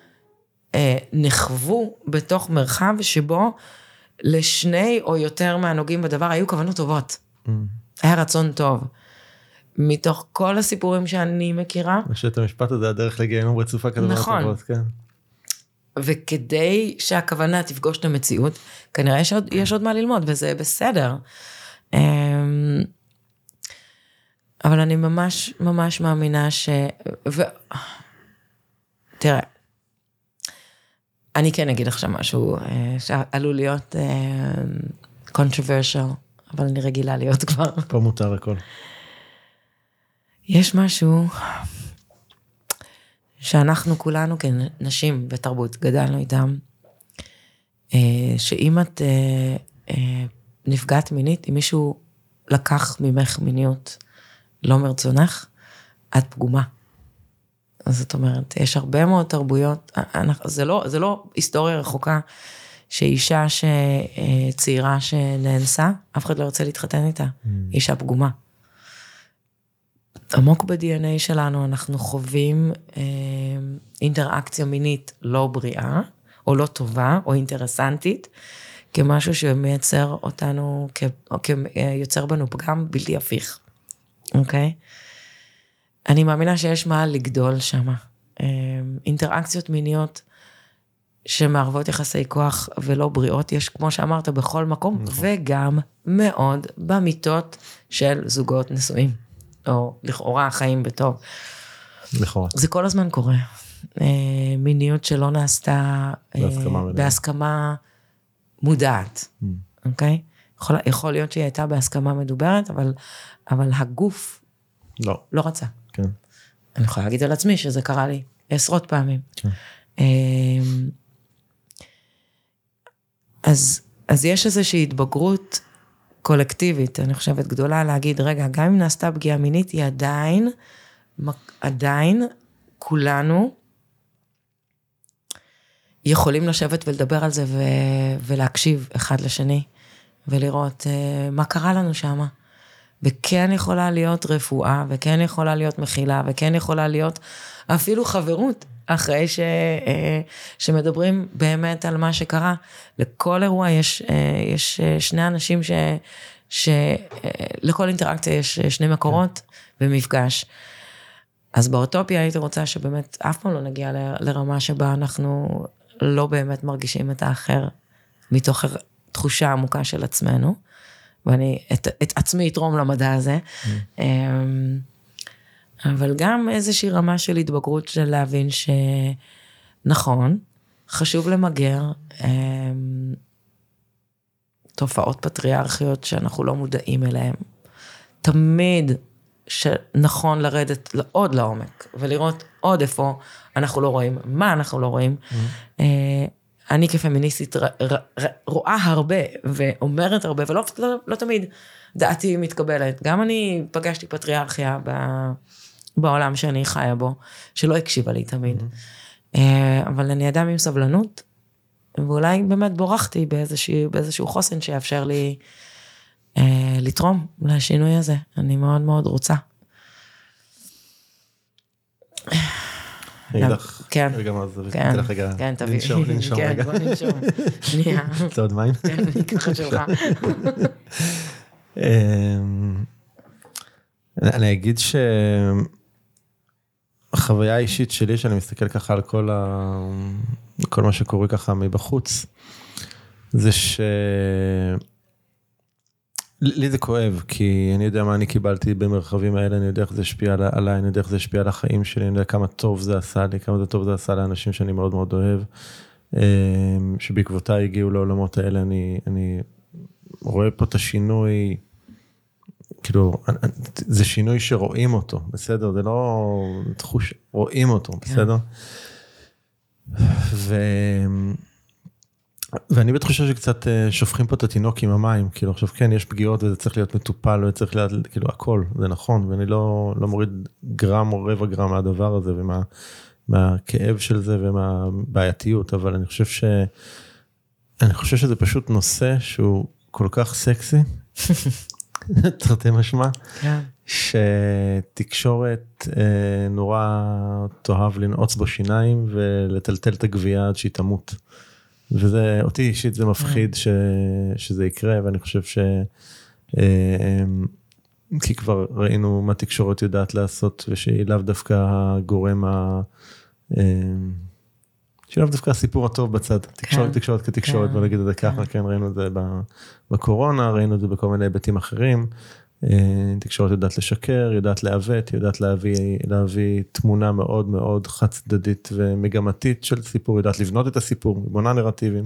נחוו בתוך מרחב שבו, לשני או יותר מהנוגעים בדבר, היו כוונות טובות. Mm. היה רצון טוב. מתוך כל הסיפורים שאני מכירה. שאת המשפט הזה, הדרך לגיהנום רצופה כדבר נכון. טובות, כן. וכדי שהכוונה תפגוש את המציאות, כנראה יש עוד, יש עוד מה ללמוד, וזה בסדר. אבל אני ממש, ממש מאמינה ש... ו... תראה, אני כן אגיד עכשיו משהו שעלול להיות controversial, אבל אני רגילה להיות כבר. פה מותר הכל. יש משהו שאנחנו כולנו כנשים בתרבות גדלנו איתם, שאם את נפגעת מינית, אם מישהו לקח ממך מיניות לא מרצונך, את פגומה. אז זאת אומרת, יש הרבה מאוד תרבויות, זה לא, זה לא היסטוריה רחוקה, שאישה שצעירה שנאנסה, אף אחד לא רוצה להתחתן איתה, mm. אישה פגומה. עמוק ב-די אן איי שלנו, אנחנו חווים אה, אינטראקציה מינית לא בריאה, או לא טובה, או אינטרסנטית, כמשהו שמייצר אותנו, או כיוצר בנו פגם בלתי הפיך. אוקיי? אני מאמינה שיש מה לגדול שם. אינטראקציות מיניות שמערבות יחסי כוח ולא בריאות, יש כמו שאמרת בכל מקום, נכון. וגם מאוד במיטות של זוגות נשואים, או לכאורה חיים בטוב. לכאורה. זה כל הזמן קורה. מיניות שלא נעשתה בהסכמה, בהסכמה מודעת, אוקיי? יכול, יכול להיות שהיא הייתה בהסכמה מדוברת, אבל, אבל הגוף לא, לא רצה. כן. אני יכולה להגיד על עצמי שזה קרה לי עשרות פעמים. כן. אז, אז יש איזושהי התבגרות קולקטיבית, אני חושבת גדולה להגיד, רגע, גם אם נעשתה פגיעה מינית, היא עדיין, עדיין כולנו יכולים לשבת ולדבר על זה ו, ולהקשיב אחד לשני, ולראות uh, מה קרה לנו שם. וכן יכולה להיות רפואה, וכן יכולה להיות מכילה, וכן יכולה להיות אפילו חברות, אחרי ש, שמדברים באמת על מה שקרה. לכל אירוע יש, יש שני אנשים ש, שלכל אינטראקציה יש שני מקורות ומפגש. אז באוטופיה הייתי רוצה שבאמת אף פעם לא נגיע לרמה שבה אנחנו לא באמת מרגישים את האחר, מתוך תחושה עמוקה של עצמנו, ואני את, את עצמי אתרום למדע הזה, mm. אבל גם איזושהי רמה של התבגרות של להבין שנכון, חשוב למגר תופעות פטריארכיות שאנחנו לא מודעים אליהן. תמיד שנכון לרדת עוד לעומק, ולראות עוד איפה אנחנו לא רואים, מה אנחנו לא רואים. Mm. אני כפמיניסטית ר, ר, ר, רואה הרבה ואומרת הרבה, ולא לא, לא תמיד דעתי מתקבלת. גם אני פגשתי פטריארכיה ב, בעולם שאני חיה בו, שלא הקשיבה לי תמיד. Mm-hmm. אבל אני אדם עם סבלנות, ואולי באמת בורחתי באיזשהו, באיזשהו חוסן שיאפשר לי אה, לתרום לשינוי הזה. אני מאוד מאוד רוצה. אני אגיד כן, רגע מה זה, כן, לך רגע, כן, תביא, לנשום, לנשום כן, רגע. בוא ננשום, שנייה. רוצה עוד מים? כן, אני ככה שלך. אני אגיד שהחוויה האישית שלי, שאני מסתכל ככה על כל ה... כל מה שקורה ככה מבחוץ, זה ש... לי זה כואב, כי אני יודע מה אני קיבלתי במרחבים האלה, אני יודע איך זה השפיע עליי, אני יודע איך זה השפיע על החיים שלי, אני יודע כמה טוב זה עשה לי, כמה זה טוב זה עשה לאנשים שאני מאוד מאוד אוהב, שבעקבותיי הגיעו לעולמות האלה, אני, אני רואה פה את השינוי, כאילו, זה שינוי שרואים אותו, בסדר? זה לא תחוש, רואים אותו, בסדר? ו... ואני בתחושה שקצת שופכים פה את התינוק עם המים, כאילו עכשיו כן, יש פגיעות וזה צריך להיות מטופל, וזה צריך להיות, כאילו הכל, זה נכון, ואני לא, לא מוריד גרם או רבע גרם מהדבר הזה, ומה, מהכאב של זה ומהבעייתיות, אבל אני חושב ש, אני חושב שזה פשוט נושא שהוא כל כך סקסי, תרתי משמע, שתקשורת נורא תאהב לנעוץ בו שיניים, ולטלטל את הגבייה עד שהיא תמות. וזה, אותי אישית זה מפחיד ש, שזה יקרה, ואני חושב ש, כי כבר ראינו מה תקשורת יודעת לעשות, ושהיא לאו דווקא הגורם ה, שהיא לאו דווקא הסיפור הטוב בצד, תקשורת, תקשורת כתקשורת, בוא נגיד את זה ככה, כן, ראינו את זה בקורונה, ראינו את זה בכל מיני היבטים אחרים, תקשורת יודעת לשקר, יודעת לעוות, יודעת להביא, להביא תמונה מאוד מאוד חד צדדית ומגמתית של סיפור, יודעת לבנות את הסיפור, בונה נרטיבים.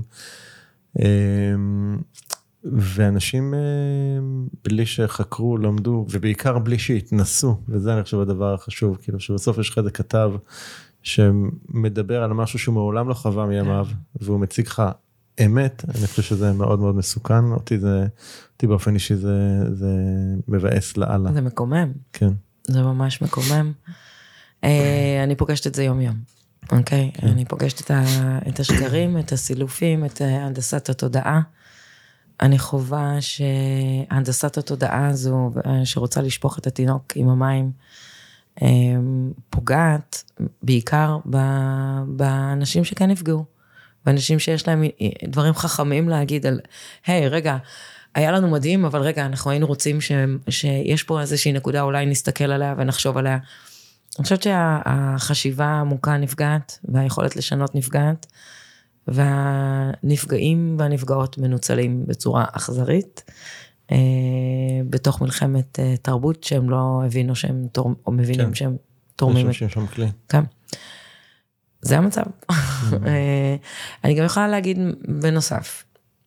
ואנשים בלי שחקרו, למדו, ובעיקר בלי שהתנסו, וזה אני חושב הדבר החשוב, כאילו שבסוף יש לך איזה כתב שמדבר על משהו שהוא מעולם לא חווה מימיו, והוא מציג לך אמת, אני חושב שזה מאוד מאוד מסוכן, אותי זה, אותי באופן אישי זה, זה מבאס לאללה. זה מקומם. כן. זה ממש מקומם. אני פוגשת את זה יום יום, אוקיי? אני פוגשת את השקרים, את הסילופים, את הנדסת התודעה. אני חובה שהנדסת התודעה הזו, שרוצה לשפוך את התינוק עם המים, פוגעת בעיקר באנשים שכן נפגעו. ואנשים שיש להם דברים חכמים להגיד על, היי, רגע, היה לנו מדהים, אבל רגע, אנחנו היינו רוצים ש, שיש פה איזושהי נקודה, אולי נסתכל עליה ונחשוב עליה. אני חושבת שהחשיבה העמוקה נפגעת, והיכולת לשנות נפגעת, והנפגעים והנפגעות מנוצלים בצורה אכזרית, בתוך מלחמת תרבות, שהם לא הבינו שהם, או מבינים כן. שהם תורמים. משמשים שם כלי. כן. זה המצב. אני גם יכולה להגיד בנוסף,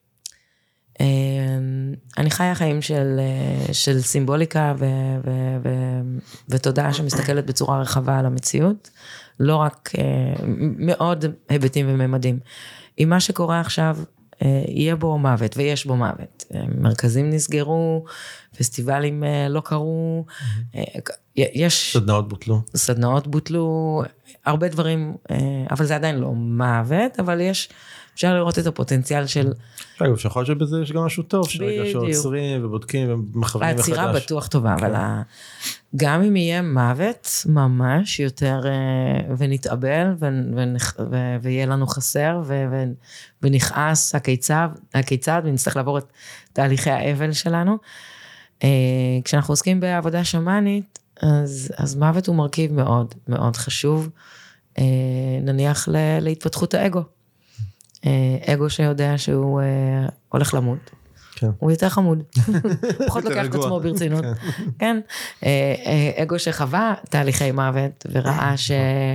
אני חיה חיים של, של סימבוליקה ו, ו, ו, ותודעה שמסתכלת בצורה רחבה על המציאות, לא רק מאוד היבטים וממדים. אם מה שקורה עכשיו, יהיה בו מוות, ויש בו מוות. מרכזים נסגרו, פסטיבלים לא קרו, יש... סדנאות בוטלו. סדנאות בוטלו, הרבה דברים, אבל זה עדיין לא מוות, אבל יש, אפשר לראות את הפוטנציאל של... אגב, שיכול שבזה יש גם משהו טוב, שרגע שעוצרים ובודקים ומכוונים מחדש. העצירה בטוח טובה, אבל גם אם יהיה מוות ממש יותר, ונתאבל, ויהיה לנו חסר, ונכעס הקיצד, ונצטרך לעבור את תהליכי האבל שלנו. כשאנחנו עוסקים בעבודה שמאנית, אז, אז מוות הוא מרכיב מאוד, מאוד חשוב, נניח להתפתחות האגו. אגו שיודע שהוא הולך למות, כן. הוא יותר חמוד, פחות לוקח את עצמו ברצינות, כן, אגו שחווה תהליכי מוות, וראה ש...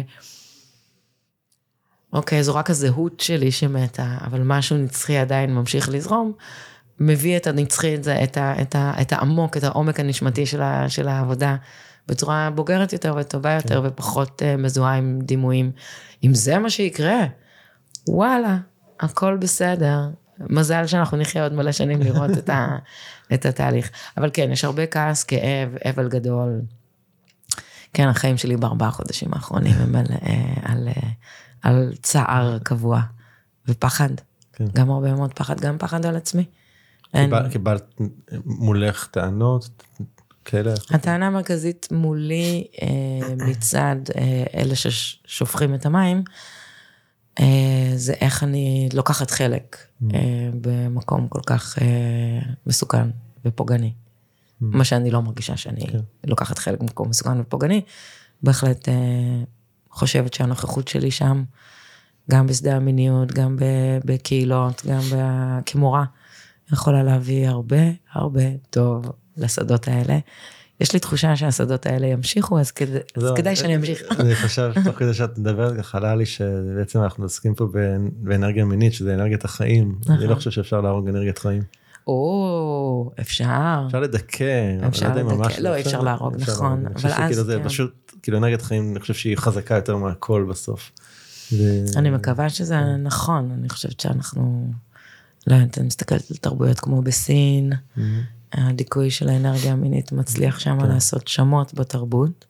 אוקיי, זו רק הזהות שלי שמתה, אבל משהו נצחי עדיין ממשיך לזרום, מביא את הנצחי, את, את, את, את העמוק, את העומק הנשמתי של, ה, של העבודה, בצורה בוגרת יותר וטובה יותר, כן. ופחות מזוהה עם דימויים. אם זה מה שיקרה, וואלה, הכל בסדר. מזל שאנחנו נחיה עוד מלא שנים לראות את, ה, את התהליך. אבל כן, יש הרבה כעס, כאב, אבל גדול. כן, החיים שלי בארבעה חודשים האחרונים, הם על, על, על צער קבוע, ופחד. כן. גם הרבה מאוד פחד, גם פחד על עצמי. קיבל, קיבלת מולך טענות כאלה? הטענה המרכזית מולי מצד אלה ששופכים את המים, זה איך אני לוקחת חלק במקום כל כך מסוכן ופוגעני. מה שאני לא מרגישה שאני לוקחת חלק במקום מסוכן ופוגעני, בהחלט חושבת שהנוכחות שלי שם, גם בשדה המיניות, גם בקהילות, גם כמורה, יכולה להביא הרבה, הרבה טוב לשדות האלה. יש לי תחושה שהשדות האלה ימשיכו, אז כדאי שאני אמשיך. אני חושב, תוך כדי שאת מדברת, ככה עלה לי שבעצם אנחנו עוסקים פה באנרגיה מינית, שזה אנרגיית החיים. אני לא חושב שאפשר להרוג אנרגיית חיים. או, אפשר. אפשר לדכא. אפשר לדכא, לא, אפשר להרוג, נכון. אבל אז, כן. פשוט, כאילו אנרגיית חיים, אני חושב שהיא חזקה יותר מהכל בסוף. אני מקווה שזה נכון, אני חושבת שאנחנו, לא, אתה מסתכלת על תרבויות כמו בסין, הדיכוי של האנרגיה המינית מצליח שם לעשות שמות בתרבות.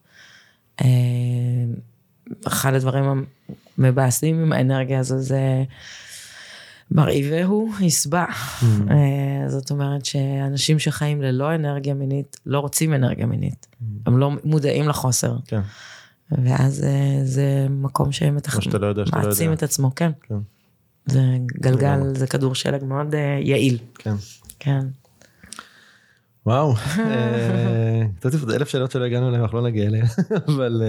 אחד הדברים המבאסים עם האנרגיה הזו זה מרעיבהו יסבע. זאת אומרת שאנשים שחיים ללא אנרגיה מינית לא רוצים אנרגיה מינית. הם לא מודעים לחוסר. כן. ואז זה מקום שהם מעצים את עצמו. כן. זה גלגל, זה כדור שלג מאוד יעיל. כן. כן. וואו, קצת עוד אלף שאלות שלא הגענו אליהם, אנחנו לא נגיע אליהם, אבל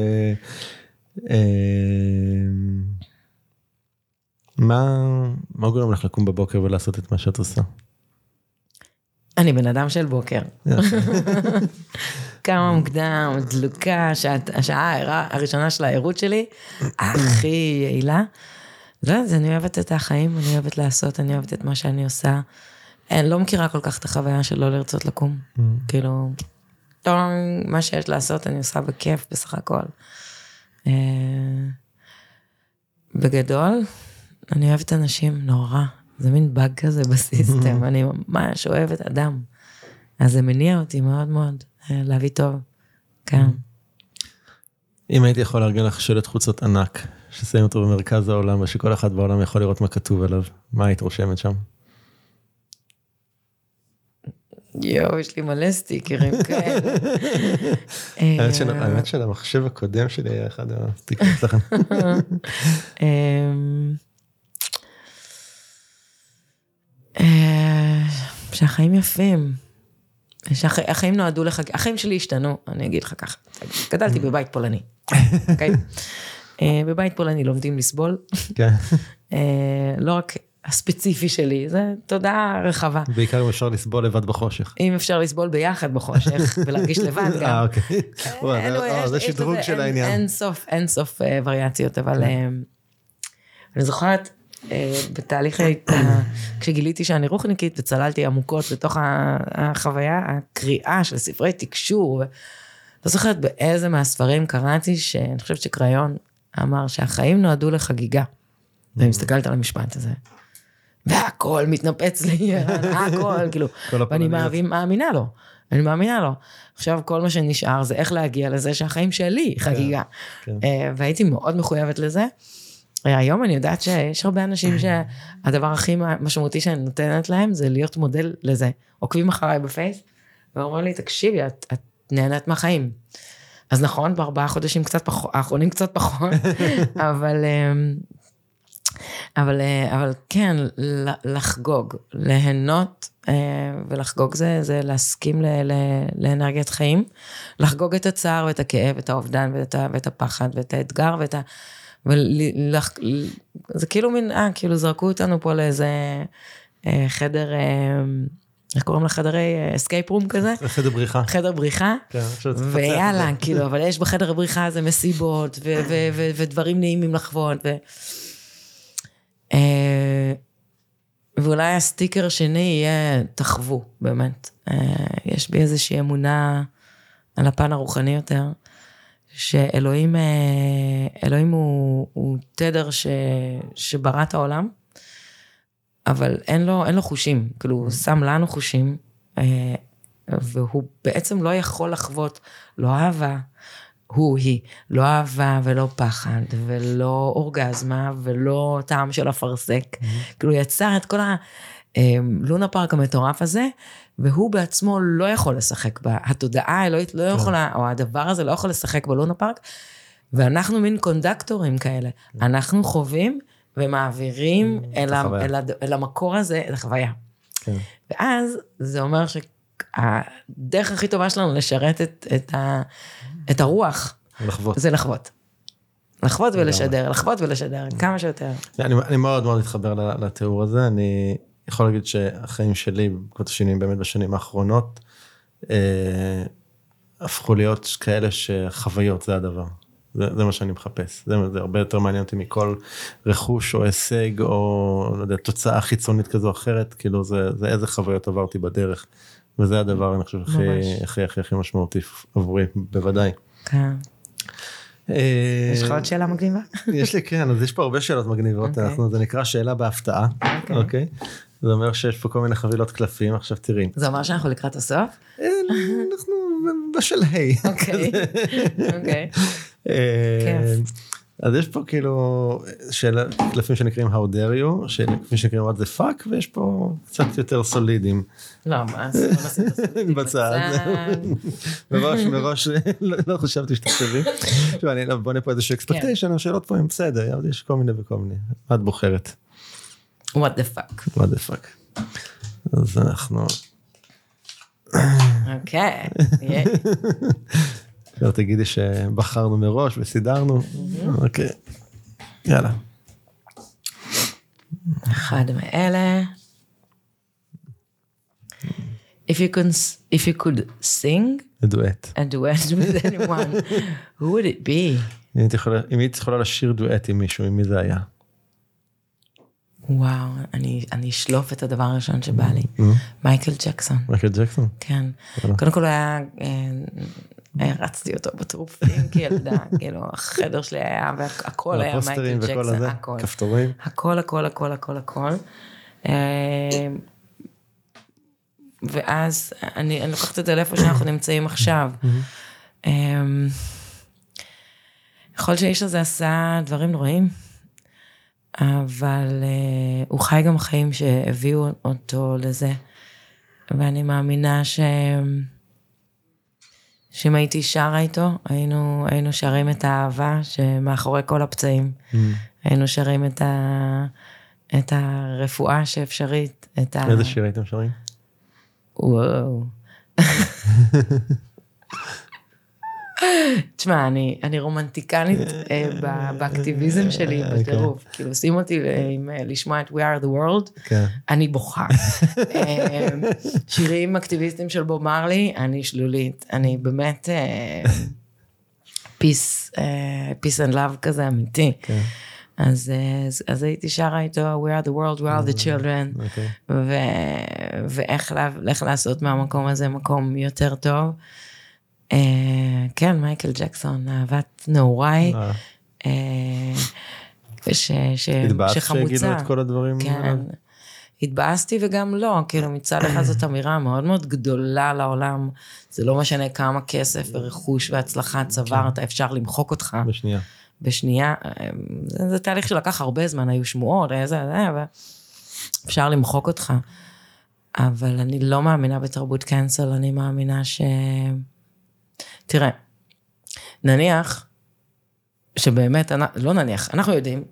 מה גורם לך לקום בבוקר ולעשות את מה שאת עושה? אני בן אדם של בוקר. כמה מוקדם, דלוקה, השעה הראשונה של העירות שלי, הכי יעילה. לא, אז אני אוהבת את החיים, אני אוהבת לעשות, אני אוהבת את מה שאני עושה. אני לא מכירה כל כך את החוויה של לא לרצות לקום. כאילו, מה שיש לעשות אני עושה בכיף בסך הכל. בגדול, אני אוהבת אנשים נורא. זה מין באג כזה בסיסטם. אני ממש אוהבת אדם. אז זה מניע אותי מאוד מאוד להביא טוב. כן. אם הייתי יכול לארגן לך שלט חוצות ענק, ששמים אותו במרכז העולם, ושכל אחד בעולם יכול לראות מה כתוב עליו, מה היית רושמת שם? יואו, יש לי מלא סטיקרים כאלה. האמת של המחשב הקודם שלי היה אחד הסטיקרים אצלכם. שהחיים יפים. שהחיים נועדו לך, החיים שלי השתנו, אני אגיד לך ככה. גדלתי בבית פולני. בבית פולני לומדים לסבול. לא רק הספציפי שלי, זה תודה רחבה. בעיקר אם אפשר לסבול לבד בחושך. אם אפשר לסבול ביחד בחושך, ולהרגיש לבד גם. אה, אוקיי. זה שדרוג של העניין. אין סוף, אין סוף וריאציות, אבל אני זוכרת, בתהליך, כשגיליתי שאני רוחניקית, וצללתי עמוקות לתוך החוויה, הקריאה של ספרי תקשור, לא זוכרת באיזה מהספרים קראתי, שאני חושבת שקריון אמר שהחיים נועדו לחגיגה. ואני מסתכלת על המשפט הזה. והכל מתנפץ לי, הכל, כאילו, ואני מאמינה לו, אני מאמינה לו. עכשיו כל מה שנשאר זה איך להגיע לזה שהחיים שלי חגיגה. והייתי מאוד מחויבת לזה. היום אני יודעת שיש הרבה אנשים שהדבר הכי משמעותי שאני נותנת להם, זה להיות מודל לזה. עוקבים אחריי בפייס, ואומרים לי, תקשיבי, את, את נהנית מהחיים. אז נכון, בארבעה חודשים קצת פחות, האחרונים קצת פחות, אבל... אבל, אבל כן, לחגוג, ליהנות, ולחגוג זה, זה להסכים ל, ל, לאנרגיית חיים, לחגוג את הצער ואת הכאב, את האובדן ואת, ואת הפחד ואת האתגר ואת ה... ולח, זה כאילו מין, אה, כאילו זרקו אותנו פה לאיזה חדר, איך קוראים לחדרי אסקייפ רום כזה? חדר בריחה. חדר בריחה, ויאללה, כאילו, אבל יש בחדר הבריחה הזה מסיבות, ו, ו, ו, ודברים נעימים לחוות, ו... ואולי הסטיקר השני יהיה תחוו, באמת. יש בי איזושהי אמונה על הפן הרוחני יותר, שאלוהים אלוהים הוא, הוא תדר ש, שברא את העולם, אבל אין לו, אין לו חושים, כאילו הוא שם לנו חושים, והוא בעצם לא יכול לחוות, לא אהבה, הוא, היא, לא אהבה ולא פחד, ולא אורגזמה, ולא טעם של אפרסק. כאילו יצר את כל הלונה פארק המטורף הזה, והוא בעצמו לא יכול לשחק בה. התודעה האלוהית לא יכולה, או הדבר הזה לא יכול לשחק בלונה פארק, ואנחנו מין קונדקטורים כאלה. אנחנו חווים ומעבירים אל המקור הזה, את החוויה. ואז זה אומר ש... הדרך הכי טובה שלנו לשרת את, את, ה, את הרוח, לחוות. זה לחוות. לחוות ולשדר, לחוות ולשדר, כמה שיותר. אני, אני מאוד מאוד מתחבר לתיאור הזה, אני יכול להגיד שהחיים שלי, בקוט השינויים באמת בשנים האחרונות, אה, הפכו להיות כאלה שחוויות זה הדבר. זה, זה מה שאני מחפש. זה, זה הרבה יותר מעניין אותי מכל רכוש או הישג, או לא יודע, תוצאה חיצונית כזו או אחרת, כאילו זה, זה איזה חוויות עברתי בדרך. וזה הדבר, אני חושב, הכי, הכי, הכי, הכי משמעותי עבורי, בוודאי. כן. יש לך עוד שאלה מגניבה? יש לי, כן, אז יש פה הרבה שאלות מגניבות, אנחנו, זה נקרא שאלה בהפתעה, אוקיי? זה אומר שיש פה כל מיני חבילות קלפים, עכשיו תראי. זה אומר שאנחנו לקראת הסוף? אנחנו בשלהי. אוקיי, אוקיי. כיף. אז יש פה כאילו שאלה, קלפים שנקראים How dare you, שקלפים שנקראים What the fuck, ויש פה קצת יותר סולידים. לא, מה, בוא נשים את הסולידים בצד. מראש, מראש, לא חשבתי שתחשבי. בוא נהיה פה איזשהו expectation, השאלות פה הם בסדר, יש כל מיני וכל מיני. מה את בוחרת? What the fuck. What the fuck. אז אנחנו... אוקיי, יהיה. לא תגידי שבחרנו מראש וסידרנו. אוקיי. יאללה. אחד מאלה. If you could, if you could sing a duet. a duet with anyone, who would it be? אם היית יכולה לשיר דואט עם מישהו, עם מי זה היה? וואו, אני, אני אשלוף את הדבר הראשון שבא לי. מייקל ג'קסון. מייקל ג'קסון? כן. קודם כל היה... רצתי אותו בטרופים, כי ילדה, כאילו, החדר שלי היה, והכל היה מייקל ג'קסון, הכל. כפתורים. הכל, הכל, הכל, הכל, הכל. ואז אני, אני לוקחת את זה לאיפה שאנחנו נמצאים עכשיו. יכול שהאיש הזה עשה דברים נוראים, אבל הוא חי גם חיים שהביאו אותו לזה, ואני מאמינה ש... שאם הייתי שרה איתו, היינו, היינו שרים את האהבה שמאחורי כל הפצעים. Mm. היינו שרים את, ה, את הרפואה שאפשרית. את ה... איזה שיר הייתם שרים? וואו. תשמע, אני, אני רומנטיקנית באקטיביזם שלי, בטירוף. כאילו, שים אותי לשמוע את We are the world, אני בוכה. שירים אקטיביסטים של בוב מרלי, אני שלולית. אני באמת peace, peace and love כזה אמיתי. אז, אז, אז הייתי שרה איתו, We are the world, we are the children, okay. ו, ואיך לה, איך לעשות מהמקום הזה מקום יותר טוב. Uh, כן, מייקל ג'קסון, אהבת נעוריי, uh, ש, ש, התבאסת שחמוצה. שהגידו את כל הדברים? כן, התבאסתי וגם לא, כאילו מצד אחד זאת אמירה מאוד מאוד גדולה לעולם, זה לא משנה כמה כסף ורכוש והצלחה צברת, אפשר למחוק אותך. בשנייה. בשנייה, זה, זה תהליך שלקח הרבה זמן, היו שמועות, זה, זה, אפשר למחוק אותך. אבל אני לא מאמינה בתרבות קנסל, אני מאמינה ש... תראה, נניח, שבאמת, לא נניח, אנחנו יודעים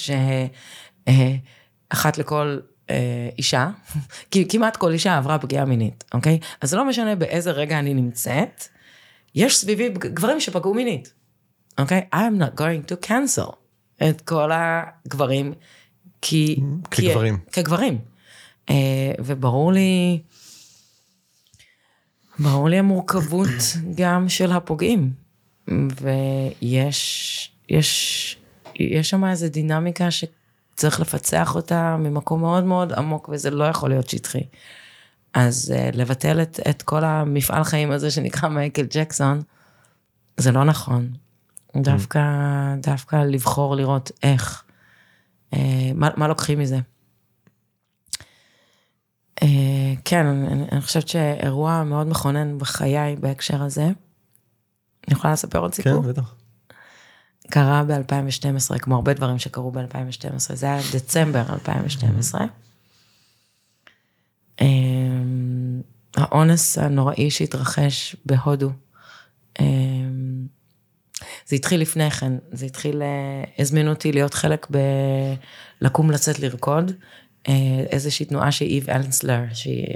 שאחת לכל אישה, כי כמעט כל אישה עברה פגיעה מינית, אוקיי? אז זה לא משנה באיזה רגע אני נמצאת, יש סביבי גברים שפגעו מינית. אוקיי? Okay? I'm not going to cancel את כל הגברים, כי... כגברים. כי, כגברים. Uh, וברור לי, ברור לי המורכבות גם של הפוגעים. ויש, יש, יש שם איזו דינמיקה שצריך לפצח אותה ממקום מאוד מאוד עמוק, וזה לא יכול להיות שטחי. אז uh, לבטל את, את כל המפעל חיים הזה שנקרא מייקל ג'קסון, זה לא נכון. דווקא, דווקא לבחור לראות איך, מה, מה לוקחים מזה. כן, אני, אני חושבת שאירוע מאוד מכונן בחיי בהקשר הזה. אני יכולה לספר עוד סיפור? כן, בטח. קרה ב-אלפיים ושתים עשרה, כמו הרבה דברים שקרו ב-אלפיים ושתים עשרה, זה היה דצמבר אלפיים ושתים עשרה. האונס הנוראי שהתרחש בהודו, זה התחיל לפני כן, זה התחיל, הזמינו אותי להיות חלק ב... לקום לצאת לרקוד, איזושהי תנועה שהיא איב אלנסלר, שהיא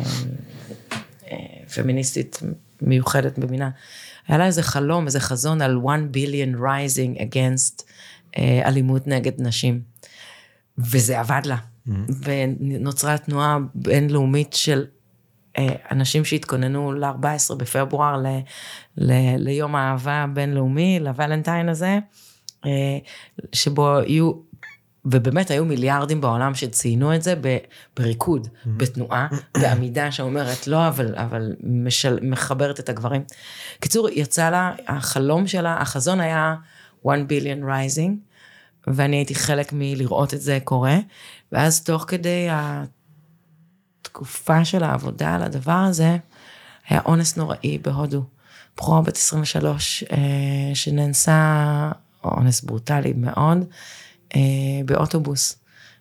פמיניסטית מיוחדת במינה. היה לה איזה חלום, איזה חזון על one billion rising against אלימות נגד נשים. וזה עבד לה. Mm-hmm. ונוצרה תנועה בינלאומית של אנשים שהתכוננו ל-ארבעה עשר בפברואר, ל- ל- ליום האהבה הבינלאומי, לוולנטיין הזה, שבו יהיו, ובאמת היו מיליארדים בעולם שציינו את זה בריקוד, mm-hmm. בתנועה, בעמידה שאומרת לא, אבל, אבל משל, מחברת את הגברים. קיצור, יצא לה, החלום שלה, החזון היה one billion rising, ואני הייתי חלק מלראות את זה קורה, ואז תוך כדי התקופה של העבודה על הדבר הזה, היה אונס נוראי בהודו, בחורה בת עשרים ושלוש, שנאנסה, אונס ברוטלי מאוד, באוטובוס,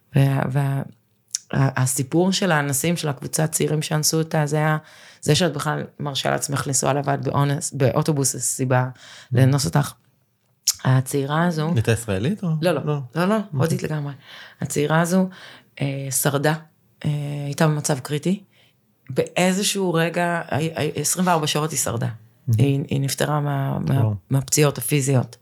והסיפור של האנסים, של הקבוצת צעירים שאנסו אותה, זה היה, זה שאת בכלל מרשה לעצמך לנסוע לבד באונס, באוטובוס, זה סיבה לאנוס אותך. הצעירה הזו... הייתה ישראלית או? לא, לא, לא, לא, לא, הודית לגמרי. הצעירה הזו שרדה, הייתה במצב קריטי, באיזשהו רגע, עשרים וארבע שעות היא שרדה. היא נפטרה מהפציעות הפיזיות.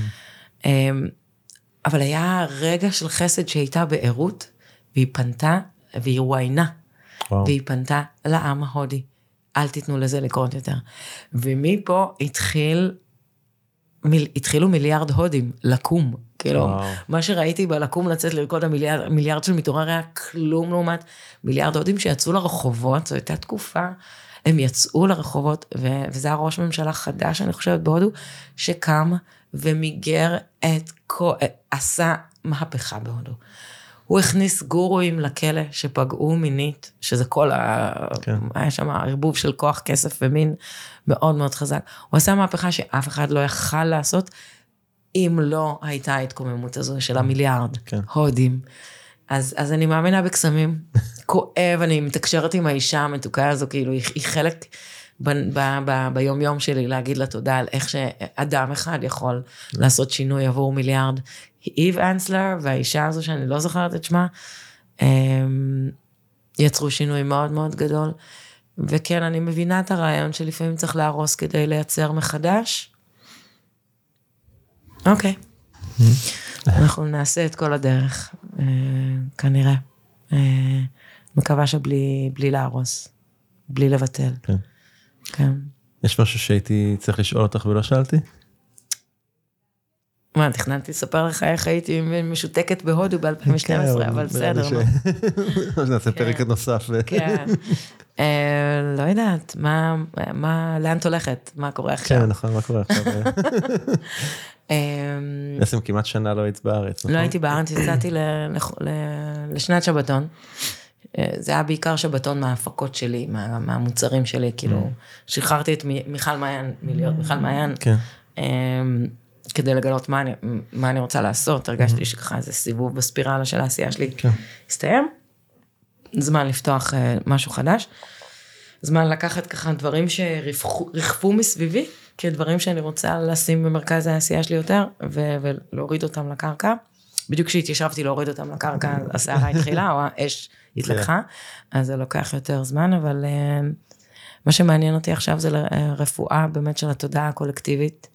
אבל היה רגע של חסד שהייתה בעירות, והיא פנתה, והיא רואיינה, והיא פנתה לעם ההודי. אל תיתנו לזה לקרות יותר. ומפה התחיל, מיל, התחילו מיליארד הודים לקום. כאילו, וואו. מה שראיתי בלקום לצאת לרקוד המיליארד, מיליארד של מתעורר היה כלום לעומת מיליארד הודים שיצאו לרחובות, זו הייתה תקופה, הם יצאו לרחובות, ו, וזה היה ראש ממשלה חדש, אני חושבת, בהודו, שקם ומיגר את, עשה מהפכה בהודו. הוא הכניס גורואים לכלא שפגעו מינית, שזה כל ה... כן. היה שם ערבוב של כוח, כסף ומין מאוד מאוד חזק. הוא עשה מהפכה שאף אחד לא יכל לעשות, אם לא הייתה ההתקוממות הזו של המיליארד, כן. הודים. אז, אז אני מאמינה בקסמים, כואב, אני מתקשרת עם האישה המתוקה הזו, כאילו היא, היא חלק ב, ב, ב, ביום יום שלי להגיד לה תודה על איך שאדם אחד יכול לעשות שינוי עבור מיליארד. איב אנסלר והאישה הזו שאני לא זוכרת את שמה, יצרו שינוי מאוד מאוד גדול, וכן, אני מבינה את הרעיון שלפעמים צריך להרוס כדי לייצר מחדש, אוקיי. אנחנו נעשה את כל הדרך, כנראה. מקווה שבלי להרוס, בלי לבטל. כן. כן. יש משהו שהייתי צריך לשאול אותך ולא שאלתי? מה, תכננתי לספר לך איך הייתי משותקת בהודו ב-אלפיים ושתים עשרה, אבל בסדר. נעשה פרק נוסף. כן. לא יודעת, לאן את הולכת? מה קורה עכשיו? כן, נכון, מה קורה עכשיו? בעצם כמעט שנה לא היית בארץ, נכון? לא הייתי בארץ, יצאתי לשנת שבתון. זה היה בעיקר שבתון מההפקות שלי, מהמוצרים שלי, כאילו, שחררתי את מיכל מעיין, מלהיות מיכל מעיין. כן. כדי לגלות מה אני, מה אני רוצה לעשות, הרגשתי שככה איזה סיבוב בספירלה של העשייה שלי, הסתיים, זמן לפתוח משהו חדש, זמן לקחת ככה דברים שרחפו מסביבי, כדברים שאני רוצה לשים במרכז העשייה שלי יותר, ולהוריד אותם לקרקע, בדיוק כשהתיישבתי להוריד אותם לקרקע, הסערה התחילה, או האש התלקחה, אז זה לוקח יותר זמן, אבל מה שמעניין אותי עכשיו זה רפואה באמת של התודעה הקולקטיבית,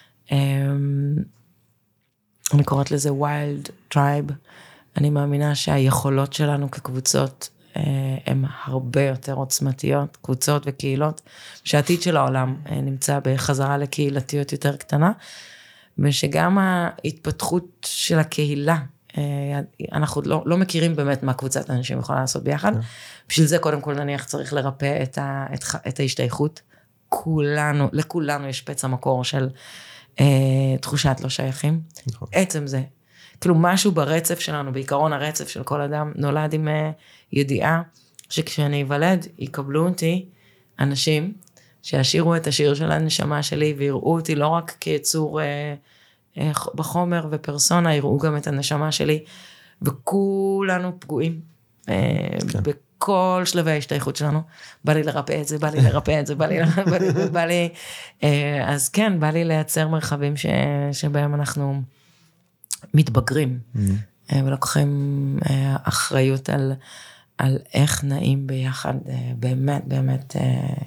אני קוראת לזה wild tribe, אני מאמינה שהיכולות שלנו כקבוצות הן הרבה יותר עוצמתיות, קבוצות וקהילות, שהעתיד של העולם נמצא בחזרה לקהילתיות יותר קטנה, ושגם ההתפתחות של הקהילה, אנחנו לא, לא מכירים באמת מה קבוצת האנשים יכולה לעשות ביחד, בשביל זה קודם כל נניח צריך לרפא את, ה, את, את ההשתייכות, כולנו, לכולנו יש פצע מקור של תחושת לא שייכים, עצם זה, כאילו משהו ברצף שלנו, בעיקרון הרצף של כל אדם, נולד עם ידיעה, שכשאני אוולד, יקבלו אותי אנשים, שישירו את השיר של הנשמה שלי, ויראו אותי לא רק כיצור בחומר ופרסונה, יראו גם את הנשמה שלי, וכולנו פגועים, בכל שלבי ההשתייכות שלנו, בא לי לרפא את זה, בא לי לרפא את זה, בא לי, בא לי, בא לי, אז כן, בא לי לייצר מרחבים ש, שבהם אנחנו מתבגרים, ולוקחים אחריות על, על איך נעים ביחד, באמת, באמת,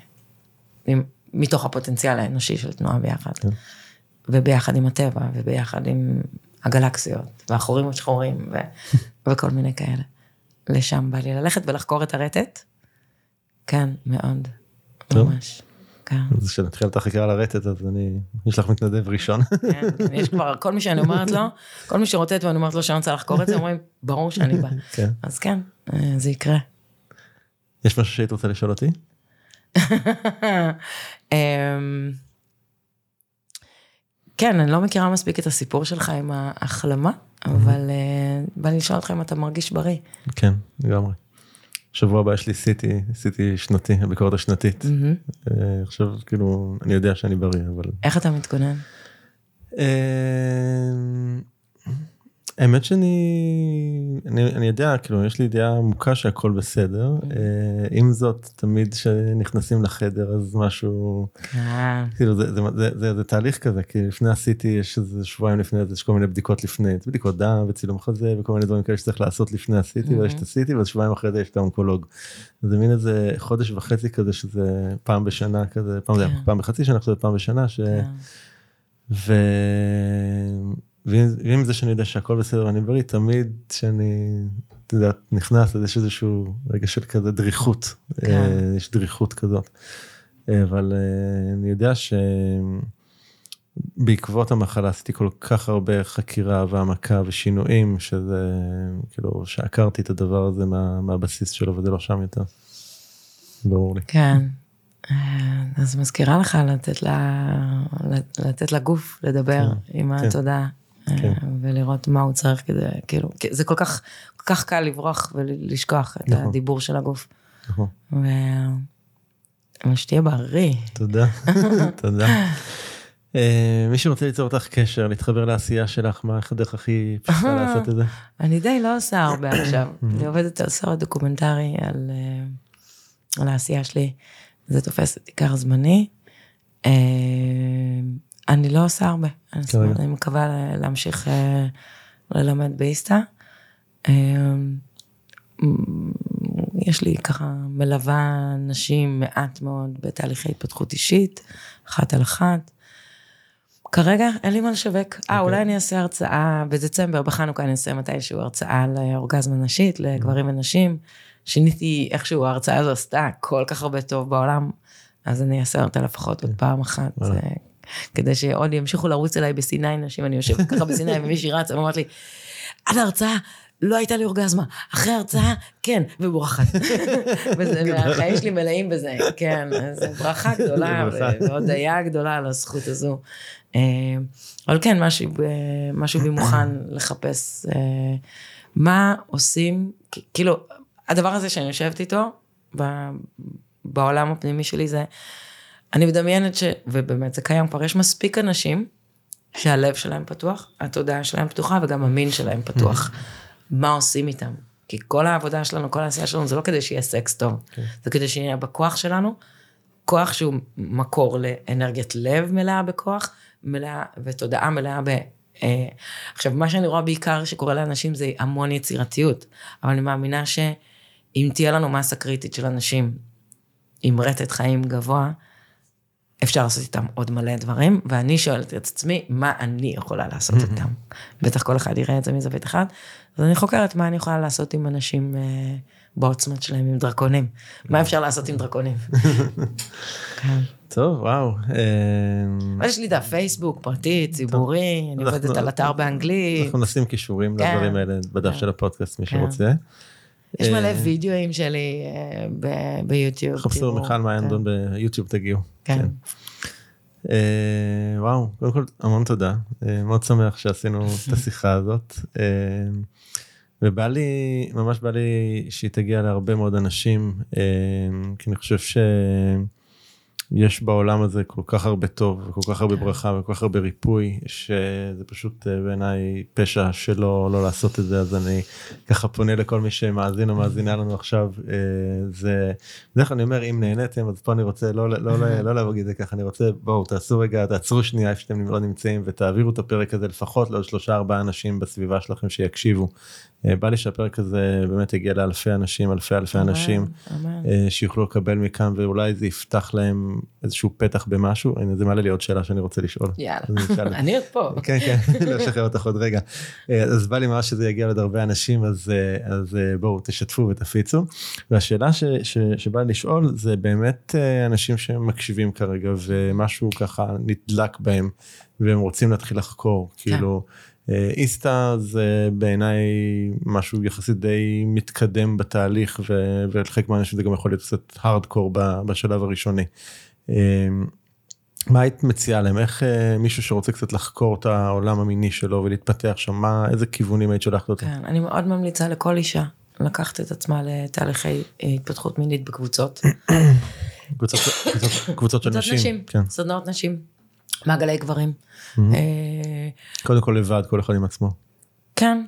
מתוך הפוטנציאל האנושי של תנועה ביחד, וביחד עם הטבע, וביחד עם הגלקסיות, והחורים השחורים, וכל מיני כאלה. לשם בא לי ללכת ולחקור את הרטט. כן, מאוד. טוב. ממש. כן. אז כשנתחיל את החקירה על הרטט, אז אני, יש לך מתנדב ראשון. כן, יש כבר, כל מי שאני אומרת לו, כל מי שרוטט ואני אומרת לו שאני רוצה לחקור את זה, אומרים, ברור שאני בא. כן. אז כן, זה יקרה. יש משהו שהיית רוצה לשאול אותי? כן, אני לא מכירה מספיק את הסיפור שלך עם ההחלמה, אבל בא לי לשאול אותך אם אתה מרגיש בריא. כן, לגמרי. שבוע הבא יש לי סיטי, סיטי שנתי, הביקורת השנתית. עכשיו, כאילו, אני יודע שאני בריא, אבל... איך אתה מתכונן? האמת שאני, אני, אני יודע, כאילו, יש לי ידיעה עמוקה שהכל בסדר. עם זאת, תמיד שנכנסים לחדר, אז משהו, כאילו, זה, זה, זה, זה, זה תהליך כזה, כי לפני עשיתי, יש איזה שבועיים לפני, יש כל מיני בדיקות לפני, בדיקות דם וצילום חזה, וכל מיני דברים כאלה שצריך לעשות לפני עשיתי, ויש את עשיתי, ואז שבועיים אחרי זה יש את האונקולוג. זה מין איזה חודש וחצי כזה, שזה פעם בשנה כזה, פעם, זה, פעם בחצי שנה, זה פעם בשנה, ש... ו... ועם זה שאני יודע שהכל בסדר ואני בריא, תמיד שאני, אתה יודע, נכנס, אז יש איזשהו רגע של כזה דריכות, יש דריכות כזאת. אבל אני יודע שבעקבות המחלה עשיתי כל כך הרבה חקירה והעמקה ושינויים, שזה, כאילו, שעקרתי את הדבר הזה מהבסיס שלו, וזה לא שם יותר. ברור לי. כן. אז מזכירה לך לתת לה, לתת לגוף לדבר עם התודעה. ולראות מה הוא צריך כדי, כאילו, זה כל כך, כל כך קל לברוח ולשכוח את הדיבור של הגוף. ושתהיה בריא. תודה, תודה. מי שרוצה ליצור אותך קשר, להתחבר לעשייה שלך, מה הדרך הכי פשוטה לעשות את זה? אני די לא עושה הרבה עכשיו. אני עובדת על סרט דוקומנטרי על העשייה שלי. זה תופס את עיקר זמני. אני לא עושה הרבה, אני מקווה להמשיך ללמד באיסטה. יש לי ככה מלווה נשים מעט מאוד בתהליכי התפתחות אישית, אחת על אחת. כרגע אין לי מה לשווק. אה, אולי אני אעשה הרצאה בדצמבר, בחנוכה אני אעשה מתישהו הרצאה לאורגזמה נשית, לגברים ונשים. שיניתי איכשהו, ההרצאה הזו עשתה כל כך הרבה טוב בעולם, אז אני אעשה אותה לפחות עוד פעם אחת, כדי שעוד ימשיכו לרוץ אליי בסיני נשים, אני יושבת ככה בסיני, ומישהי רצה, ואומרת לי, עד ההרצאה, לא הייתה לי אורגזמה, אחרי ההרצאה, כן, ובורחת. והחיים שלי מלאים בזה, כן, אז ברכה גדולה, והודעה גדולה על הזכות הזו. אבל כן, משהו בי מוכן לחפש, מה עושים, כאילו, הדבר הזה שאני יושבת איתו, בעולם הפנימי שלי זה, אני מדמיינת ש, ובאמת זה קיים כבר, יש מספיק אנשים, שהלב שלהם פתוח, התודעה שלהם פתוחה, וגם המין שלהם פתוח. מה עושים איתם? כי כל העבודה שלנו, כל העשייה שלנו, זה לא כדי שיהיה סקס טוב, זה כדי שיהיה בכוח שלנו, כוח שהוא מקור לאנרגיית לב מלאה בכוח, מלאה, ותודעה מלאה ב... עכשיו, מה שאני רואה בעיקר שקורה לאנשים, זה המון יצירתיות, אבל אני מאמינה שאם תהיה לנו מסה קריטית של אנשים, עם רטט חיים גבוה, אפשר לעשות איתם עוד מלא דברים, ואני שואלת את עצמי, מה אני יכולה לעשות איתם? בטח כל אחד יראה את זה מזווית אחד, אז אני חוקרת מה אני יכולה לעשות עם אנשים בעוצמת שלהם, עם דרקונים. מה אפשר לעשות עם דרקונים? טוב, וואו. יש לי דף פייסבוק, פרטי, ציבורי, אני עובדת על אתר באנגלית. אנחנו נשים קישורים לדברים האלה בדף של הפודקאסט, מי שרוצה. יש מלא וידאוים שלי ביוטיוב. חפשו מיכל מעיינדון ביוטיוב, תגיעו. כן. וואו, קודם כל המון תודה. מאוד שמח שעשינו את השיחה הזאת. ובא לי, ממש בא לי שהיא תגיע להרבה מאוד אנשים, כי אני חושב ש... יש בעולם הזה כל כך הרבה טוב, וכל כך הרבה ברכה, וכל כך הרבה ריפוי, שזה פשוט בעיניי פשע שלא לא לעשות את זה, אז אני ככה פונה לכל מי שמאזין או מאזינה לנו עכשיו, זה, בדרך כלל אני אומר, אם נהניתם, אז פה אני רוצה, לא, לא, לא, לא להגיד את זה ככה, אני רוצה, בואו, תעשו רגע, תעצרו שנייה איפה שאתם לא נמצאים, ותעבירו את הפרק הזה לפחות לעוד שלושה ארבעה אנשים בסביבה שלכם שיקשיבו. בא לי שהפרק הזה באמת יגיע לאלפי אנשים, אלפי אלפי אנשים, שיוכלו לקבל מכאן, ואולי זה יפתח להם איזשהו פתח במשהו. זה מעלה לי עוד שאלה שאני רוצה לשאול. יאללה, אני עוד פה. כן, כן, לא שחרר אותך עוד רגע. אז בא לי ממש שזה יגיע לעוד הרבה אנשים, אז בואו תשתפו ותפיצו. והשאלה שבא לי לשאול, זה באמת אנשים שמקשיבים כרגע, ומשהו ככה נדלק בהם, והם רוצים להתחיל לחקור, כאילו, איסטה זה בעיניי משהו יחסית די מתקדם בתהליך, ולחלק מהאנשים זה גם יכול להיות קצת הארדקור בשלב הראשוני. מה היית מציעה להם? איך מישהו שרוצה קצת לחקור את העולם המיני שלו ולהתפתח שם, איזה כיוונים היית שולחת אותו? כן, אני מאוד ממליצה לכל אישה לקחת את עצמה לתהליכי התפתחות מינית בקבוצות. קבוצות של נשים. סדנאות נשים. מעגלי גברים. קודם כל לבד, כל אחד עם עצמו. כן.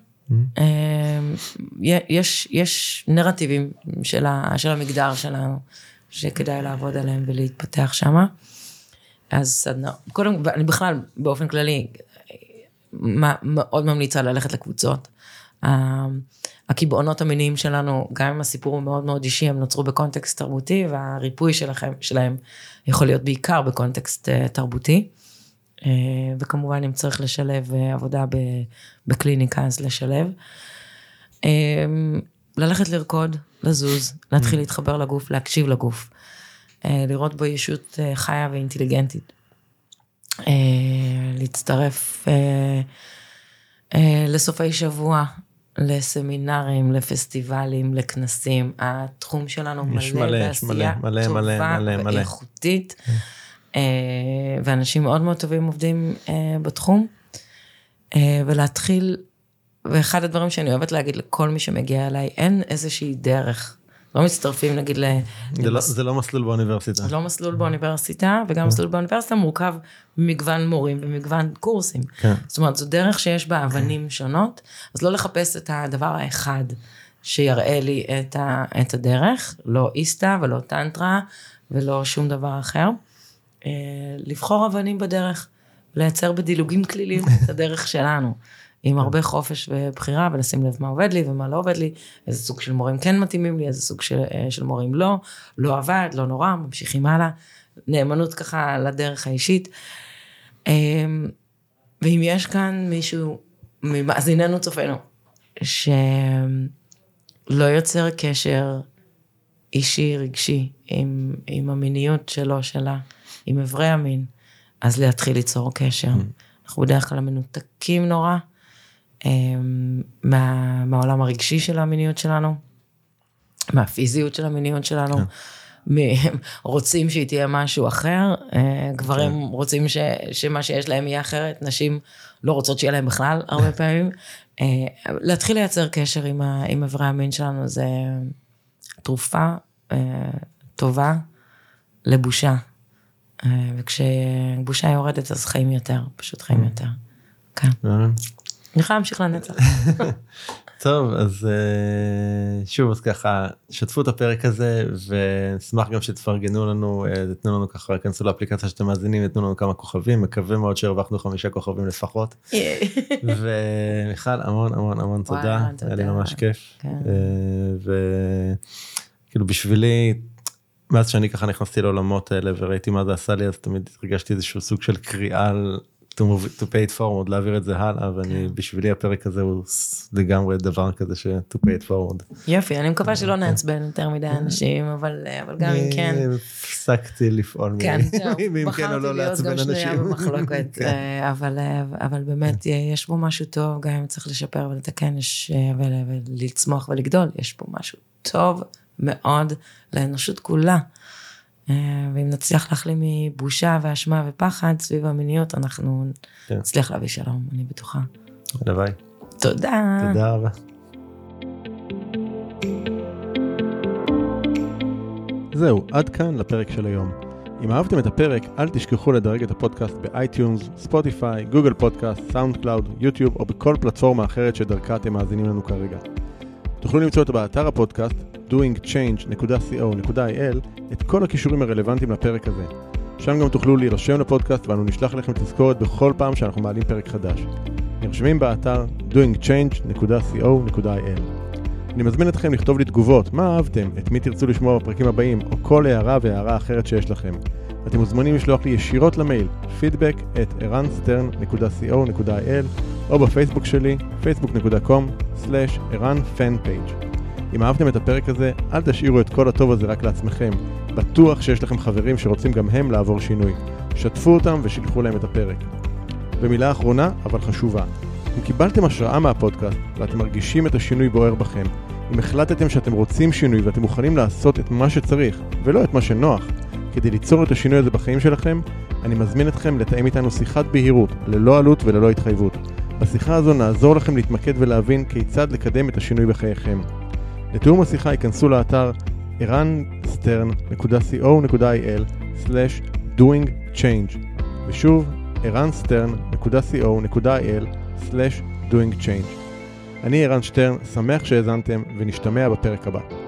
יש נרטיבים של המגדר שלנו, שכדאי לעבוד עליהם ולהתפתח שם. אז סדנה, קודם, אני בכלל, באופן כללי, מאוד ממליצה ללכת לקבוצות. הקיבעונות המיניים שלנו, גם אם הסיפור הוא מאוד מאוד אישי, הם נוצרו בקונטקסט תרבותי, והריפוי שלהם יכול להיות בעיקר בקונטקסט תרבותי. וכמובן אם צריך לשלב עבודה בקליניקה, אז לשלב. ללכת לרקוד, לזוז, להתחיל להתחבר לגוף, להקשיב לגוף. לראות בו ישות חיה ואינטליגנטית. להצטרף לסופי שבוע, לסמינרים, לפסטיבלים, לכנסים. התחום שלנו מלא בעשייה טובה ואיכותית. ואנשים מאוד מאוד טובים עובדים בתחום, ולהתחיל, ואחד הדברים שאני אוהבת להגיד לכל מי שמגיע אליי, אין איזושהי דרך, לא מצטרפים נגיד ל... זה לא מסלול באוניברסיטה. זה לא מסלול באוניברסיטה, וגם מסלול באוניברסיטה מורכב ממגוון מורים ומגוון קורסים. זאת אומרת, זו דרך שיש בה אבנים שונות, אז לא לחפש את הדבר האחד שיראה לי את הדרך, לא איסטה ולא טנטרה ולא שום דבר אחר. לבחור אבנים בדרך, לייצר בדילוגים כלילים את הדרך שלנו, עם הרבה חופש ובחירה, ולשים לב מה עובד לי ומה לא עובד לי, איזה סוג של מורים כן מתאימים לי, איזה סוג של, של מורים לא, לא עבד, לא נורא, ממשיכים הלאה, נאמנות ככה לדרך האישית. ואם יש כאן מישהו ממאזיננו צופנו, שלא יוצר קשר אישי, רגשי, עם, עם המיניות שלו, שלה, עם עברי המין, אז להתחיל ליצור קשר. אנחנו בדרך כלל מנותקים נורא, מה, מהעולם הרגשי של המיניות שלנו, מהפיזיות של המיניות שלנו, רוצים שהיא תהיה משהו אחר, גברים רוצים ש, שמה שיש להם יהיה אחרת, נשים לא רוצות שיהיה להם בכלל הרבה פעמים. להתחיל לייצר קשר עם, ה, עם עברי המין שלנו, זה תרופה טובה לבושה. וכשבושה יורדת, אז חיים יותר, פשוט חיים יותר. כן. אני יכולה להמשיך לנצח. טוב, אז שוב, אז ככה, שתפו את הפרק הזה, ונשמח גם שתפרגנו לנו, תתנו לנו ככה, כנסו לאפליקציה שאתם מאזינים, תתנו לנו כמה כוכבים, מקווה מאוד שהרווחנו חמישה כוכבים לפחות. ומיכל, המון המון המון תודה, היה לי ממש כיף. וכאילו בשבילי, מאז שאני ככה נכנסתי לעולמות האלה, וראיתי מה זה עשה לי, אז תמיד הרגשתי איזשהו סוג של קריאה to move, to pay it forward, להעביר את זה הלאה, ואני, בשבילי הפרק הזה הוא לגמרי דבר כזה ש to pay it forward. יופי, אני מקווה שלא נעצבן יותר מדי אנשים, אבל גם אם כן. אני הפסקתי לפעול, כן, בחרתי להיות גם שנויה במחלוקת, אבל באמת יש פה משהו טוב, גם אם צריך לשפר ולתקן, ולצמוח ולגדול, יש פה משהו טוב מאוד לאנושות כולה. ואם נצליח להחלים מבושה ואשמה ופחד סביב המיניות, אנחנו נצליח להביא שלום, אני בטוחה. הלוואי. תודה. תודה רבה. זהו, עד כאן לפרק של היום. אם אהבתם את הפרק, אל תשכחו לדרג את הפודקאסט באייטיונס, ספוטיפיי, גוגל פודקאסט, סאונד קלאוד, יוטיוב או בכל פלטפורמה אחרת שדרכה אתם מאזינים לנו כרגע. תוכלו למצוא אותו באתר הפודקאסט doing change dot co dot il את כל הכישורים הרלוונטיים לפרק הזה. שם גם תוכלו להירשם לפודקאסט ואנו נשלח לכם תזכורת בכל פעם שאנחנו מעלים פרק חדש. נרשמים באתר doing change dot co dot il. אני מזמין אתכם לכתוב לי תגובות, מה אהבתם, את מי תרצו לשמוע בפרקים הבאים, או כל הערה והערה אחרת שיש לכם. אתם מוזמנים לשלוח לי ישירות למייל feedback at ערן סטרן dot co dot il או בפייסבוק שלי facebook dot com slash ערן fan page. אם אהבתם את הפרק הזה, אל תשאירו את כל הטוב הזה רק לעצמכם. בטוח שיש לכם חברים שרוצים גם הם לעבור שינוי. שתפו אותם ושילחו להם את הפרק. במילה אחרונה, אבל חשובה. אם קיבלתם השראה מהפודקאסט ואתם מרגישים את השינוי בוער בכם, אם החלטתם שאתם רוצים שינוי ואתם מוכנים לעשות את מה שצריך ולא את מה שנוח, כדי ליצור את השינוי הזה בחיים שלכם, אני מזמין אתכם לתאם איתנו שיחת בהירות, ללא עלות וללא התחייבות. בשיחה הזו נעזור לכם להתמקד ולהבין כיצד לקדם את השינוי בחייכם. לתיאום השיחה ייכנסו לאתר ערן סטרן dot co dot il slash doing change ושוב ערן סטרן dot co dot il slash doing change. אני ערן שטרן, שמח שהאזנתם ונשתמע בפרק הבא.